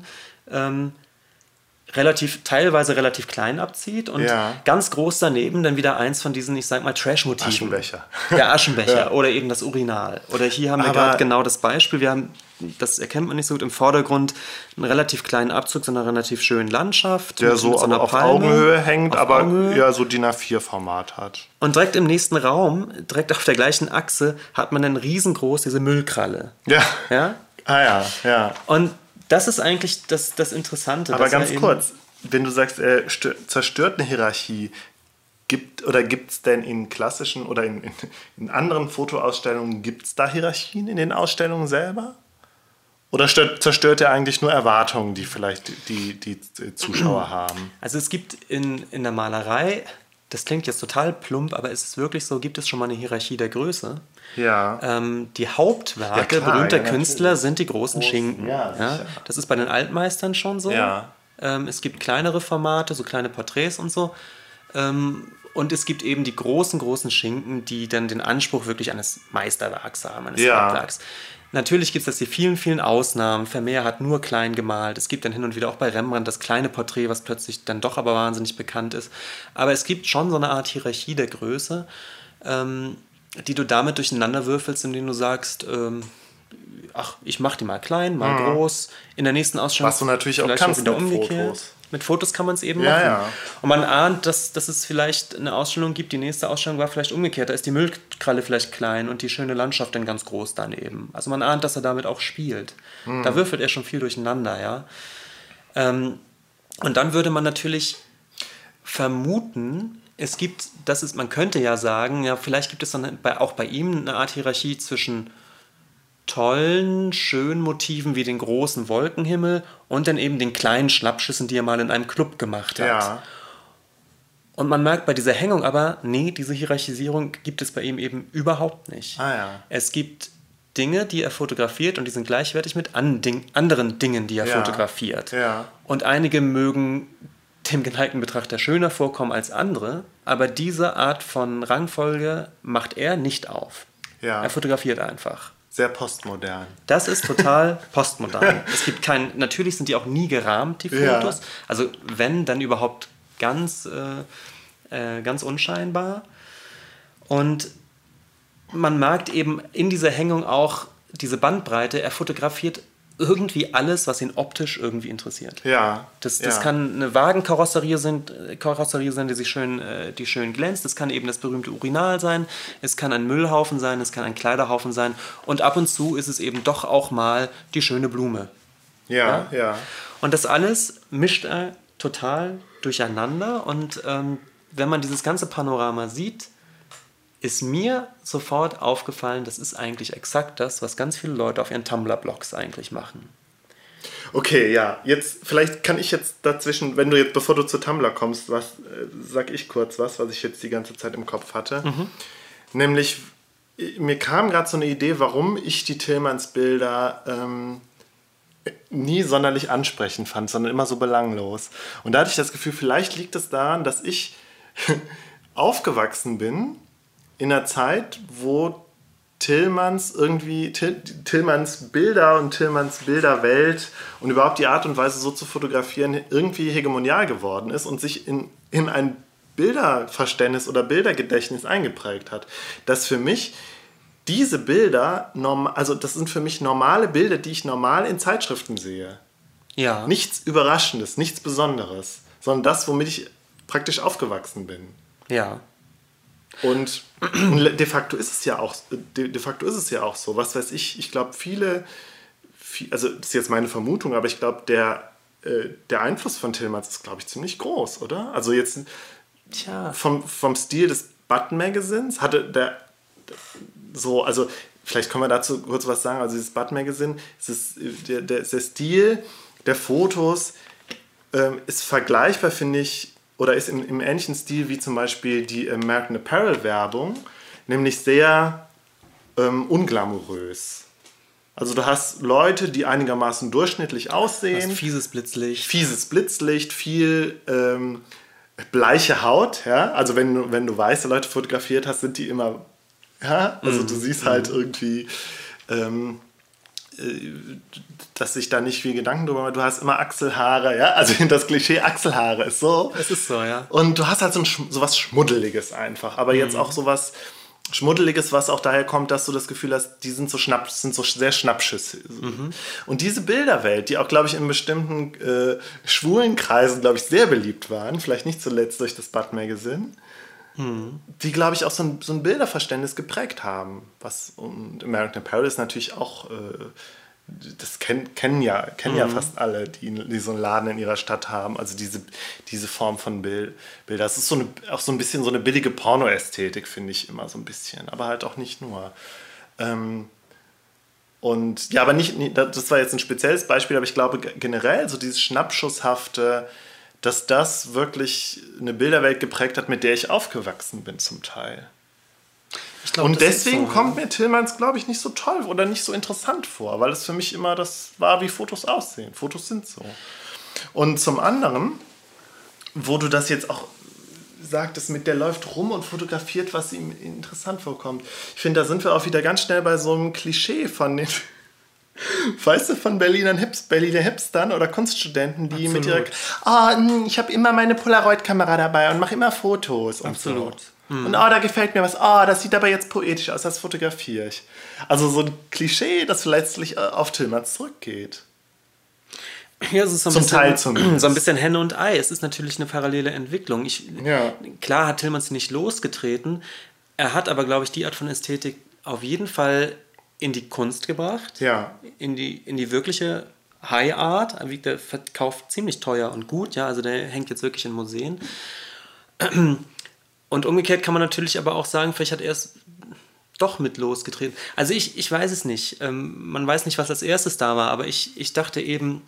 teilweise relativ klein abzieht und ganz groß daneben dann wieder eins von diesen, ich sag mal, Trash-Motiven. Aschenbecher. Der Aschenbecher oder eben das Urinal. Oder hier haben wir gerade genau das Beispiel. Wir haben, das erkennt man nicht so gut, im Vordergrund einen relativ kleinen Abzug, so einer relativ schönen Landschaft. Der so aber auf Augenhöhe hängt, aber so DIN A4-Format hat. Und direkt im nächsten Raum, direkt auf der gleichen Achse, hat man dann riesengroß diese Müllkralle. Ja? Ja. Und das ist eigentlich das Interessante. Aber ganz kurz, wenn du sagst, er zerstört eine Hierarchie, gibt es denn in klassischen oder in anderen Fotoausstellungen, gibt es da Hierarchien in den Ausstellungen selber? Oder zerstört er eigentlich nur Erwartungen, die vielleicht die Zuschauer haben? Also es gibt in der Malerei, das klingt jetzt total plump, aber es ist wirklich so, gibt es schon mal eine Hierarchie der Größe. Ja. Die Hauptwerke berühmter Künstler sind die großen Schinken. Ja? Das ist bei den Altmeistern schon so. Ja. Es gibt kleinere Formate, so kleine Porträts und so. Und es gibt eben die großen Schinken, die dann den Anspruch wirklich eines Meisterwerks haben, eines Hauptwerks. Natürlich gibt es jetzt die vielen Ausnahmen. Vermeer hat nur klein gemalt. Es gibt dann hin und wieder auch bei Rembrandt das kleine Porträt, was plötzlich dann doch aber wahnsinnig bekannt ist. Aber es gibt schon so eine Art Hierarchie der Größe, die du damit durcheinander würfelst, indem du sagst, ich mach die mal klein, mal groß. In der nächsten Ausstellung was du natürlich auch kannst wieder umgekehrt. Fotos. Mit Fotos kann man es eben machen. Ja. Und man ahnt, dass es vielleicht eine Ausstellung gibt, die nächste Ausstellung war vielleicht umgekehrt. Da ist die Müllkralle vielleicht klein und die schöne Landschaft dann ganz groß daneben. Also man ahnt, dass er damit auch spielt. Da würfelt er schon viel durcheinander, ja. Und dann würde man natürlich vermuten, man könnte ja sagen, ja, vielleicht gibt es dann auch bei ihm eine Art Hierarchie zwischen tollen, schönen Motiven wie den großen Wolkenhimmel und dann eben den kleinen Schnappschüssen, die er mal in einem Club gemacht hat. Ja. Und man merkt bei dieser Hängung aber, nee, diese Hierarchisierung gibt es bei ihm eben überhaupt nicht. Es gibt Dinge, die er fotografiert und die sind gleichwertig mit anderen Dingen, die er fotografiert. Ja. Und einige mögen dem geneigten Betrachter schöner vorkommen als andere, aber diese Art von Rangfolge macht er nicht auf. Er fotografiert einfach. Sehr postmodern. Das ist total postmodern. Natürlich sind die auch nie gerahmt, die Fotos. Ja. Also wenn, dann überhaupt ganz unscheinbar. Und man merkt eben in dieser Hängung auch diese Bandbreite. Er fotografiert irgendwie alles, was ihn optisch irgendwie interessiert. Ja. Das kann eine Wagenkarosserie sein, die schön glänzt. Es kann eben das berühmte Urinal sein. Es kann ein Müllhaufen sein. Es kann ein Kleiderhaufen sein. Und ab und zu ist es eben doch auch mal die schöne Blume. Ja. Und das alles mischt er total durcheinander. Und wenn man dieses ganze Panorama sieht, ist mir sofort aufgefallen, das ist eigentlich exakt das, was ganz viele Leute auf ihren Tumblr-Blogs eigentlich machen. Okay, ja. Jetzt, vielleicht kann ich jetzt dazwischen, bevor du zu Tumblr kommst, sag ich kurz was ich jetzt die ganze Zeit im Kopf hatte. Nämlich, mir kam gerade so eine Idee, warum ich die Tillmanns Bilder nie sonderlich ansprechend fand, sondern immer so belanglos. Und da hatte ich das Gefühl, vielleicht liegt es daran, dass ich aufgewachsen bin in einer Zeit, wo Tillmanns Bilder und Tillmanns Bilderwelt und überhaupt die Art und Weise, so zu fotografieren, irgendwie hegemonial geworden ist und sich in ein Bilderverständnis oder Bildergedächtnis eingeprägt hat. Dass für mich diese Bilder, das sind für mich normale Bilder, die ich normal in Zeitschriften sehe. Ja. Nichts Überraschendes, nichts Besonderes, sondern das, womit ich praktisch aufgewachsen bin. Ja. Und de facto ist es ja auch so. Was weiß ich glaube also das ist jetzt meine Vermutung, aber ich glaube, der Einfluss von Tillmans ist, glaube ich, ziemlich groß, oder? Also jetzt vom Stil des Button Magazins hatte der so, also vielleicht können wir dazu kurz was sagen. Also dieses Button Magazine, der Stil der Fotos ist vergleichbar, finde ich, oder ist im ähnlichen Stil wie zum Beispiel die American Apparel Werbung, nämlich sehr unglamourös. Also du hast Leute, die einigermaßen durchschnittlich aussehen. Fieses Blitzlicht, viel bleiche Haut. Ja? Also wenn du weiße Leute fotografiert hast, sind die immer... Ja? Also du siehst halt irgendwie... dass sich da nicht viel Gedanken drüber macht. Du hast immer Achselhaare, ja, also das Klischee Achselhaare ist so. Es ist so, ja. Und du hast halt so was Schmuddeliges einfach, aber jetzt auch sowas Schmuddeliges, was auch daher kommt, dass du das Gefühl hast, die sind so sehr schnappschüssig. Und diese Bilderwelt, die auch, glaube ich, in bestimmten schwulen Kreisen, glaube ich, sehr beliebt waren, vielleicht nicht zuletzt durch das Bud Magazine, die, glaube ich, auch so ein Bilderverständnis geprägt haben. Und American Apparel ist natürlich auch, das kennen ja fast alle, die so einen Laden in ihrer Stadt haben. Also diese Form von Bilder. Das ist auch so ein bisschen so eine billige Porno-Ästhetik, finde ich immer so ein bisschen. Aber halt auch nicht nur. Und ja, aber das war jetzt ein spezielles Beispiel, aber ich glaube generell so dieses Schnappschusshafte, dass das wirklich eine Bilderwelt geprägt hat, mit der ich aufgewachsen bin zum Teil. Ich glaub, und deswegen kommt mir Tillmans, glaube ich, nicht so toll oder nicht so interessant vor, weil es für mich immer das war, wie Fotos aussehen. Fotos sind so. Und zum anderen, wo du das jetzt auch sagtest, der läuft rum und fotografiert, was ihm interessant vorkommt. Ich finde, da sind wir auch wieder ganz schnell bei so einem Klischee von den... Weißt du, von Berliner Hipstern oder Kunststudenten, die mit ihrer... ich habe immer meine Polaroid-Kamera dabei und mache immer Fotos. Absolut. So. Und da gefällt mir was. Das sieht aber jetzt poetisch aus, das fotografiere ich. Also so ein Klischee, das letztlich auf Tillmans zurückgeht. Ja, es ist so ein bisschen Henne und Ei. Es ist natürlich eine parallele Entwicklung. Klar hat Tillmans nicht losgetreten. Er hat aber, glaube ich, die Art von Ästhetik auf jeden Fall in die Kunst gebracht, in die wirkliche High Art. Der verkauft ziemlich teuer und gut, ja, also der hängt jetzt wirklich in Museen. Und umgekehrt kann man natürlich aber auch sagen, vielleicht hat er es doch mit losgetreten. Also ich weiß es nicht. Man weiß nicht, was als erstes da war, aber ich dachte eben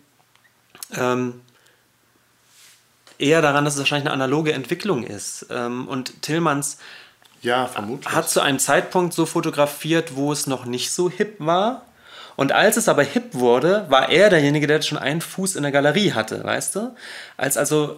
eher daran, dass es wahrscheinlich eine analoge Entwicklung ist. Und Tillmans hat zu einem Zeitpunkt so fotografiert, wo es noch nicht so hip war. Und als es aber hip wurde, war er derjenige, der schon einen Fuß in der Galerie hatte, weißt du? Als also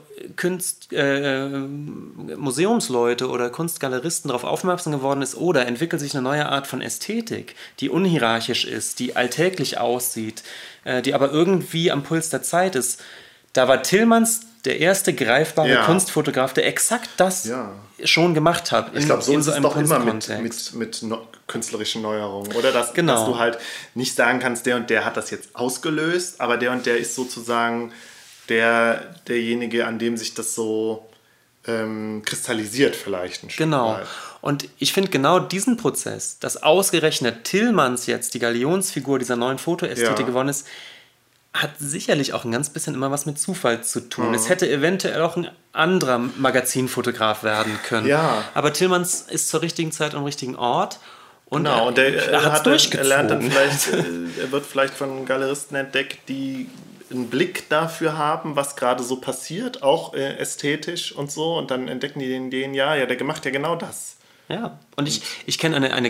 Museumsleute oder Kunstgaleristen darauf aufmerksam geworden ist, oder entwickelt sich eine neue Art von Ästhetik, die unhierarchisch ist, die alltäglich aussieht, die aber irgendwie am Puls der Zeit ist. Da war Tillmans der erste greifbare Kunstfotograf, der exakt das schon gemacht hat. Ich glaube, so ist es doch immer mit künstlerischen Neuerungen, oder? Dass du halt nicht sagen kannst, der und der hat das jetzt ausgelöst, aber der und der ist sozusagen derjenige, an dem sich das so kristallisiert vielleicht ein Stück weit. Und ich finde genau diesen Prozess, dass ausgerechnet Tillmans jetzt die Galionsfigur dieser neuen Fotoästhetik geworden ist, hat sicherlich auch ein ganz bisschen immer was mit Zufall zu tun. Es hätte eventuell auch ein anderer Magazinfotograf werden können. Ja. Aber Tillmans ist zur richtigen Zeit am richtigen Ort. Und und er lernt dann er wird vielleicht von Galeristen entdeckt, die einen Blick dafür haben, was gerade so passiert, auch ästhetisch und so. Und dann entdecken die den der macht ja genau das. Ja, und ich kenne eine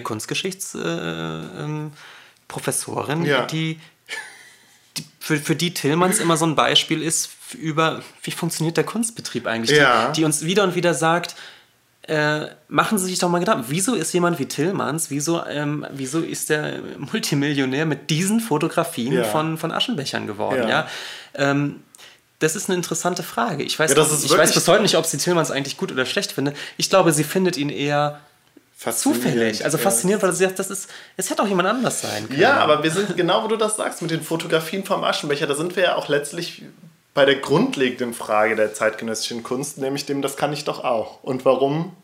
Kunstgeschichtsprofessorin, die für die Tillmans immer so ein Beispiel ist über, wie funktioniert der Kunstbetrieb eigentlich, die uns wieder und wieder sagt, machen Sie sich doch mal Gedanken, wieso ist jemand wie Tillmans, wieso ist der Multimillionär mit diesen Fotografien von Aschenbechern geworden? Ja. Das ist eine interessante Frage. Ich weiß bis heute nicht, ob sie Tillmans eigentlich gut oder schlecht findet. Ich glaube, sie findet ihn eher zufällig. Also faszinierend, weil du sagst, es hätte auch jemand anders sein können. Ja, aber wir sind genau, wo du das sagst, mit den Fotografien vom Aschenbecher, da sind wir ja auch letztlich bei der grundlegenden Frage der zeitgenössischen Kunst, nämlich dem, das kann ich doch auch. Und warum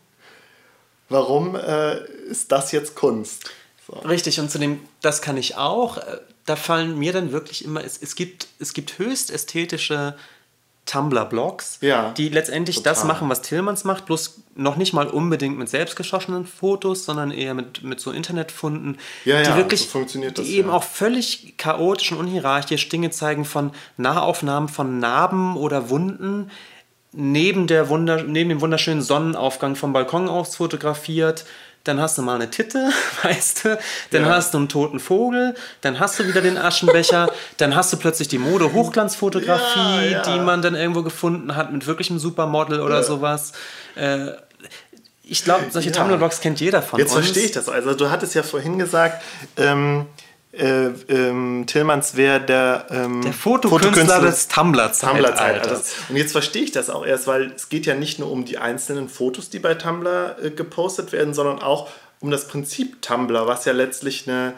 ist das jetzt Kunst? So. Richtig, und zu dem, das kann ich auch, da fallen mir dann wirklich immer, es gibt höchst ästhetische Tumblr-Blogs, die letztendlich das machen, was Tillmans macht, bloß noch nicht mal unbedingt mit selbstgeschossenen Fotos, sondern eher mit so Internetfunden, die wirklich, so funktioniert das, die eben auch völlig chaotisch und unhierarchisch Dinge zeigen, von Nahaufnahmen von Narben oder Wunden, neben dem wunderschönen Sonnenaufgang vom Balkon aus fotografiert. Dann hast du mal eine Titte, weißt du, dann hast du einen toten Vogel, dann hast du wieder den Aschenbecher, dann hast du plötzlich die Mode-Hochglanzfotografie, die man dann irgendwo gefunden hat mit wirklichem Supermodel oder sowas. Ich glaube, solche Tumblr-Blogs kennt jeder von uns. Jetzt verstehe ich das. Also du hattest ja vorhin gesagt, Tillmans wäre der Fotokünstler des Tumblr-Zeitalters. Und jetzt verstehe ich das auch erst, weil es geht ja nicht nur um die einzelnen Fotos, die bei Tumblr gepostet werden, sondern auch um das Prinzip Tumblr, was ja letztlich ein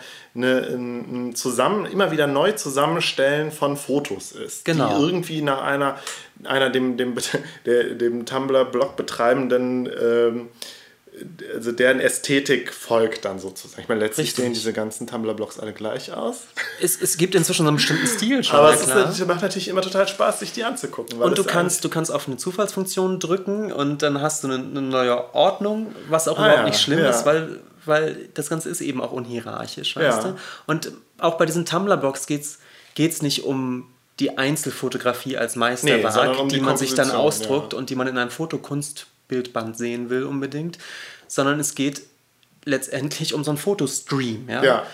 immer wieder neu Zusammenstellen von Fotos ist, die irgendwie nach einer dem Tumblr-Blog betreibenden also deren Ästhetik folgt dann sozusagen. Ich meine, letztlich sehen diese ganzen Tumblr-Blogs alle gleich aus. Es gibt inzwischen so einen bestimmten Stil schon. Aber es macht natürlich immer total Spaß, sich die anzugucken. Und du kannst auf eine Zufallsfunktion drücken und dann hast du eine neue Ordnung, was auch überhaupt nicht schlimm ist, weil das Ganze ist eben auch unhierarchisch, weißt du? Und auch bei diesen Tumblr-Blogs geht's nicht um die Einzelfotografie als Meisterwerk, die man sich dann ausdruckt und die man in einem Fotokunstbildband sehen will unbedingt, sondern es geht letztendlich um so einen Fotostream. Ja?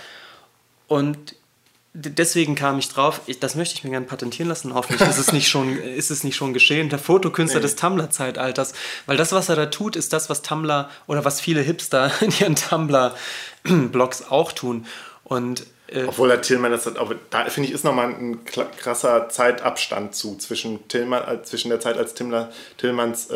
Und deswegen kam ich drauf, das möchte ich mir gerne patentieren lassen, hoffentlich ist es nicht schon geschehen, der Fotokünstler des Tumblr-Zeitalters, weil das, was er da tut, ist das, was Tumblr oder was viele Hipster in ihren Tumblr-Blogs auch tun. Und obwohl der Tillman, da finde ich, ist nochmal ein krasser Zeitabstand zwischen der Zeit, als Tillmans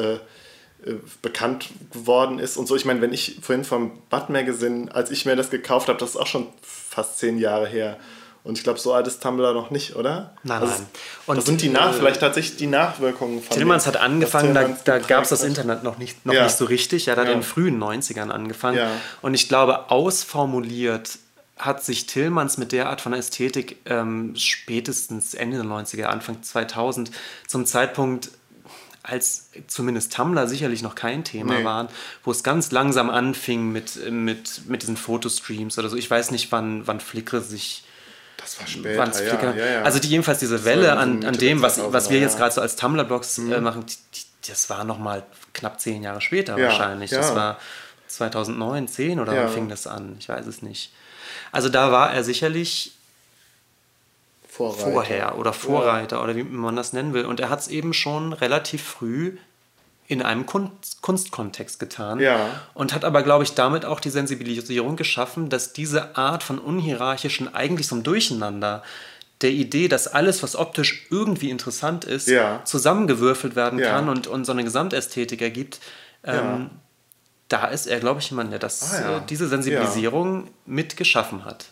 bekannt geworden ist und so. Ich meine, wenn ich vorhin vom Butt Magazine, als ich mir das gekauft habe, das ist auch schon fast 10 Jahre her. Und ich glaube, so alt ist Tumblr noch nicht, oder? Nein. Und das sind vielleicht tatsächlich die Nachwirkungen von Tillmans hat angefangen, da gab es das Internet noch nicht so richtig. Er hat in den frühen 90ern angefangen. Ja. Und ich glaube, ausformuliert hat sich Tillmans mit der Art von Ästhetik spätestens Ende der 90er, Anfang 2000 zum Zeitpunkt, als zumindest Tumblr sicherlich noch kein Thema waren, wo es ganz langsam anfing mit diesen Fotostreams oder so. Ich weiß nicht, wann Flickr sich... Das war später, Also jedenfalls diese Welle an dem, was wir jetzt gerade so als Tumblr-Blogs machen, das war nochmal knapp 10 Jahre später wahrscheinlich. Ja. Das war 2009, 10 oder wann fing das an? Ich weiß es nicht. Also da war er sicherlich... Vorreiter oder wie man das nennen will. Und er hat es eben schon relativ früh in einem Kunstkontext getan und hat aber, glaube ich, damit auch die Sensibilisierung geschaffen, dass diese Art von unhierarchischen, eigentlich so einem Durcheinander der Idee, dass alles, was optisch irgendwie interessant ist, zusammengewürfelt werden kann und so eine Gesamtästhetik ergibt. Da ist er, glaube ich, jemand, der diese Sensibilisierung mit geschaffen hat.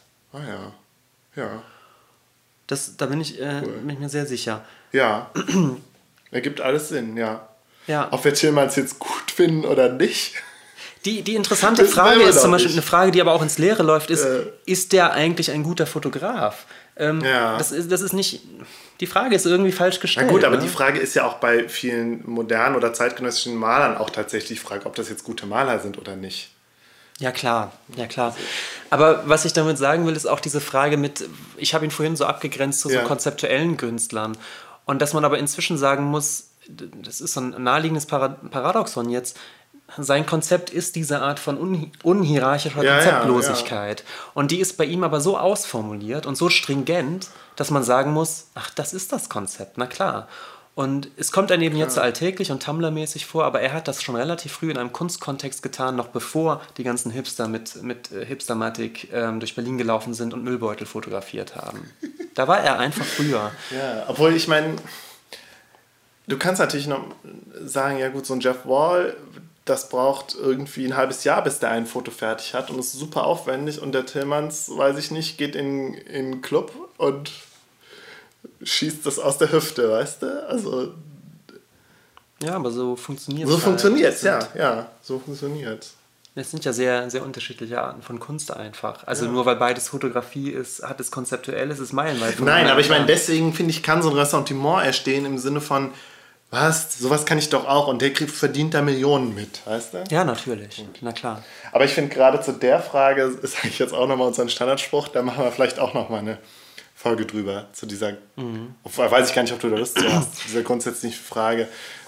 Da bin ich mir sehr sicher. Ja, ergibt alles Sinn, ja. Ob wir Tillmans jetzt gut finden oder nicht. Die interessante Frage ist zum Beispiel eine Frage, die aber auch ins Leere läuft, ist der eigentlich ein guter Fotograf? Das ist nicht... Die Frage ist irgendwie falsch gestellt. Na gut, aber die Frage ist ja auch bei vielen modernen oder zeitgenössischen Malern auch tatsächlich die Frage, ob das jetzt gute Maler sind oder nicht. Ja klar. Aber was ich damit sagen will, ist auch diese Frage ich habe ihn vorhin so abgegrenzt zu so konzeptuellen Künstlern. Und dass man aber inzwischen sagen muss, das ist so ein naheliegendes Paradoxon jetzt, sein Konzept ist diese Art von unhierarchischer Konzeptlosigkeit. Und die ist bei ihm aber so ausformuliert und so stringent, dass man sagen muss, ach, das ist das Konzept, na klar. Und es kommt einem eben jetzt so alltäglich und Tumblr-mäßig vor, aber er hat das schon relativ früh in einem Kunstkontext getan, noch bevor die ganzen Hipster mit Hipstermatic durch Berlin gelaufen sind und Müllbeutel fotografiert haben. Da war er einfach früher. Ja, obwohl ich meine, du kannst natürlich noch sagen, ja gut, so ein Jeff Wall, das braucht irgendwie ein halbes Jahr, bis der ein Foto fertig hat und ist super aufwendig und der Tillmanns, weiß ich nicht, geht in einen Club und schießt das aus der Hüfte, weißt du? Also ja, aber so funktioniert es. So funktioniert es, so funktioniert es. Es sind ja sehr, sehr unterschiedliche Arten von Kunst einfach. Also nur weil beides Fotografie ist, hat es konzeptuell, es ist meilenweit. Nein, aber ich meine, deswegen finde ich, kann so ein Ressentiment entstehen im Sinne von, was, sowas kann ich doch auch und der verdient da Millionen mit, weißt du? Ja, natürlich, na klar. Aber ich finde gerade zu der Frage, sage ich jetzt auch nochmal unseren Standardspruch, da machen wir vielleicht auch nochmal eine Folge drüber, zu dieser, weiß ich gar nicht, ob du da Lust zu hast, dieser grundsätzlichen Frage,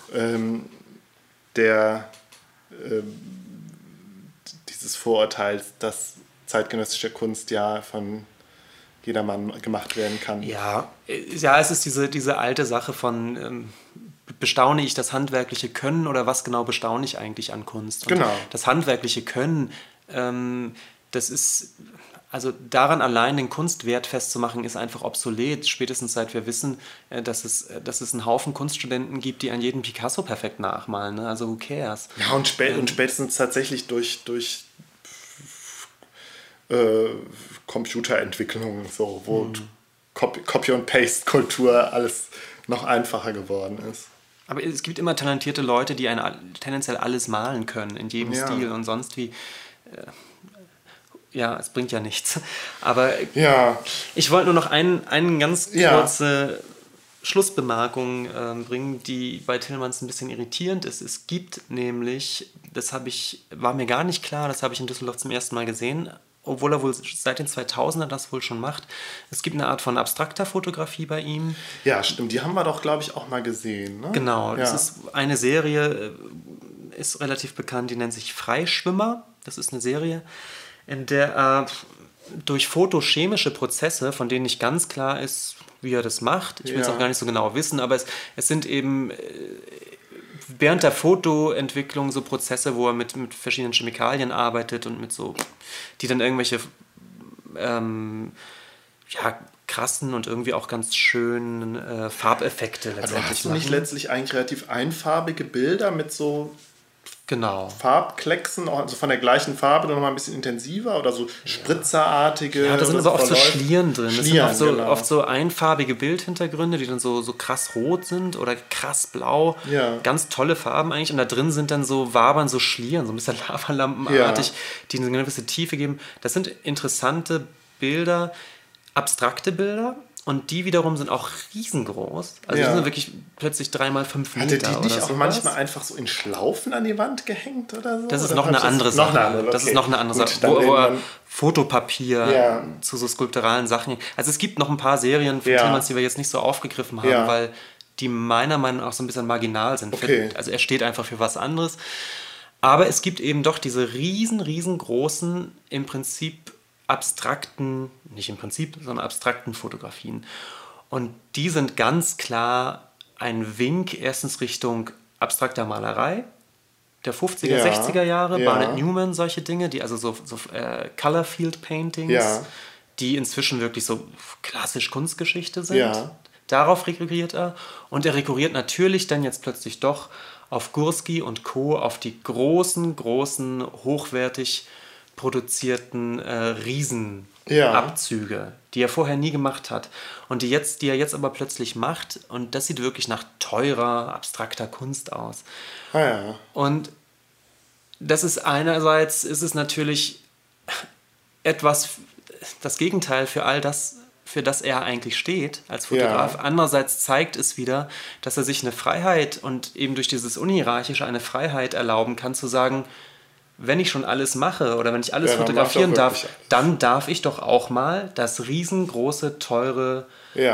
dieses Vorurteils, dass zeitgenössische Kunst ja von jedermann gemacht werden kann. Ja, es ist diese alte Sache von, bestaune ich das handwerkliche Können oder was genau bestaune ich eigentlich an Kunst? Und genau. Das handwerkliche Können, das ist, also daran allein den Kunstwert festzumachen, ist einfach obsolet. Spätestens seit wir wissen, dass es einen Haufen Kunststudenten gibt, die an jeden Picasso perfekt nachmalen. Ne? Also who cares? Ja, und spätestens tatsächlich durch Computerentwicklung, so, wo Copy- und Paste-Kultur alles noch einfacher geworden ist. Aber es gibt immer talentierte Leute, die tendenziell alles malen können, in jedem Stil und sonst wie. Es bringt ja nichts. Aber ich wollte nur noch eine ganz kurze Schlussbemerkung bringen, die bei Tillmanns ein bisschen irritierend ist. Es gibt nämlich, war mir gar nicht klar, das habe ich in Düsseldorf zum ersten Mal gesehen, obwohl er wohl seit den 2000ern das wohl schon macht. Es gibt eine Art von abstrakter Fotografie bei ihm. Ja, stimmt. Die haben wir doch, glaube ich, auch mal gesehen. Ne? Genau. Das ist eine Serie, ist relativ bekannt, die nennt sich Freischwimmer. Das ist eine Serie, in der er durch photochemische Prozesse, von denen nicht ganz klar ist, wie er das macht. Ich will es auch gar nicht so genau wissen, aber es sind eben während der Fotoentwicklung so Prozesse, wo er mit verschiedenen Chemikalien arbeitet und mit so, die dann irgendwelche krassen und irgendwie auch ganz schönen Farbeffekte letztendlich machen. Hast du nicht letztlich eigentlich relativ einfarbige Bilder mit so Farbklecksen, also von der gleichen Farbe, nur noch mal ein bisschen intensiver oder so spritzerartige. Ja, da sind aber oft so Schlieren drin. Das sind oft so einfarbige Bildhintergründe, die dann so krass rot sind oder krass blau. Ja. Ganz tolle Farben eigentlich. Und da drin sind dann wabern so Schlieren, so ein bisschen lavalampenartig, die eine gewisse Tiefe geben. Das sind interessante Bilder, abstrakte Bilder. Und die wiederum sind auch riesengroß. Also die sind wirklich plötzlich 3x5 Meter. Hatte die nicht auch manchmal einfach so in Schlaufen an die Wand gehängt oder so? Das ist noch eine andere Sache. Das ist noch eine andere Sache. Wo er Fotopapier zu so skulpturalen Sachen. Also es gibt noch ein paar Serien von Tillmanns, die wir jetzt nicht so aufgegriffen haben, weil die meiner Meinung nach so ein bisschen marginal sind. Okay. Also er steht einfach für was anderes. Aber es gibt eben doch diese riesengroßen, im Prinzip abstrakten Fotografien. Und die sind ganz klar ein Wink erstens Richtung abstrakter Malerei der 50er, 60er Jahre, Barnett Newman, solche Dinge, die also so Color Field Paintings, die inzwischen wirklich so klassisch Kunstgeschichte sind. Ja. Darauf rekurriert er. Und er rekurriert natürlich dann jetzt plötzlich doch auf Gursky und Co., auf die großen, hochwertig produzierten Riesenabzüge, die er vorher nie gemacht hat und die er jetzt aber plötzlich macht, und das sieht wirklich nach teurer, abstrakter Kunst aus. Und das ist einerseits, ist es natürlich etwas, das Gegenteil für all das, für das er eigentlich steht als Fotograf. Andererseits zeigt es wieder, dass er sich eine Freiheit und eben durch dieses Unhierarchische eine Freiheit erlauben kann, zu sagen, wenn ich schon alles mache oder wenn ich alles fotografieren darf, dann darf ich doch auch mal das riesengroße, teure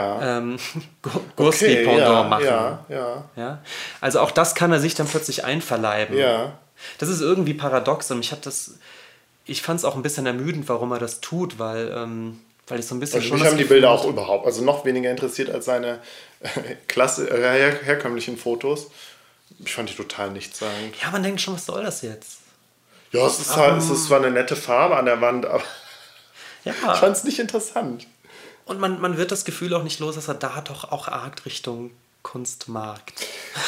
Gursky-Pendant machen. Ja? Also auch das kann er sich dann plötzlich einverleiben. Ja. Das ist irgendwie paradox und ich fand es auch ein bisschen ermüdend, warum er das tut, weil ich so ein bisschen schon. Mich haben die Bilder auch überhaupt, also noch weniger interessiert als seine herkömmlichen Fotos. Ich fand die total nichtssagend. Ja, man denkt schon, was soll das jetzt? Ja, es ist zwar eine nette Farbe an der Wand, aber ich fand es nicht interessant. Und man wird das Gefühl auch nicht los, dass er da doch auch arg Richtung Kunstmarkt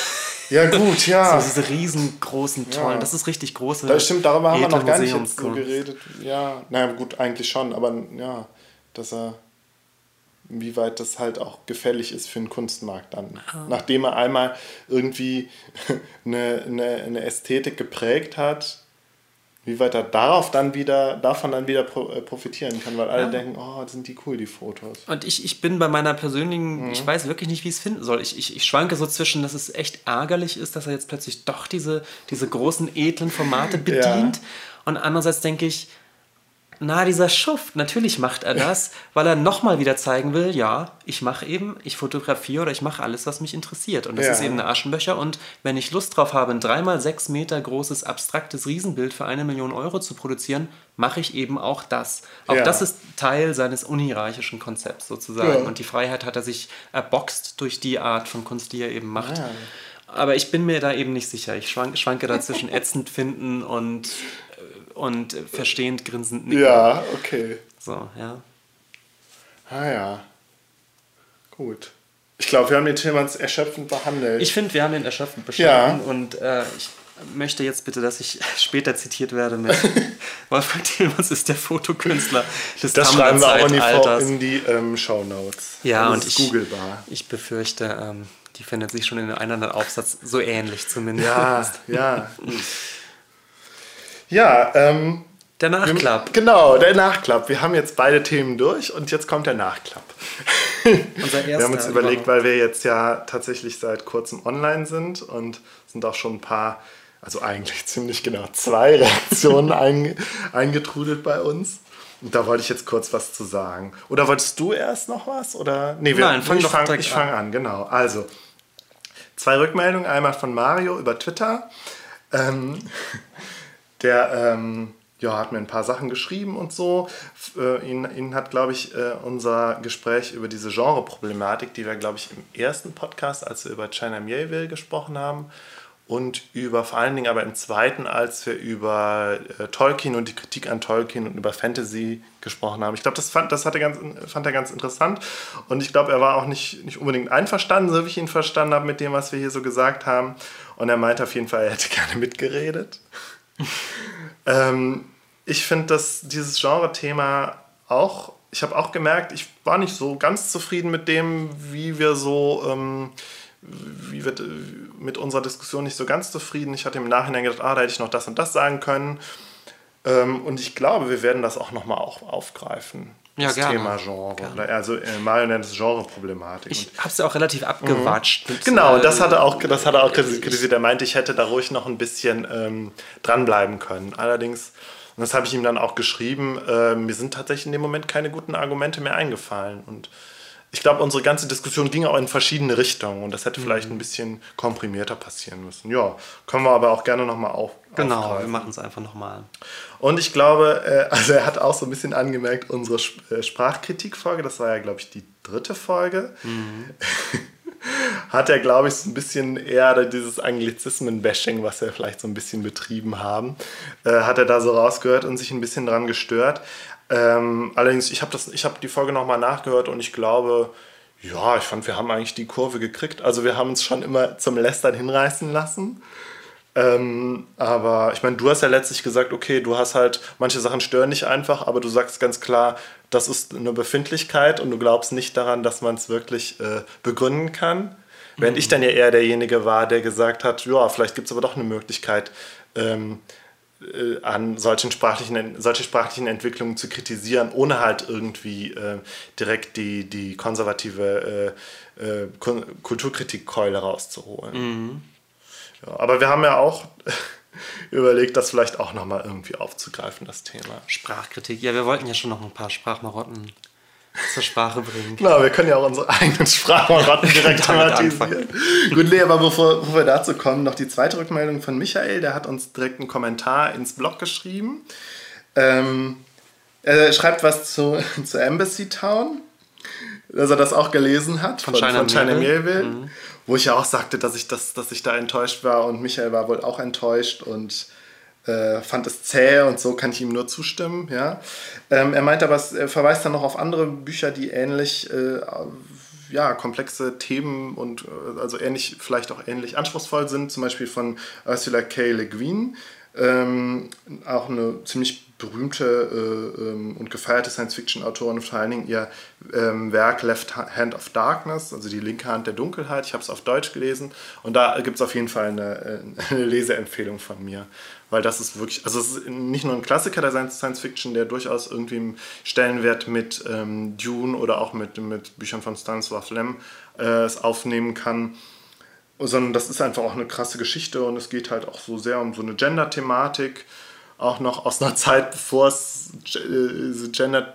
Ja, gut, ja. So diese riesengroßen, tollen, das ist richtig große. Das stimmt, darüber haben wir noch gar nicht jetzt so geredet. Ja, naja, gut, eigentlich schon, aber ja, inwieweit das halt auch gefällig ist für einen Kunstmarkt dann. Nachdem er einmal irgendwie eine Ästhetik geprägt hat, wie weit er davon dann wieder profitieren kann, weil alle denken, oh, sind die cool, die Fotos. Und ich bin bei meiner persönlichen, ich weiß wirklich nicht, wie ich es finden soll. Ich schwanke so zwischen, dass es echt ärgerlich ist, dass er jetzt plötzlich doch diese großen, edlen Formate bedient. Und andererseits denke ich, dieser Schuft, natürlich macht er das, weil er nochmal wieder zeigen will, ich fotografiere oder ich mache alles, was mich interessiert. Und das ist eben eine Aschenbecher. Und wenn ich Lust drauf habe, ein 3x6 Meter großes, abstraktes Riesenbild für 1 Million Euro zu produzieren, mache ich eben auch das. Auch das ist Teil seines unhierarchischen Konzepts sozusagen. Und die Freiheit hat er sich erboxt durch die Art von Kunst, die er eben macht. Aber ich bin mir da eben nicht sicher. Ich schwanke da zwischen ätzend finden und verstehend grinsend nicken. Ja, okay. So, ja. Ja. Gut. Ich glaube, wir haben den Thema erschöpfend behandelt. Ich finde, wir haben den erschöpfend beschrieben und ich möchte jetzt bitte, dass ich später zitiert werde mit Wolfgang Tillmans ist der Fotokünstler des Das schreiben wir auch in die Shownotes. Ja, das und ist googlebar. Ich befürchte, die findet sich schon in einem anderen Aufsatz so ähnlich zumindest. Ja. Ja, der Nachklapp. Genau, der Nachklapp. Wir haben jetzt beide Themen durch und jetzt kommt der Nachklapp. Wir haben uns überlegt, weil wir jetzt ja tatsächlich seit kurzem online sind und sind auch schon ein paar, also eigentlich ziemlich genau 2 Reaktionen eingetrudelt bei uns. Und da wollte ich jetzt kurz was zu sagen. Oder wolltest du erst noch was? Oder? Nee, ich fange an, genau. Also, 2 Rückmeldungen. Einmal von Mario über Twitter. Der hat mir ein paar Sachen geschrieben und so. Ihn hat, glaube ich, unser Gespräch über diese Genre-Problematik, die wir, glaube ich, im ersten Podcast, als wir über China Miéville gesprochen haben, und vor allen Dingen aber im zweiten, als wir über Tolkien und die Kritik an Tolkien und über Fantasy gesprochen haben. Ich glaube, das fand er ganz interessant. Und ich glaube, er war auch nicht unbedingt einverstanden, so wie ich ihn verstanden habe, mit dem, was wir hier so gesagt haben. Und er meinte auf jeden Fall, er hätte gerne mitgeredet. Ich finde, dieses Genre-Thema auch, ich habe auch gemerkt, ich war nicht so ganz zufrieden mit dem, wie wir mit unserer Diskussion nicht so ganz zufrieden. Ich hatte im Nachhinein gedacht, da hätte ich noch das und das sagen können. Und ich glaube, wir werden das auch nochmal aufgreifen. Das Thema Genre. Also Mario nennt es Genre-Problematik. Ich habe es ja auch relativ abgewatscht. Genau, das hat er auch kritisiert. Er meinte, ich hätte da ruhig noch ein bisschen dranbleiben können. Allerdings, und das habe ich ihm dann auch geschrieben, mir sind tatsächlich in dem Moment keine guten Argumente mehr eingefallen. Und ich glaube, unsere ganze Diskussion ging auch in verschiedene Richtungen und das hätte vielleicht ein bisschen komprimierter passieren müssen. Ja, können wir aber auch gerne nochmal aufgreifen. Genau, wir machen es einfach nochmal. Und ich glaube, also er hat auch so ein bisschen angemerkt, unsere Sprachkritik-Folge, das war ja, glaube ich, die 3. Folge, hat er, glaube ich, so ein bisschen eher dieses Anglizismen-Bashing, was wir vielleicht so ein bisschen betrieben haben, hat er da so rausgehört und sich ein bisschen dran gestört. Allerdings, ich habe die Folge nochmal nachgehört und ich glaube, ich fand, wir haben eigentlich die Kurve gekriegt. Also wir haben uns schon immer zum Lästern hinreißen lassen. Aber ich meine, du hast ja letztlich gesagt, okay, du hast halt, manche Sachen stören dich einfach, aber du sagst ganz klar, das ist eine Befindlichkeit und du glaubst nicht daran, dass man es wirklich begründen kann. Während ich dann ja eher derjenige war, der gesagt hat, vielleicht gibt es aber doch eine Möglichkeit, an solche sprachlichen Entwicklungen zu kritisieren, ohne halt irgendwie direkt die konservative Kulturkritikkeule rauszuholen. Ja, aber wir haben ja auch überlegt, das vielleicht auch nochmal irgendwie aufzugreifen, das Thema. Sprachkritik, ja, wir wollten ja schon noch ein paar Sprachmarotten zur Sprache bringen. Genau, wir können ja auch unsere eigenen Sprachmarotten direkt thematisieren. Gut, nee, aber bevor wir dazu kommen, noch die zweite Rückmeldung von Michael, der hat uns direkt einen Kommentar ins Blog geschrieben. Er schreibt was zu Embassy Town, dass er das auch gelesen hat von China Miéville. Wo ich ja auch sagte, dass ich da enttäuscht war und Michael war wohl auch enttäuscht und fand es zäh und so, kann ich ihm nur zustimmen. Ja. Er meint aber, er verweist dann noch auf andere Bücher, die ähnlich ja, komplexe Themen und also vielleicht auch ähnlich anspruchsvoll sind, zum Beispiel von Ursula K. Le Guin, auch eine ziemlich berühmte und gefeierte Science-Fiction-Autorin, und vor allen Dingen ihr Werk Left Hand of Darkness, also die linke Hand der Dunkelheit. Ich habe es auf Deutsch gelesen und da gibt es auf jeden Fall eine Leseempfehlung von mir, weil das ist wirklich, also es ist nicht nur ein Klassiker der Science-Fiction, der durchaus irgendwie einen Stellenwert mit Dune oder auch mit Büchern von Stanislaw Lem es aufnehmen kann, sondern das ist einfach auch eine krasse Geschichte und es geht halt auch so sehr um so eine Gender-Thematik, auch noch aus einer Zeit, bevor es Gender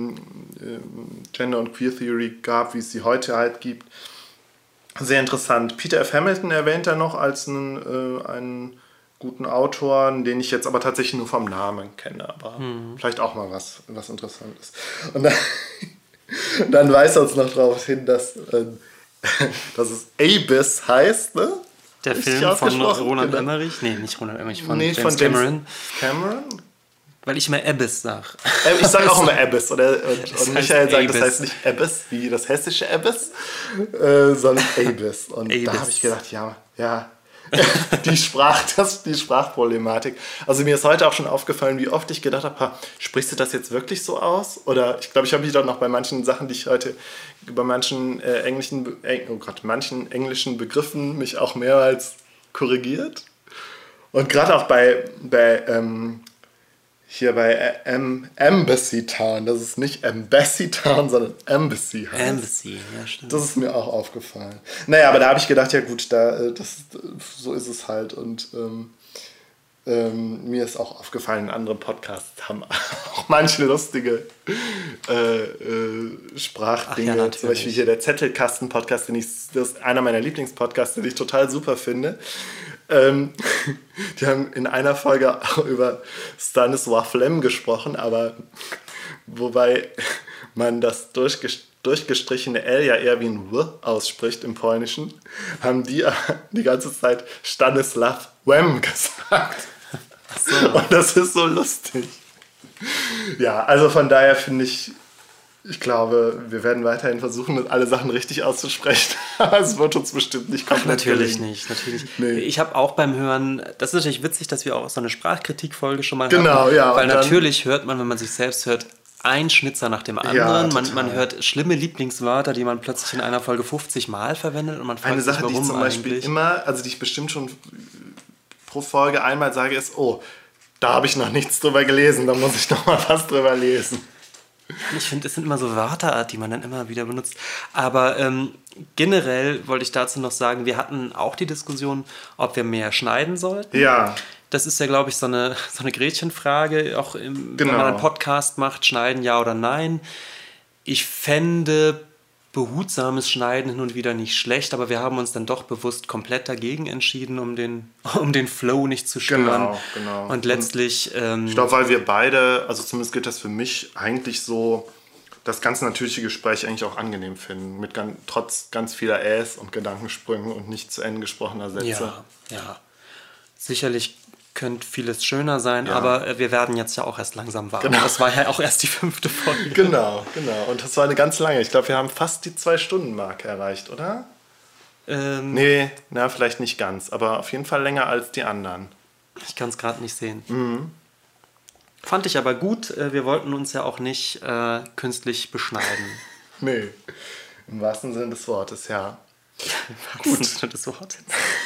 und Queer Theory gab, wie es sie heute halt gibt. Sehr interessant. Peter F. Hamilton erwähnt er noch als einen guten Autor, den ich jetzt aber tatsächlich nur vom Namen kenne, aber vielleicht auch mal was Interessantes. Und dann weist er uns noch darauf hin, dass es Abyss heißt, ne? Der Film von Roland Emmerich? Nee, nicht Roland Emmerich, von James Cameron. Weil ich immer Abyss sage. Ich sage auch immer Abyss. Und Michael sagt, das heißt nicht Abyss, wie das hessische Abyss, sondern Abyss. Und da habe ich gedacht, ja, die Sprachproblematik. Also mir ist heute auch schon aufgefallen, wie oft ich gedacht habe, sprichst du das jetzt wirklich so aus? Oder ich glaube, ich habe mich dann noch bei manchen Sachen, die ich heute über manchen englischen Begriffen mich auch mehrmals korrigiert. Und gerade auch bei Embassy Town, das ist nicht Embassy Town, sondern Embassy heißt. Embassy, ja, stimmt. Das ist mir auch aufgefallen. Naja, aber da habe ich gedacht, ja gut, so ist es halt. Und mir ist auch aufgefallen, in anderen Podcasts haben auch manche lustige Sprachdinge. Ja, zum Beispiel hier der Zettelkasten-Podcast, das ist einer meiner Lieblingspodcasts, den ich total super finde. Die haben in einer Folge auch über Stanisław Lem gesprochen, aber wobei man das durchgestrichene L ja eher wie ein W ausspricht im Polnischen, haben die ganze Zeit Stanisław Lem gesagt. So. Und das ist so lustig. Ja, also von daher finde ich glaube, wir werden weiterhin versuchen, alle Sachen richtig auszusprechen. Aber es wird uns bestimmt nicht komplett gelingen. Natürlich. Nee. Ich habe auch beim Hören, das ist natürlich witzig, dass wir auch so eine Sprachkritikfolge schon mal hatten. Ja. Weil natürlich hört man, wenn man sich selbst hört, ein Schnitzer nach dem anderen. Ja, man hört schlimme Lieblingswörter, die man plötzlich in einer Folge 50 Mal verwendet und man fragt sich, warum eigentlich. Eine Sache, die ich zum Beispiel immer, also die ich bestimmt schon pro Folge einmal sage, ist, da habe ich noch nichts drüber gelesen, da muss ich noch mal was drüber lesen. Ich finde, es sind immer so Wörter, die man dann immer wieder benutzt. Aber generell wollte ich dazu noch sagen, wir hatten auch die Diskussion, ob wir mehr schneiden sollten. Ja. Das ist ja, glaube ich, so eine Gretchenfrage, auch wenn man einen Podcast macht, schneiden ja oder nein. Ich fände behutsames Schneiden hin und wieder nicht schlecht, aber wir haben uns dann doch bewusst komplett dagegen entschieden, um den Flow nicht zu stören. Genau. Und letztlich... ich glaube, weil wir beide, also zumindest gilt das für mich, eigentlich so das ganz natürliche Gespräch eigentlich auch angenehm finden, trotz ganz vieler Äs und Gedankensprüngen und nicht zu Ende gesprochener Sätze. Ja. Sicherlich könnte vieles schöner sein, aber wir werden jetzt ja auch erst langsam warm. Genau. Das war ja auch erst die 5. Folge. Genau. Und das war eine ganz lange. Ich glaube, wir haben fast die 2-Stunden-Marke erreicht, oder? Nee, vielleicht nicht ganz, aber auf jeden Fall länger als die anderen. Ich kann es gerade nicht sehen. Mhm. Fand ich aber gut. Wir wollten uns ja auch nicht künstlich beschneiden. Nee, im wahrsten Sinne des Wortes, ja. Im wahrsten Sinne des Wortes.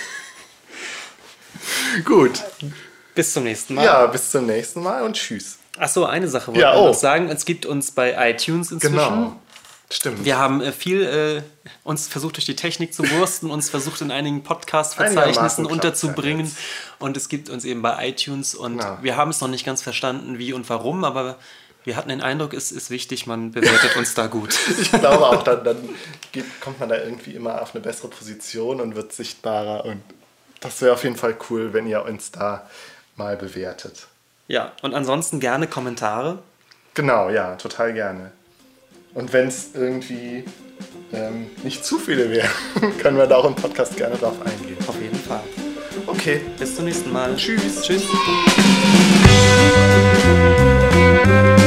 Gut. Bis zum nächsten Mal. Ja, bis zum nächsten Mal und tschüss. Achso, eine Sache wollte ich noch sagen. Es gibt uns bei iTunes inzwischen. Genau. Stimmt. Wir haben viel uns versucht, durch die Technik zu wursten, uns versucht, in einigen Podcast-Verzeichnissen unterzubringen. Und es gibt uns eben bei iTunes. Und wir haben es noch nicht ganz verstanden, wie und warum, aber wir hatten den Eindruck, es ist wichtig, man bewertet uns da gut. Ich glaube auch, dann kommt man da irgendwie immer auf eine bessere Position und wird sichtbarer. Und das wäre auf jeden Fall cool, wenn ihr uns da mal bewertet. Ja, und ansonsten gerne Kommentare. Genau, ja, total gerne. Und wenn es irgendwie nicht zu viele wären, können wir da auch im Podcast gerne drauf eingehen. Auf jeden Fall. Okay. Bis zum nächsten Mal. Tschüss. Tschüss.